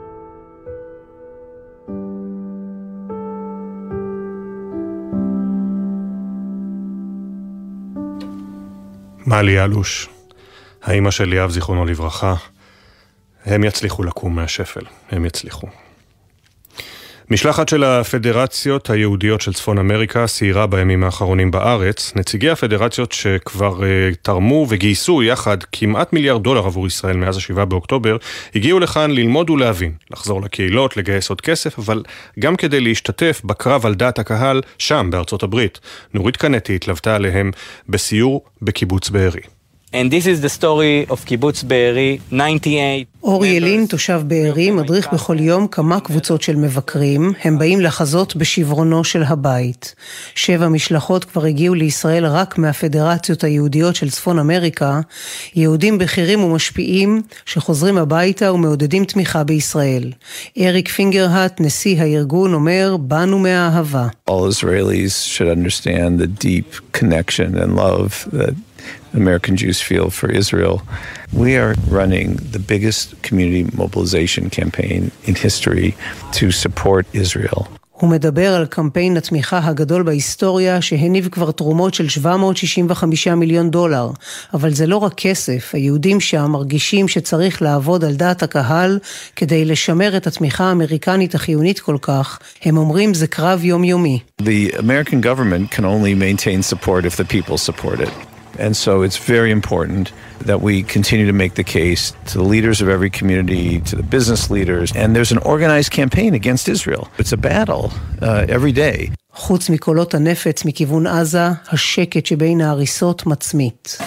מלי אלוש, האמא של ליאב זיכרונו לברכה, הם יצליחו לקום מהשפל, הם יצליחו. משלחת של הפדרציות היהודיות של צפון אמריקה סיירה בימים האחרונים בארץ. נציגי הפדרציות שכבר uh, תרמו וגייסו יחד כמעט מיליארד דולר עבור ישראל מאז השבעה באוקטובר, הגיעו לכאן ללמוד ולהבין, לחזור לקהילות, לגייס עוד כסף, אבל גם כדי להשתתף בקרב על דעת הקהל שם בארצות הברית. נורית קנטי התלוותה עליהם בסיור בקיבוץ בארי. And this is the story of קיבוץ בארי, ninety-eight. אורי ילין, תושב בארי, מדריך בכל יום כמה קבוצות של מבקרים. הם באים לחזות בשברונו של הבית. שבע משלחות כבר הגיעו לישראל רק מהפדרציות היהודיות של צפון אמריקה, יהודים בכירים ומשפיעים שחוזרים הביתה ומעודדים תמיכה בישראל. אריק פינגרהט, נשיא הארגון, אומר, באנו מהאהבה. All Israelis should understand the deep connection and love that American Jews feel for Israel. We are running the biggest community mobilization campaign in history to support Israel. הוא מדבר על קמפיין התמיכה הגדול בהיסטוריה שהניב כבר תרומות של שבע מאות שישים וחמישה מיליון דולר. אבל זה לא רק כסף, היהודים שם מרגישים שצריך לעבוד על דעת הקהל כדי לשמר את התמיכה האמריקנית החיונית כל כך. הם אומרים זה קרב יומיומי. The American government can only maintain support if the people support it. And so it's very important that we continue to make the case to the leaders of every community, to the business leaders, and there's an organized campaign against Israel. It's a battle uh, every day. חוץ מקולות הנפץ מכיוון עזה, השקט שבין ההריסות מצמית.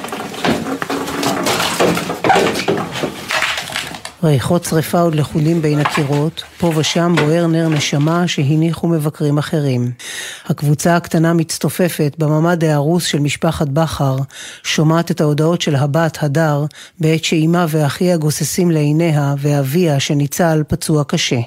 ריחות שריפה עוד לחולים בין הקירות, פה ושם בוער נר נשמה שהניחו מבקרים אחרים. הקבוצה הקטנה מצטופפת בממד ההרוס של משפחת בחר, שומעת את ההודעות של הבת הדר, בעת שאימה ואחיה גוססים לעיניה ואביה שניצל פצוע קשה.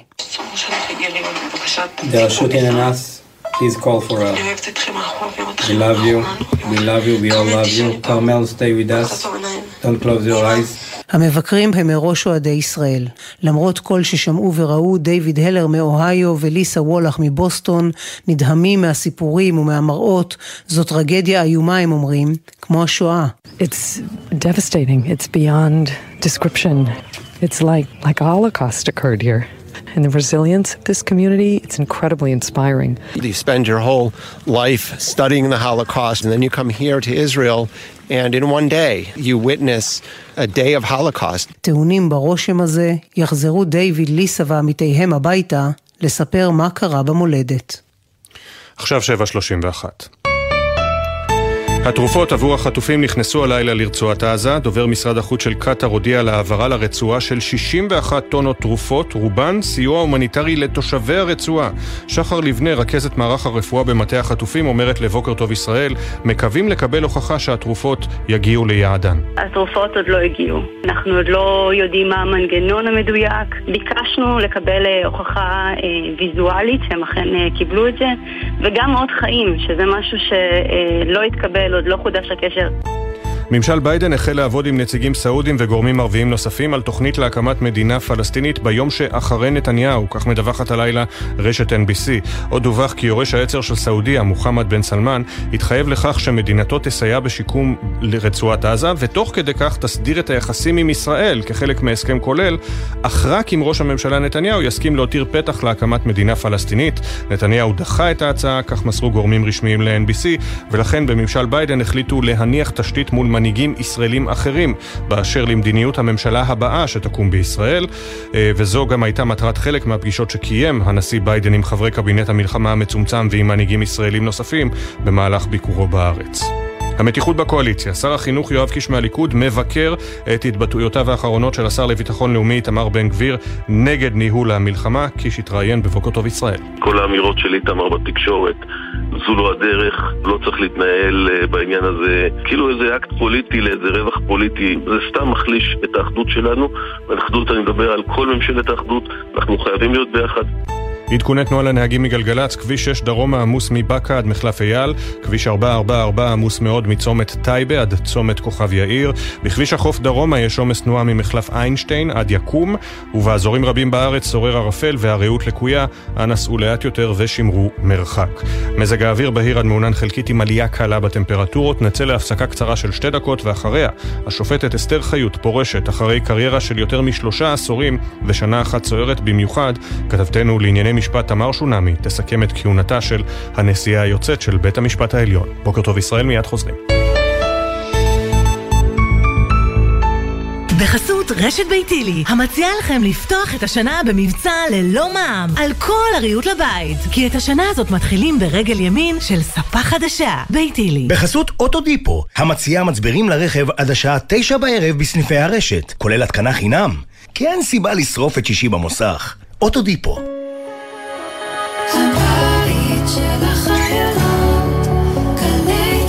They are shooting at us. Please call for us. We love you. We love you. We all love you. Carmel, stay with us. Don't close your eyes. המבקרים הם מראש אוהדי ישראל. למרות כל ששמעו וראו, דיוויד הלר מאוהיו וליסה וולך מבוסטון נדהמים מהסיפורים ומהמראות. זאת טרגדיה איומה, הם אומרים, כמו השואה. It's devastating. It's beyond description. It's like like a Holocaust occurred here. And the resilience of this community, it's incredibly inspiring. You spend your whole life studying the Holocaust, and then you come here to Israel, and in one day you witness a day of Holocaust. טעונים ברושם הזה, יחזרו דיוויד, ליסה ועמיתיהם הביתה לספר מה קרה במולדת. עכשיו שבע שלושים ואחת. התרופות עבור החטופים נכנסו הלילה לרצועת עזה. דובר משרד החוץ של קטר הודיע על העברה לרצועה של שישים ואחת טונות תרופות, רובן סיוע הומניטרי לתושבי הרצועה. שחר לבנה, רכזת מערך הרפואה במטה החטופים, אומרת לבוקר טוב ישראל, מקווים לקבל הוכחה שהתרופות יגיעו ליעדן. התרופות עוד לא הגיעו. אנחנו עוד לא יודעים מה המנגנון המדויק. ביקשנו לקבל הוכחה אה, ויזואלית, שהם אכן אה, קיבלו את זה, וגם עוד חיים, שזה משהו שלא התקבל, עוד לא חודש הקשר. ממשל ביידן החל לעבוד עם נציגים סעודים וגורמים ערביים נוספים על תוכנית להקמת מדינה פלסטינית ביום שאחרי נתניהו, כך מדווחת הלילה רשת אן בי סי. עוד דווח כי יורש העצר של סעודיה, מוחמד בן סלמן, התחייב לכך שמדינתו תסייע בשיקום לרצועת עזה, ותוך כדי כך תסדיר את היחסים עם ישראל כחלק מהסכם כולל, אך רק אם ראש הממשלה נתניהו יסכים להותיר פתח להקמת מדינה פלסטינית. נתניהו דחה את ההצעה, כך מסרו גורמים רשמיים ל-אן בי סי, ולכן בממשל ביידן החליטו להניח תשתית מול מנהיגים ישראלים אחרים באשר למדיניות הממשלה הבאה שתקום בישראל, וזו גם הייתה מטרת חלק מהפגישות שקיים הנשיא ביידן עם חברי קבינט המלחמה המצומצם ועם מנהיגים ישראלים נוספים במהלך ביקורו בארץ. המתיחות בקואליציה. שר החינוך יואב קיש מהליכוד מבקר את התבטאויותיו האחרונות של השר לביטחון לאומי איתמר בן גביר נגד ניהול המלחמה. קיש התראיין בבוקר טוב ישראל. כל האמירות של איתמר בתקשורת, זו לא הדרך, לא צריך להתנהל בעניין הזה כאילו איזה אקט פוליטי לאיזה רווח פוליטי, זה סתם מחליש את האחדות שלנו. האחדות, אני מדבר על כל ממשלת האחדות, אנחנו חייבים להיות ביחד. עדכוני תנועה לנהגים מגלגלץ, כביש שש דרומה עמוס מבקה עד מחלף אייל, כביש ארבע ארבע ארבע עמוס מאוד מצומת טייבה עד צומת כוכב יאיר, בכביש החוף דרומה יש עומס תנועה ממחלף איינשטיין עד יקום, ובאזורים רבים בארץ שורר ערפל והרעות לקויה, אנא סעו לאט יותר ושמרו מרחק. מזג האוויר בהיר עד מעונן חלקית עם עלייה קלה בטמפרטורות. נצא להפסקה קצרה של שתי דקות, ואחריה השופטת אסתר חיות פורשת אחרי קריירה של יותר משלושה עשורים ושנה אחת סוערת במיוחד. כתבתנו לענייני משפט תמר שונמי תסכם את כהונתה של הנשיאה היוצאת של בית המשפט העליון. בוקר טוב ישראל, מיד חוזרים. בחסות רשת ביתילי, המציעה לכם לפתוח את השנה במבצע ללא מע"מ על כל הריהוט לבית, כי את השנה הזאת מתחילים ברגל ימין של ספה חדשה. ביתילי. בחסות אוטודיפו, המציעה מצברים לרכב עד השעה תשע בערב בסניפי הרשת, כולל התקנה חינם, כי אין סיבה לשרוף את שישי במוסך. אוטודיפו. הבית של החיילות, גלי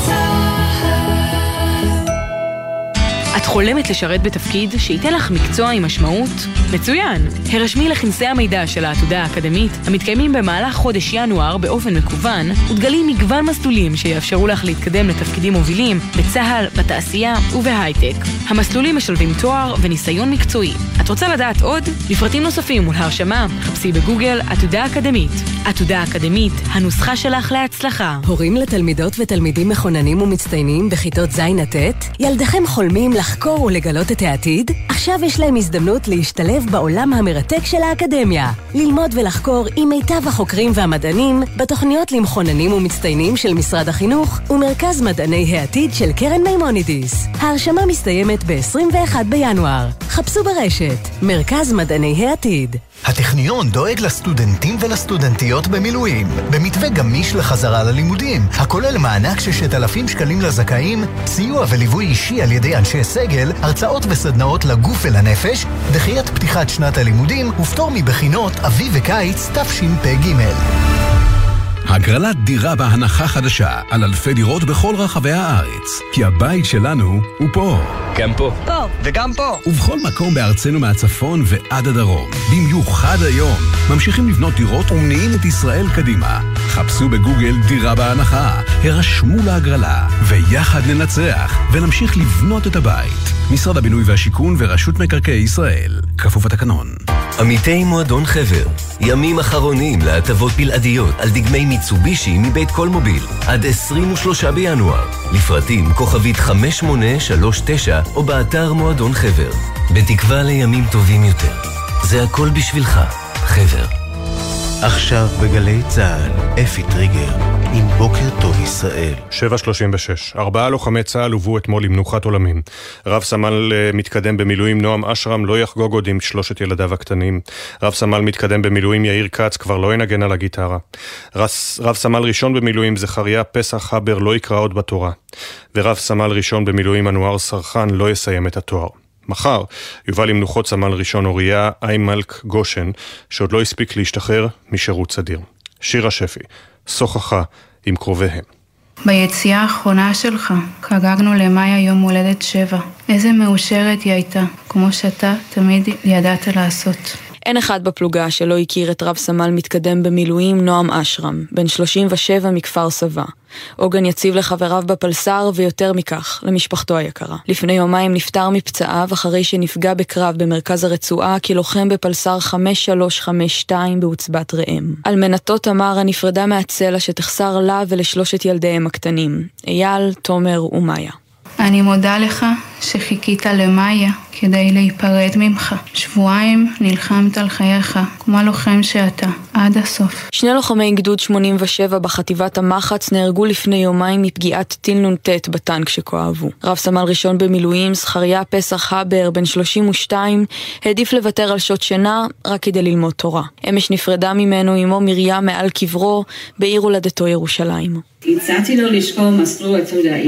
צהל. את חולמת לשרת בתפקיד שייתן לך מקצוע עם משמעות? מצוין! הרשמי לכנסי המידע של העתודה האקדמית המתקיימים במהלך חודש ינואר באופן מקוון, ותגלי מגוון מסלולים שיאפשרו לך להתקדם לתפקידים מובילים בצהל, בתעשייה ובהייטק. המסלולים משלבים תואר וניסיון מקצועי. את רוצה לדעת עוד? לפרטים נוספים ולהרשמה, חפשי בגוגל עתודה אקדמית. עתודה אקדמית, הנוסחה שלך להצלחה. הורים לתלמידות ותלמידים מכוננים ומצטיינים בכיתות ז' עד ט', ילדיכם חולמים לחקור ולגלות את העתיד? עכשיו יש להם הזדמנות להשתלב בעולם המרתק של האקדמיה. ללמוד ולחקור עם מיטב החוקרים והמדענים בתוכניות למכוננים ומצטיינים של משרד החינוך ומרכז מדעני העתיד של קרן מימונידיס. ההרשמה מסתיימת ב-עשרים ואחד בינואר. חפשו ברשת, מרכז מדעני העתיד. הטכניון דואג לסטודנטים ולסטודנטיות במילואים, במתווה גמיש לחזרה ללימודים, הכולל מענק ששת אלפים שקלים לזכאים, סיוע וליווי אישי על ידי אנשי סגל, הרצאות וסדנאות לגוף ולנפש, דחיית פתיחת שנת הלימודים ופטור מבחינות אביב וקיץ תשפ"ג. הגרלת דירה בהנחה חדשה על אלפי דירות בכל רחבי הארץ, כי הבית שלנו הוא פה. גם פה. פה. וגם פה. ובכל מקום בארצנו מהצפון ועד הדרום. במיוחד היום. ממשיכים לבנות דירות ומניעים את ישראל קדימה. חפשו בגוגל דירה בהנחה, הרשמו להגרלה, ויחד ננצח ונמשיך לבנות את הבית. משרד הבינוי והשיכון ורשות מקרקעי ישראל. כפוף התקנון. עמיתי מועדון חבר, ימים אחרונים להטבות בלעדיות על דגמי מיצובישי מבית כל מוביל, עד עשרים ושלושה בינואר. לפרטים כוכבית חמש שמונה שלוש תשע או באתר מועדון חבר. בתקווה לימים טובים יותר. זה הכל בשבילך, חבר. עכשיו בגלי צהל, אפי טריגר, עם בוקר טוב ישראל. שבע שלושים ושש. ארבעה לוחמי צהל הובאו אתמול למנוחת עולמים. רב סמל מתקדם במילואים נועם אשרם לא יחגוג עוד עם שלושת ילדיו הקטנים. רב סמל מתקדם במילואים יאיר קץ כבר לא ינגן על הגיטרה. רס, רב סמל ראשון במילואים זכריה פסח הבר לא יקרא עוד בתורה. ורב סמל ראשון במילואים אנואר סרחן לא יסיים את התואר. מחר יובא למנוחות סמל ראשון אוריה איימלק גושן, שעוד לא הספיק להשתחרר משירות סדיר. שירה שפי, שוחחה עם קרוביהם. ביציאה האחרונה שלך חגגנו למאיה יום הולדת שבע. איזה מאושרת היא הייתה, כמו שאתה תמיד ידעת לעשות. אין אחד בפלוגה שלא הכיר את רב סמל מתקדם במילואים נועם אשרם, בן שלושים ושבע מכפר סבא. עוגן יציב לחבריו בפלסר ויותר מכך, למשפחתו היקרה. לפני יומיים נפטר מפצעיו אחרי שנפגע בקרב במרכז הרצועה כלוחם בפלסר חמש שלוש חמש שתיים בעוצבת ראם. אלמנתו תמרה נפרדה מהצלע שתחסר לה ולשלושת ילדיהם הקטנים, אייל, תומר ומאיה. אני מודה לך שחיכית למאיה כדי להיפרד ממך. שבועיים נלחמת על חייך, כמו לוחם שאתה, עד הסוף. שני לוחמי גדוד שמונים ושבע בחטיבת המחץ נהרגו לפני יומיים מפגיעת טיל נ"ט בטנק שכואבו. רב סמל ראשון במילואים, זכריה פסח הבר, בן שלושים ושתיים, העדיף לוותר על שעות שינה רק כדי ללמוד תורה. אמש נפרדה ממנו עמו מרים מעל קברו בעיר הולדתו ירושלים. הצעתי לו לשקול מסלול עתודאי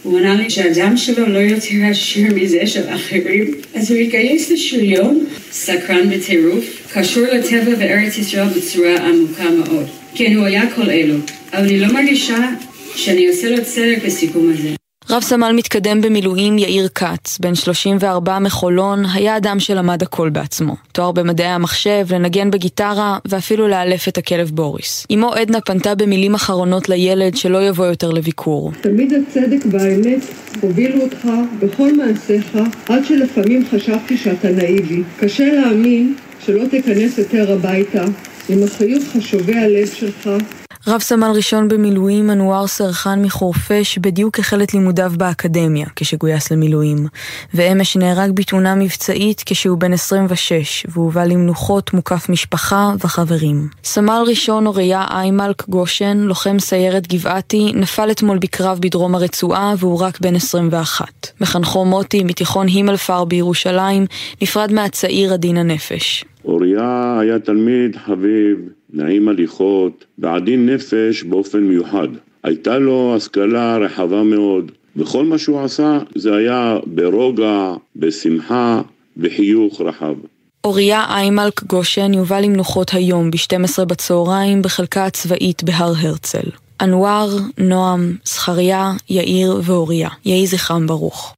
הוא ענה לי שהאדם שלו לא יותר עשיר מזה של אחרים, אז הוא התגייס לשריון, סקרן בטירוף, קשור לטבע בארץ ישראל בצורה עמוקה מאוד. כן, הוא היה כל אלו, אבל אני לא מרגישה שאני עושה לו צדק בסיכום הזה. רב סמל מתקדם במילואים יאיר כץ, בן שלושים וארבע מחולון, היה אדם שלמד הכל בעצמו. תואר במדעי המחשב, לנגן בגיטרה, ואפילו לאלף את הכלב בוריס. אמו עדנה פנתה במילים אחרונות לילד שלא יבוא יותר לביקור. תמיד הצדק והאמת הובילו אותך בכל מעשיך, עד שלפעמים חשבתי שאתה נאיבי. קשה להאמין שלא תיכנס יותר הביתה, עם החיוך חשובי הלב שלך. רב סמל ראשון במילואים אנואר סרחן מחורפש בדיוק החל את לימודיו באקדמיה כשגויס למילואים, ואמש נהרג בתאונה מבצעית כשהוא בן עשרים ושש והוא בא למנוחות מוקף משפחה וחברים. סמל ראשון אוריה איימלק גושן, לוחם סיירת גבעתי, נפל אתמול בקרב בדרום הרצועה והוא רק בן עשרים ואחת. מחנכו מוטי מתיכון הימלפר בירושלים נפרד מהצעיר עדין הנפש. אוריה היה תלמיד חביב, נעים הליכות ועדין נפש באופן מיוחד. הייתה לו השכלה רחבה מאוד. בכל מה שהוא עשה זה היה ברוגע, בשמחה וחיוך רחב. אוריה איימלק גושן יובא למנוחות היום ב-שתים עשרה בצהריים בחלקה הצבאית בהר הרצל. אנואר, נועם, זכריה, יאיר ואוריה. יהי זכרם ברוך.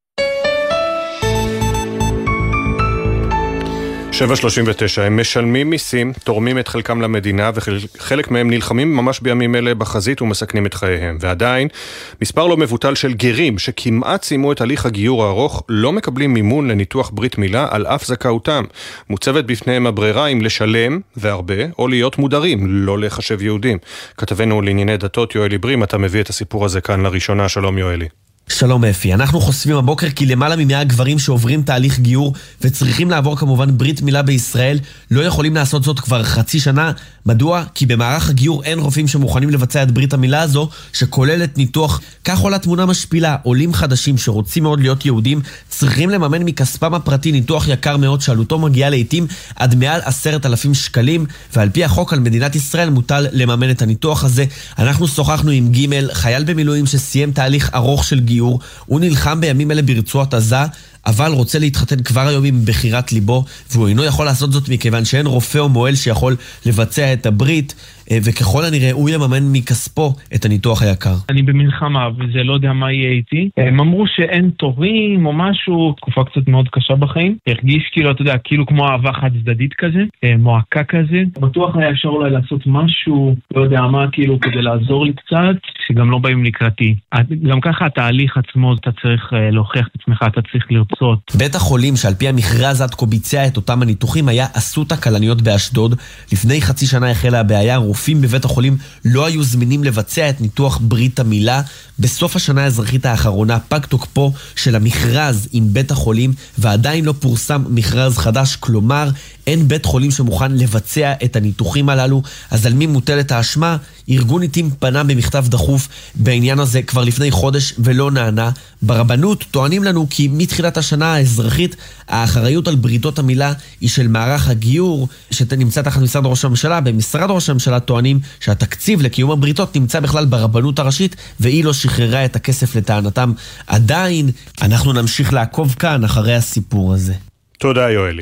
שבע שלושים ותשע, הם משלמים מיסים, תורמים את חלקם למדינה וחלק מהם נלחמים ממש בימים אלה בחזית ומסכנים את חייהם. ועדיין, מספר לא מבוטל של גרים שכמעט סיימו את הליך הגיור הארוך לא מקבלים מימון לניתוח ברית מילה על אף זכאותם. מוצבת בפניהם הברירה אם לשלם והרבה או להיות מודרים, לא לחשב יהודים. כתבנו לענייני דתות יואלי ברים, אתה מביא את הסיפור הזה כאן לראשונה. שלום יואלי. שלום אפי, אנחנו חושפים הבוקר כי למעלה ממאה גברים שעוברים תהליך גיור וצריכים לעבור כמובן ברית מילה בישראל לא יכולים לעשות זאת כבר חצי שנה. מדוע? כי במערך הגיור אין רופאים שמוכנים לבצע את ברית המילה הזו שכוללת ניתוח. כך עולה תמונה משפילה. עולים חדשים שרוצים מאוד להיות יהודים צריכים לממן מכספם הפרטי ניתוח יקר מאוד שעלותו מגיעה לעתים עד מעל עשרת אלפים שקלים, ועל פי החוק על מדינת ישראל מוטל לממן את הניתוח הזה. אנחנו שוחחנו עם ג' חייל במילואים שסיים תהליך ארוך של גיור. הוא נלחם בימים אלה ברצועת עזה, אבל רוצה להתחתן כבר היום עם בחירת ליבו, והוא אינו יכול לעשות זאת מכיוון שאין רופא או מועל שיכול לבצע את הברית, וככל הנראה הוא יממן מכספו את הניתוח היקר. אני במלחמה וזה לא יודע מה יהיה איתי. הם אמרו שאין תורים או משהו, תקופה קצת מאוד קשה בחיים. הרגיש כאילו, אתה יודע, כאילו כמו אהבה חד צדדית כזה, מועקה כזה. בטוח היה אפשר אולי לעשות משהו, לא יודע מה, כאילו כדי לעזור לי קצת, שגם לא באים לקראתי. גם ככה התהליך עצמו, אתה צריך להוכיח את עצמך, אתה צריך לרצות. בית החולים שעל פי המכרז עד כה ביצע את אותם הניתוחים היה אסותא כלניות באשדוד. לפני חצי שנה החלה הבעיה, רופאים בבית החולים לא היו זמינים לבצע את ניתוח ברית המילה. בסוף השנה האזרחית האחרונה פג תוקפו של המכרז עם בית החולים ועדיין לא פורסם מכרז חדש, כלומר אין בית חולים שמוכן לבצע את הניתוחים הללו. אז על מי מוטלת האשמה? ארגון עיתים פנה במכתב דחוף בעניין הזה כבר לפני חודש ולא נענה. ברבנות טוענים לנו כי מתחילת השנה האזרחית האחריות על בריתות המילה היא של מערך הגיור שנמצא תחת משרד ראש הממשלה. במשרד ראש הממשלה טוענים שהתקציב לקיום הבריתות נמצא בכלל ברבנות הראשית והיא לא שחררה את הכסף לטענתם. עדיין אנחנו נמשיך לעקוב כאן אחרי הסיפור הזה. תודה יואלי.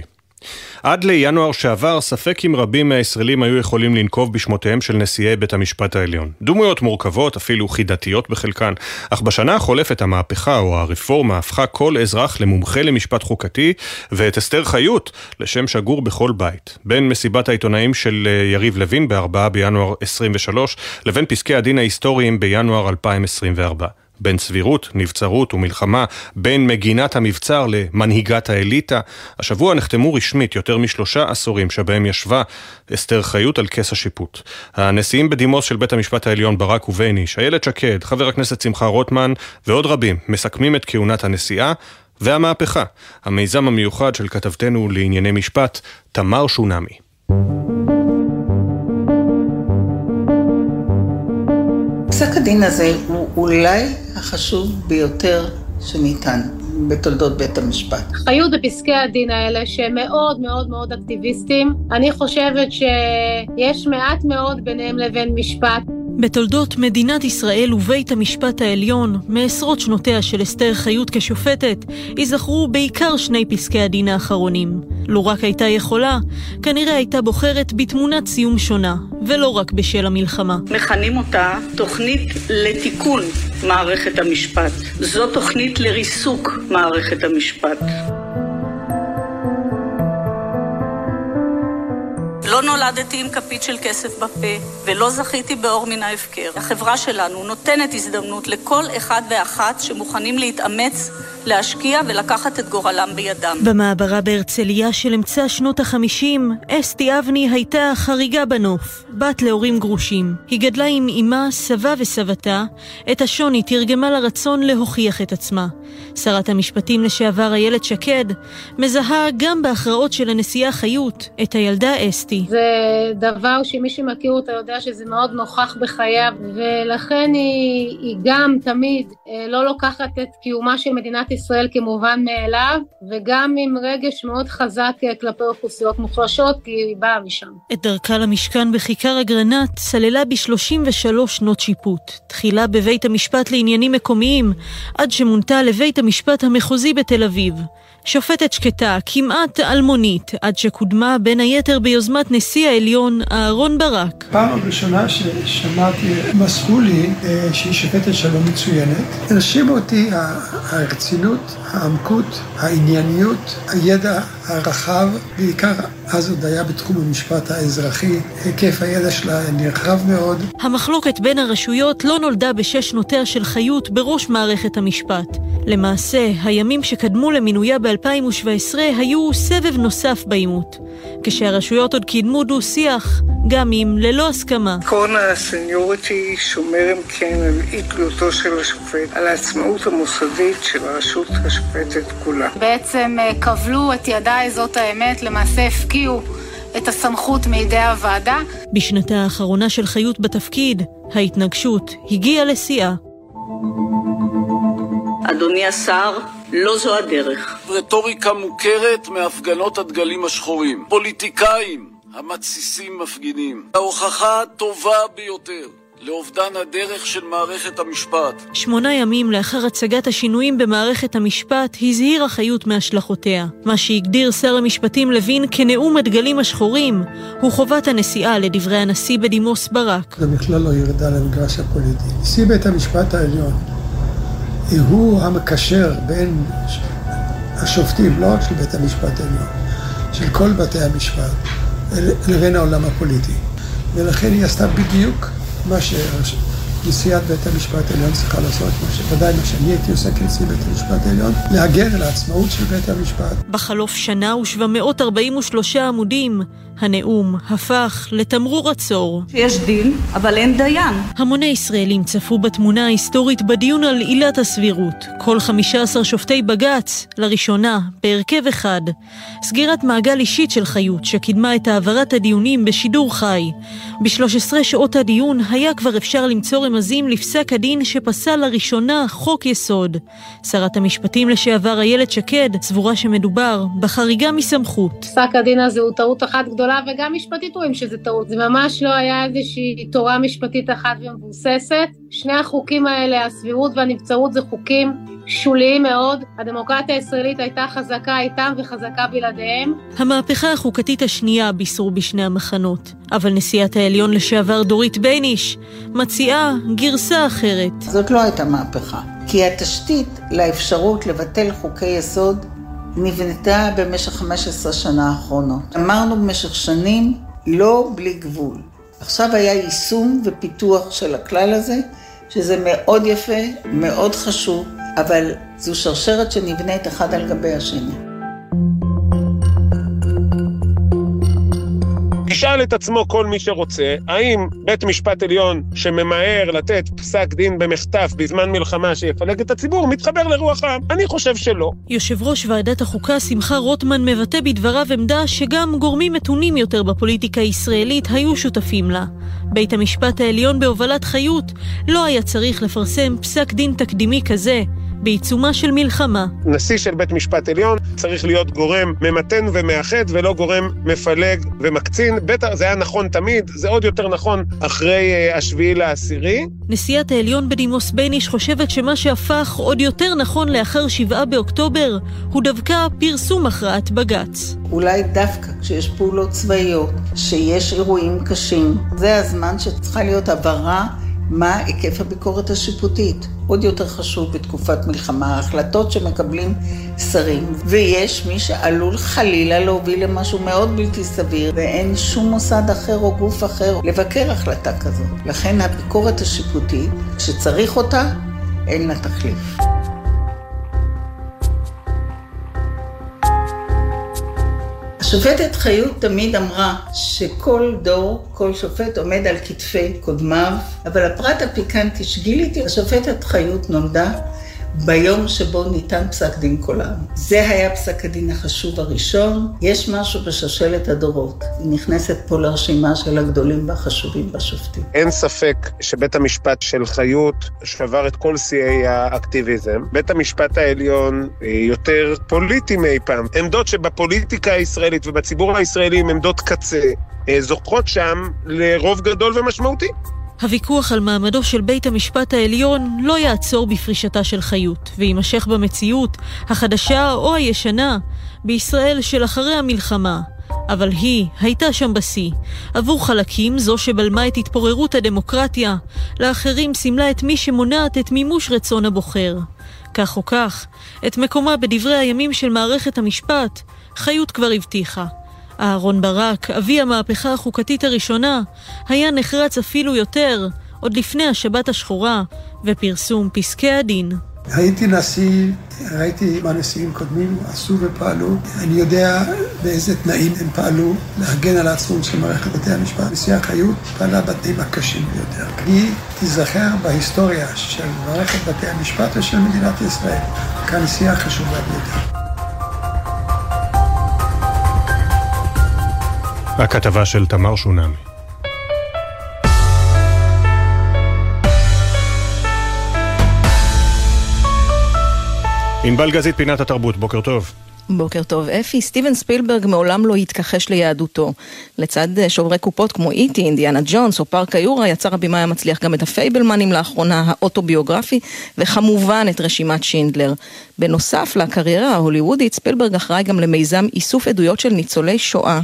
עד לינואר שעבר, ספק אם רבים מהישראלים היו יכולים לנקוב בשמותיהם של נשיאי בית המשפט העליון. דמויות מורכבות, אפילו חידתיות בחלקן, אך בשנה החולפת המהפכה או הרפורמה הפכה כל אזרח למומחה למשפט חוקתי, ואת אסתר חיות לשם שגור בכל בית. בין מסיבת העיתונאים של יריב לוין ב-ארבעה בינואר עשרים ושלוש, לבין פסקי הדין ההיסטוריים בינואר אלפיים עשרים וארבע. בין סבירות, נבצרות ומלחמה, בין מגינת המבצר למנהיגת האליטה. השבוע נחתמו רשמית יותר משלושה עשורים שבהם ישבה אסתר חיות על כס השיפוט. הנשיאים בדימוס של בית המשפט העליון ברק ובייניש, איילת שקד, חבר הכנסת שמחה רוטמן ועוד רבים מסכמים את כהונת הנשיאה והמהפכה. המיזם המיוחד של כתבתנו לענייני משפט, תמר שונמי. פסק הדין הזה הוא אולי החשוב ביותר שניתן בתולדות בית המשפט. חיות בפסקי הדין האלה שהם מאוד מאוד מאוד אקטיביסטים. אני חושבת שיש מעט מאוד ביניהם לבין משפט. בתולדות מדינת ישראל ובית המשפט העליון, מעשרות שנותיה של אסתר חיות כשופטת, ייזכרו בעיקר שני פסקי הדין האחרונים. לא רק הייתה יכולה, כנראה הייתה בוחרת בתמונת סיום שונה, ולא רק בשל המלחמה. מכנים אותה תוכנית לתיקון מערכת המשפט. זו תוכנית לריסוק מערכת המשפט. לא נולדתי עם כפית של כסף בפה, ולא זכיתי באור מן ההפקר. החברה שלנו נותנת הזדמנות לכל אחד ואחת שמוכנים להתאמץ, להשקיע ולקחת את גורלם בידם. במעברה בהרצליה של אמצע שנות החמישים, אסתי אבני הייתה חריגה בנוף, בת להורים גרושים. היא גדלה עם אמה, סבה וסבתה, את השוני תרגמה לרצון להוכיח את עצמה. שרת המשפטים לשעבר איילת שקד מזהה גם בהכרעות של הנשיאה חיות את הילדה אסתי. זה דבר שמי שמכיר אותה יודע שזה מאוד נוכח בחייו, ולכן היא, היא גם תמיד לא לוקחת את קיומה של מדינת ישראל כמובן מאליו, וגם עם רגש מאוד חזק כלפי אוכלוסיות מוחלשות, כי היא באה משם. את דרכה למשכן בכיכר אגרנט סללה ב-שלושים ושלוש שנות שיפוט. תחילה בבית המשפט לעניינים מקומיים, עד שמונתה לבית המשפט המחוזי בתל אביב. שופטת שקטה, כמעט אלמונית, עד שקודמה בין היתר ביוזמת נשיא העליון אהרון ברק. פעם הראשונה ששמעתי מסרו לי שהיא שופטת שלום מצוינת. הרשים אותי הרצינות, העמקות, הענייניות, הידע הרחב, בעיקר אז עוד היה בתחום המשפט האזרחי, היקף הידע שלה נרחב מאוד. המחלוקת בין הרשויות לא נולדה בשש שנותיה של חיות בראש מערכת המשפט. למעשה, הימים שקדמו למינויה ב-אלפיים שבע עשרה היו סבב נוסף בעימות, כשהרשויות עוד קידמו דו שיח, גם אם ללא הסכמה. עקרון הסניוריטי שומר אם כן על אי-תלותו של השופט, על העצמאות המוסדית של הרשות השופטת כולה. בעצם קבלו את ידיים זאת האמת, למעשה הפקיעו את הסמכות מידי הוועדה. בשנתה האחרונה של חיות בתפקיד, ההתנגשות הגיעה לשיאה. אדוני השר, לא זו הדרך. רטוריקה מוכרת מהפגנות הדגלים השחורים. פוליטיקאים המתסיסים מפגינים. ההוכחה הטובה ביותר לאובדן הדרך של מערכת המשפט. שמונה ימים לאחר הצגת השינויים במערכת המשפט הזהירה חיות מהשלכותיה. מה שהגדיר שר המשפטים לוין כנאום הדגלים השחורים הוא חובת הנשיאה, לדברי הנשיא בדימוס ברק. זה בכלל לא ירדה למגרש הפוליטי. נשיא בית המשפט העליון הוא המקשר בין השופטים, לא רק של בית המשפט העליון, של כל בתי המשפט, לבין העולם הפוליטי. ולכן היא עשתה בדיוק מה שנשיאת בית המשפט העליון צריכה לעשות, ודאי מה שאני הייתי עושה כנשיא בית המשפט העליון, להגן על העצמאות של בית המשפט. בחלוף שנה ושבע מאות ארבעים ושלושה עמודים, הנאום הפך לתמרור עצור. יש דין, אבל אין דיין. המוני ישראלים צפו בתמונה ההיסטורית בדיון על עילת הסבירות. כל חמישה עשר שופטי בג"ץ, לראשונה, בהרכב אחד. סגירת מעגל אישית של חיות, שקידמה את העברת הדיונים בשידור חי. ב-שלוש עשרה שעות הדיון היה כבר אפשר למצוא רמזים לפסק הדין שפסל לראשונה חוק יסוד. שרת המשפטים לשעבר איילת שקד סבורה שמדובר בחריגה מסמכות. פסק הדין הזה הוא טעות אחת גדולה, וגם משפטית רואים שזה טעות. זה ממש לא היה איזושהי תורה משפטית אחת ומבוססת. שני החוקים האלה, הסבירות והנבצרות, זה חוקים שוליים מאוד. הדמוקרטיה הישראלית הייתה חזקה איתם וחזקה בלעדיהם. המהפכה החוקתית השנייה בישרו בשני המחנות, אבל נשיאת העליון לשעבר דורית בייניש מציעה גרסה אחרת. זאת לא הייתה מהפכה, כי התשתית לאפשרות לבטל חוקי יסוד נבנתה במשך חמש עשרה שנה האחרונות. אמרנו במשך שנים לא בלי גבול. עכשיו היה יישום ופיתוח של הכלל הזה, שזה מאוד יפה, מאוד חשוב, אבל זו שרשרת שנבנית אחד על גבי השני. תשאל את עצמו כל מי שרוצה, האם בית משפט עליון שממהר לתת פסק דין במחטף בזמן מלחמה שיפלג את הציבור מתחבר לרוח העם? אני חושב שלא. יושב ראש ועדת החוקה שמחה רוטמן מבטא בדבריו עמדה שגם גורמים מתונים יותר בפוליטיקה הישראלית היו שותפים לה. בית המשפט העליון בהובלת חיות לא היה צריך לפרסם פסק דין תקדימי כזה בעיצומה של מלחמה. נשיא של בית משפט עליון צריך להיות גורם ממתן ומאחד ולא גורם מפלג ומקצין. בטח זה היה נכון תמיד, זה עוד יותר נכון אחרי השביעי לעשירי. נשיאת העליון בדימוס בייניש חושבת שמה שהפך עוד יותר נכון לאחר שבעה באוקטובר הוא דווקא פרסום הכרעת בג"ץ. אולי דווקא כשיש פעולות צבאיות, שיש אירועים קשים, זה הזמן שצריכה להיות הבהרה מה היקף הביקורת השיפוטית. עוד יותר חשוב בתקופת מלחמה, ההחלטות שמקבלים שרים. ויש מי שעלול חלילה להוביל למשהו מאוד בלתי סביר, ואין שום מוסד אחר או גוף אחר לבקר החלטה כזאת. לכן הביקורת השיפוטית, שצריך אותה, אין לה תחליף. השופטת חיות תמיד אמרה שכל דור, כל שופט עומד על כתפי קודמיו, אבל הפרט הפיקנטי שגיליתי, השופטת חיות נולדה ביום שבו ניתן פסק דין כל העם. זה היה פסק הדין החשוב הראשון. יש משהו בשושלת הדורות. היא נכנסת פה לרשימה של הגדולים והחשובים בשופטים. אין ספק שבית המשפט של חיות שבר את כל שיאי האקטיביזם. בית המשפט העליון יותר פוליטי מאי פעם. עמדות שבפוליטיקה הישראלית ובציבור הישראלי הם עמדות קצה, זוכות שם לרוב גדול ומשמעותי. הוויכוח על מעמדו של בית המשפט העליון לא יעצור בפרישתה של חיות, וימשך במציאות, החדשה או הישנה, בישראל של אחרי המלחמה. אבל היא הייתה שם בשיא. עבור חלקים זו שבלמה את התפוררות הדמוקרטיה, לאחרים סימלה את מי שמונעת את מימוש רצון הבוחר. כך או כך, את מקומה בדברי הימים של מערכת המשפט, חיות כבר הבטיחה. אהרון ברק, אבי המהפכה החוקתית הראשונה, היה נחרץ אפילו יותר, עוד לפני השבת השחורה, ופרסום פסקי הדין. הייתי נשיא, ראיתי מה נשיאים קודמים עשו ופעלו. אני יודע באיזה תנאים הם פעלו להגן על העצמאות של מערכת בתי המשפט. נשיאה חיות פעלה בתנאים הקשים ביותר. היא תיזכר בהיסטוריה של מערכת בתי המשפט ושל מדינת ישראל כנשיאה חשובה ביותר. הכתבה של תמר שונמי. ענבל גזית, פינת התרבות, בוקר טוב. בוקר טוב, אפי. סטיבן ספילברג מעולם לא התכחש ליהדותו. לצד שוברי קופות כמו איטי, אינדיאנה ג'ונס או פארק היורה, יצר הבמאי המצליח גם את הפייבלמנים לאחרונה, האוטוביוגרפי, וכמובן את רשימת שינדלר. בנוסף לקריירה ההוליוודית, ספילברג אחראי גם למיזם איסוף עדויות של ניצולי שואה,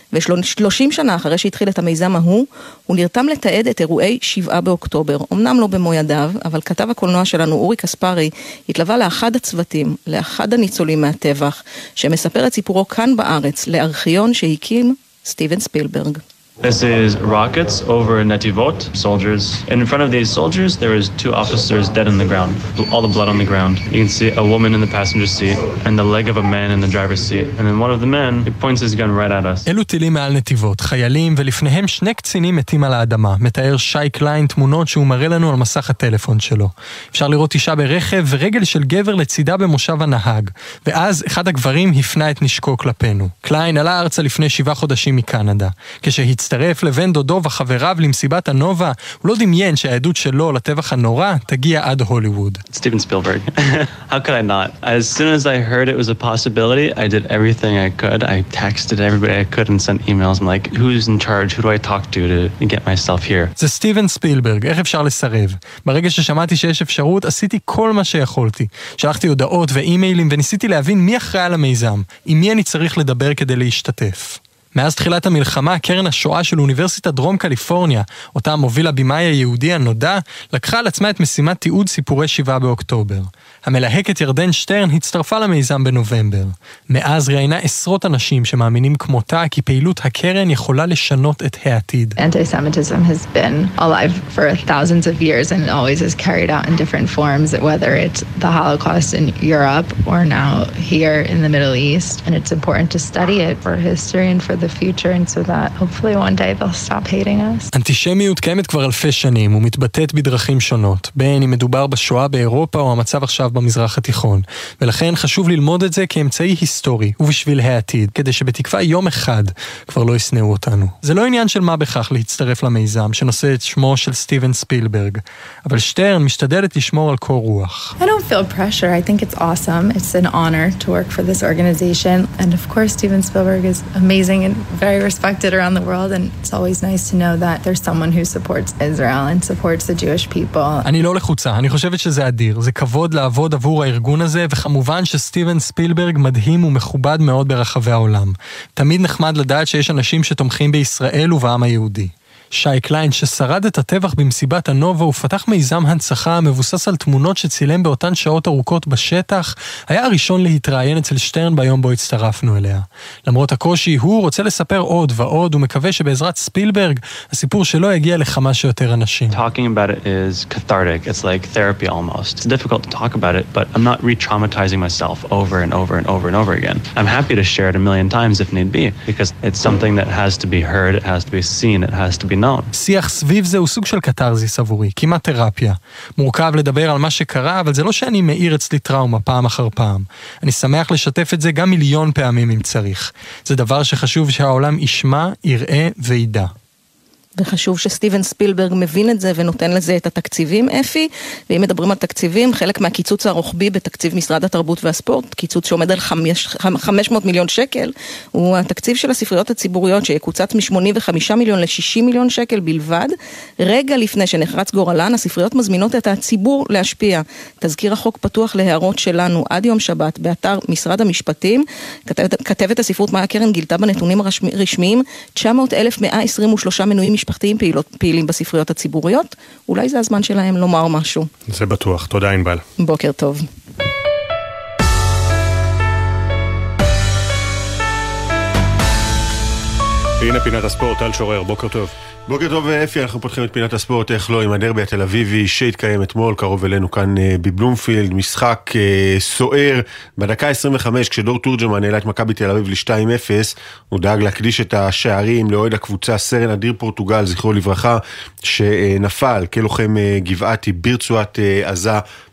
ושלושים שנה אחרי שהתחיל את המיזם ההוא, הוא נרתם לתעד את אירועי שבעה באוקטובר. אמנם לא במו ידיו, אבל כתב הקולנוע שלנו אורי קספרי התלווה לאחד הצוותים, לאחד הניצולים מהטבח, שמספר את סיפורו כאן בארץ, לארכיון שהקים סטיבן ספילברג. This is rockets over Netivot, soldiers. And in front of these soldiers, there is two officers dead on the ground. All the blood on the ground. You can see a woman in the passenger seat and the leg of a man in the driver's seat. And then one of the men, he points his gun right at us. אלו טילים מעל נתיבות, חיילים, ולפניהם שני קצינים מתים על האדמה. מתאר שי קליין תמונות שהוא מראה לנו על מסך הטלפון שלו. אפשר לראות אישה ברכב ורגל של גבר לצידה במושב הנהג. ואז אחד הגברים הפנה את נשקו כלפינו. קליין עלה ארצה לפני שבעה חודשים מקנדה. כשהצ הצטרף לבן דודו וחבריו למסיבת הנובה, הוא לא דמיין שהעדות שלו לטבח הנורא תגיע עד הוליווד. Steven Spielberg. How could I not? As soon as I heard it was a possibility, I did everything I could. I texted everybody I could and sent emails. I'm like, who's in charge? Who do I talk to to get myself here? זה סטיבן ספילברג, איך אפשר לסרב? ברגע ששמעתי שיש אפשרות, עשיתי כל מה שיכולתי. שלחתי הודעות ואימיילים וניסיתי להבין מי אחראי על המיזם, עם מי אני צריך לדבר כדי להשתתף. מאז תחילת המלחמה, קרן השואה של אוניברסיטת דרום קליפורניה, אותה מוביל הבמאי היהודי הנודע, לקחה על עצמה את משימת תיעוד סיפורי שבעה באוקטובר. המלהקת ירדן שטרן הצטרפה למיזם בנובמבר. מאז ראיינה עשרות אנשים שמאמינים כמותה כי פעילות הקרן יכולה לשנות את העתיד. Anti-Semitism has been alive for thousands of years and it always is carried out in different forms, whether it's the Holocaust in Europe or now here in the Middle East. And it's important to study it for history and for the future and so that hopefully one day they'll stop hating us. אנטישמיות קיימת כבר אלפי שנים ומתבטאת בדרכים שונות. בין אם מדובר בשואה באירופה או המצב עכשיו עכשיו במזרח התיכון. ולכן חשוב ללמוד את זה כאמצעי היסטורי ובשביל העתיד, כדי שבתקווה יום אחד כבר לא יסנאו אותנו. זה לא עניין של מה בכך להצטרף למיזם שנושא את שמו של סטיבן ספילברג, אבל שטרן משתדלת לשמור על קור רוח. I don't feel pressure. I think it's awesome. It's an honor to work for this organization. And of course, Steven Spielberg is amazing and very respected around the world. And it's always nice to know that there's someone who supports Israel and supports the Jewish people. אני לא לחוצה. אני חושבת שזה אדיר. זה כבוד לעבוד עבור הארגון הזה, וכמובן שסטיבן ספילברג מדהים ומכובד מאוד ברחבי העולם. תמיד נחמד לדעת שיש אנשים שתומכים בישראל ובעם היהודי. שי קליין, ששרד את הטבח במסיבת הנובה ופתח מיזם הנצחה המבוסס על תמונות שצילם באותן שעות ארוכות בשטח, היה הראשון להתראיין אצל שטרן ביום בו הצטרפנו אליה. למרות הקושי, הוא רוצה לספר עוד ועוד ומקווה שבעזרת ספילברג הסיפור שלו יגיע לכמה שיותר אנשים. Talking about it is cathartic. It's like therapy almost. It's difficult to talk about it, but I'm not re-traumatizing myself over and over and over and over again. I'm happy to share it a million times if need be, because it's something that has to be heard, it has to be seen, it has to be שיח סביב זה הוא סוג של קטרזיס עבורי, כמעט תרפיה. מורכב לדבר על מה שקרה, אבל זה לא שאני מאיר אצלי טראומה פעם אחר פעם. אני שמח לשתף את זה גם מיליון פעמים אם צריך. זה דבר שחשוב שהעולם ישמע, יראה וידע. וחשוב שסטיבן ספילברג מבין את זה ונותן לזה את התקציבים, אפי. ואם מדברים על תקציבים, חלק מהקיצוץ הרוחבי בתקציב משרד התרבות והספורט, קיצוץ שעומד על חמש מאות מיליון שקל, הוא התקציב של הספריות הציבוריות שיקוצץ מ-שמונים וחמישה מיליון ל-שישים מיליון שקל בלבד. רגע לפני שנחרץ גורלן, הספריות מזמינות את הציבור להשפיע. תזכיר החוק פתוח להערות שלנו עד יום שבת באתר משרד המשפטים. כתבת, כתבת הספרות מאיה קרן גילתה בנתונים הרשמיים תשע מאות אלף מאה עשרים ושלושה מנויים משפחתיים פעילות, פעילים בספריות הציבוריות. אולי זה הזמן שלהם לומר משהו. זה בטוח. תודה ענבל. בוקר טוב. הנה פינת הספורט, טל שורר, בוקר טוב. בוקר טוב אפי, אנחנו פותחים את פינת הספורט, איך לא, עם הדרבי התל אביבי שהתקיים אתמול, קרוב אלינו כאן בבלומפילד, משחק סוער, בדקה עשרים וחמש כשדור תורג'מן העלה את מכבי תל אביב ל-שתיים אפס, הוא דאג להקדיש את השערים לאוהד הקבוצה סרן אדיר פורטוגל, זכרו לברכה, שנפל כלוחם גבעתי ברצועת עזה,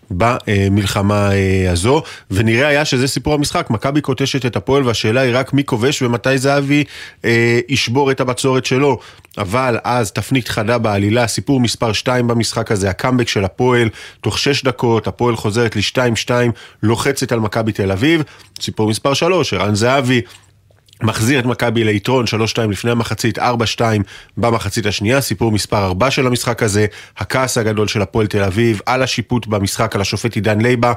במלחמה הזו, ונראה היה שזה סיפור המשחק. מכבי קוטשת את הפועל, והשאלה היא רק מי כובש ומתי זהבי אה, ישבור את הבצורת שלו. אבל אז תפנית חדה בעלילה, סיפור מספר שתיים במשחק הזה, הקאמבק של הפועל, תוך שש דקות הפועל חוזרת ל-שתיים שתיים, לוחצת על מכבי תל אביב. סיפור מספר שלוש, ערן זהבי מחזיר את מכבי ליתרון שלוש שתיים לפני המחצית, ארבע שתיים במחצית השנייה. סיפור מספר ארבע של המשחק הזה, הכעס הגדול של הפועל תל אביב על השיפוט במשחק, על השופט עידן לייבה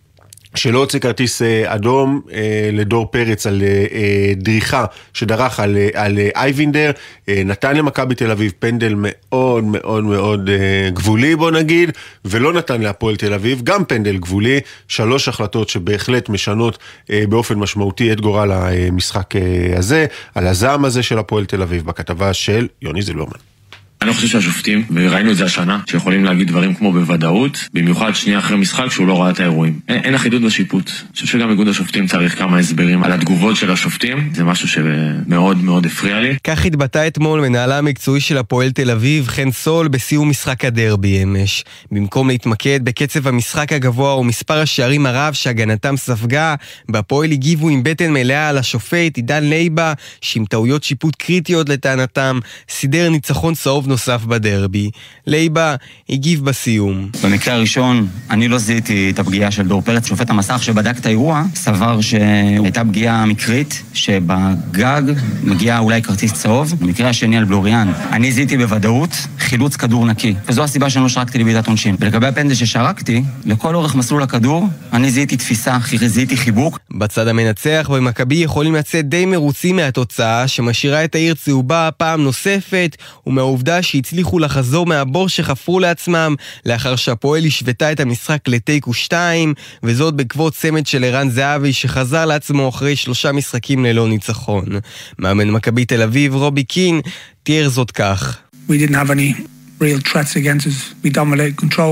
שלא הוצא כרטיס אדום לדור פרץ על דריכה שדרך על, על אייבינדר, נתן למכבי תל אביב פנדל מאוד מאוד מאוד גבולי בוא נגיד, ולא נתן להפועל תל אביב גם פנדל גבולי. שלוש החלטות שבהחלט משנות באופן משמעותי את גורל המשחק הזה, על הזעם הזה של הפועל תל אביב בכתבה של יוני זילברמן. אני חושב שהשופטים, וראינו את זה השנה, שיכולים להגיד דברים כמו בוודאות, במיוחד שנייה אחרי משחק שהוא לא ראה את האירועים. אין, אין אחידות בשיפוט. אני חושב שגם איגוד השופטים צריך כמה הסברים על התגובות של השופטים. זה משהו שמאוד מאוד הפריע לי. כך התבטא אתמול מנהלה המקצועי של הפועל תל אביב, חן סול, בסיום משחק הדרבי אמש. במקום להתמקד בקצב המשחק הגבוה ומספר השערים הרב שהגנתם ספגה, בהפועל הגיבו עם בטן מלאה על השופט עידן לייבה, שעם טעויות שיפוט קריטיות לטענתם, סידר ניצחון צהוב נוסף בדרבי. לייבה הגיב בסיום. במקרה הראשון, אני לא זיהיתי את הפגיעה של דור פרץ. שופט המסך שבדק את האירוע, סבר שהייתה פגיעה מקרית, שבגג מגיע אולי כרטיס צהוב. במקרה השני על בלוריאן, אני זיהיתי בוודאות חילוץ כדור נקי. וזו הסיבה שאני לא שרקתי לבעיטת עונשין. ולגבי הפנדל ששרקתי, לכל אורך מסלול הכדור, אני זיהיתי תפיסה, זיהיתי חיבוק. בצד המנצח, במכבי יכולים לצאת די מרוצים מהתוצאה, שמשאירה את העיר צהובה פעם נוספת, ומהעובדה שהצליחו לחזור מהבור שחפרו לעצמם, לאחר שהפועל השוותה את המשחק לתיקו שתיים, וזאת בעקבות צמד של ערן זהבי שחזר לעצמו אחרי שלושה משחקים ללא ניצחון. מאמן מכבי תל אביב רובי קין תיאר זאת כך. We didn't have any real threats against us. We dominated control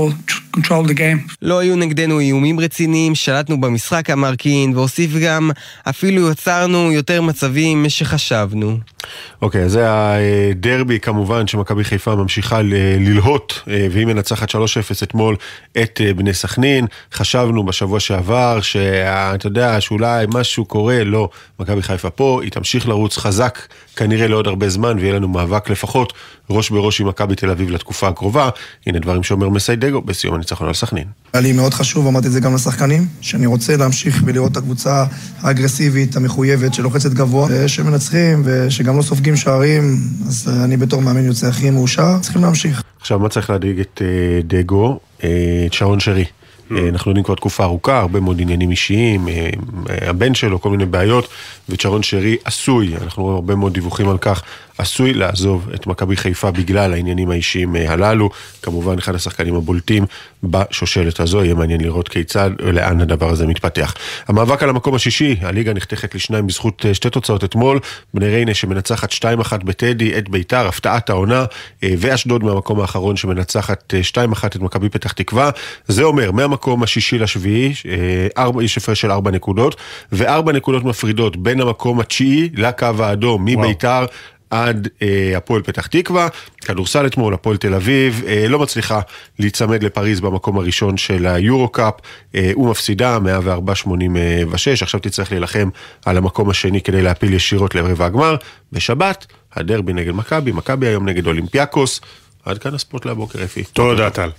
controlled the game. לא היו נגדנו איומים רציניים, שלטנו במשחק, אמר קין, והוסיף גם, אפילו יצרנו יותר מצבים שחשבנו. אוקיי, אז זה הדרבי כמובן שמכבי חיפה ממשיכה ללהות, והיא מנצחת שלוש אפס אתמול את בני סכנין. חשבנו בשבוע שעבר שאתה יודע שאולי משהו קורה, לא, מכבי חיפה פה, היא תמשיך לרוץ חזק כנראה לעוד הרבה זמן, ויהיה לנו מאבק לפחות ראש בראש עם מכבי תל אביב לתקופה הקרובה. הנה דברים שאומר מסיידגו בסיום הניצחון על סכנין. היה לי מאוד חשוב, אמרתי את זה גם לשחקנים, שאני רוצה להמשיך ולראות את הקבוצה האגרסיבית, המחויבת, שלוחצת גבוה, שמנצחים ושגם לא סופגים שערים, אז אני בתור מאמן יוצא הכי מאושר, צריכים להמשיך. עכשיו מה צריך להדאיג את דגו? את שרון שרי. אנחנו יודעים כבר תקופה ארוכה, הרבה מאוד עניינים אישיים, הבן שלו, כל מיני בעיות, ושרון שרי עשוי, אנחנו רואים הרבה מאוד דיווחים על כך, עשוי לעזוב את מכבי חיפה בגלל העניינים האישיים הללו, כמובן אחד השחקנים הבולטים בשושלת הזו, יהיה מעניין לראות כיצד ולאן הדבר הזה מתפתח. המאבק על המקום השישי, הליגה נחתכת לשניים בזכות שתי תוצאות אתמול, בני ריינה שמנצחת שתיים אחת בטדי את ביתר, הפתעת העונה, ואשדוד מהמקום האחרון שמנצחת שתיים אחת את מכבי פתח תקווה. זה אומר מהמקום השישי לשביעי, יש הפרש של ארבע נקודות, וארבע נקודות מפרידות בין המקום התשיעי לקו האדום מביתר עד אה, הפועל פתח תקווה. כדורסל אתמול, הפועל תל אביב אה, לא מצליחה להיצמד לפריז במקום הראשון של היורו-קאפ, אה, הוא מפסידה מאה וארבע שמונים ושש, עכשיו תצטרך להילחם על המקום השני כדי להפיל ישירות לרבע הגמר. בשבת, הדרבי נגד מכבי, מכבי היום נגד אולימפיאקוס. עד כאן הספורט להבוקר, אפי. תודה טל.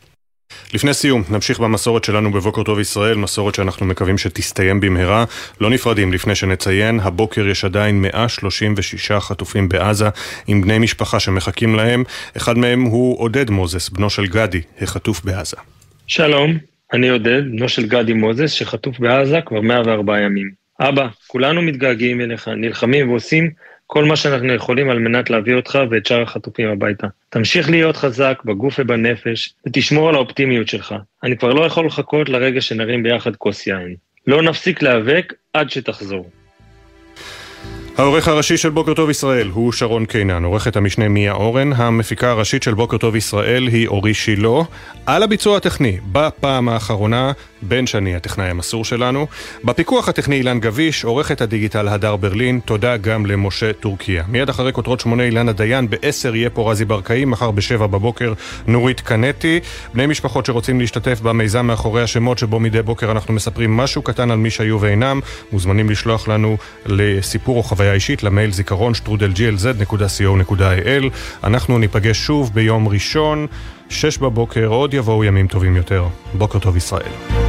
לפני סיום, נמשיך במסורת שלנו בבוקר טוב ישראל, מסורת שאנחנו מקווים שתסתיים במהרה. לא נפרדים לפני שנציין, הבוקר יש עדיין מאה שלושים ושישה חטופים בעזה עם בני משפחה שמחכים להם. אחד מהם הוא עודד מוזס, בנו של גדי, החטוף בעזה. שלום, אני עודד, בנו של גדי מוזס, שחטוף בעזה כבר מאה וארבעה ימים. אבא, כולנו מתגעגעים אליך, נלחמים ועושים כל מה שאנחנו יכולים על מנת להביא אותך ואת שאר החטופים הביתה. תמשיך להיות חזק בגוף ובנפש, ותשמור על האופטימיות שלך. אני כבר לא יכול לחכות לרגע שנרים ביחד כוס יין. לא נפסיק להיאבק עד שתחזור. העורך הראשי של בוקר טוב ישראל הוא שרון קיינן, עורכת המשנה מיה אורן, המפיקה הראשית של בוקר טוב ישראל היא אורי שילה, על הביצוע הטכני בפעם האחרונה בן שני הטכנאי המסור שלנו, בפיקוח הטכני אילן גביש, עורכת הדיגיטל הדר ברלין, תודה גם למשה טורקיה. מיד אחרי כותרות שמונה אילנה דיין, בעשר יהיה פה רזי ברקאי, מחר בשבע בבוקר נורית קנטי. בני משפחות שרוצים להשתתף במיזם מאחורי השמות שבו מדי בוקר אנחנו מספרים משהו קטן על מי שהיו ואינם, מוזמנים לשלוח לנו לסיפור או חוויה אישית למייל זיכרון שטרודל ג'י אל זד נקודה סי או נקודה איי אל. אנחנו ניפגש שוב ביום ראשון, שש בבוקר, עוד יבואו ימים טובים יותר. בוקר טוב ישראל.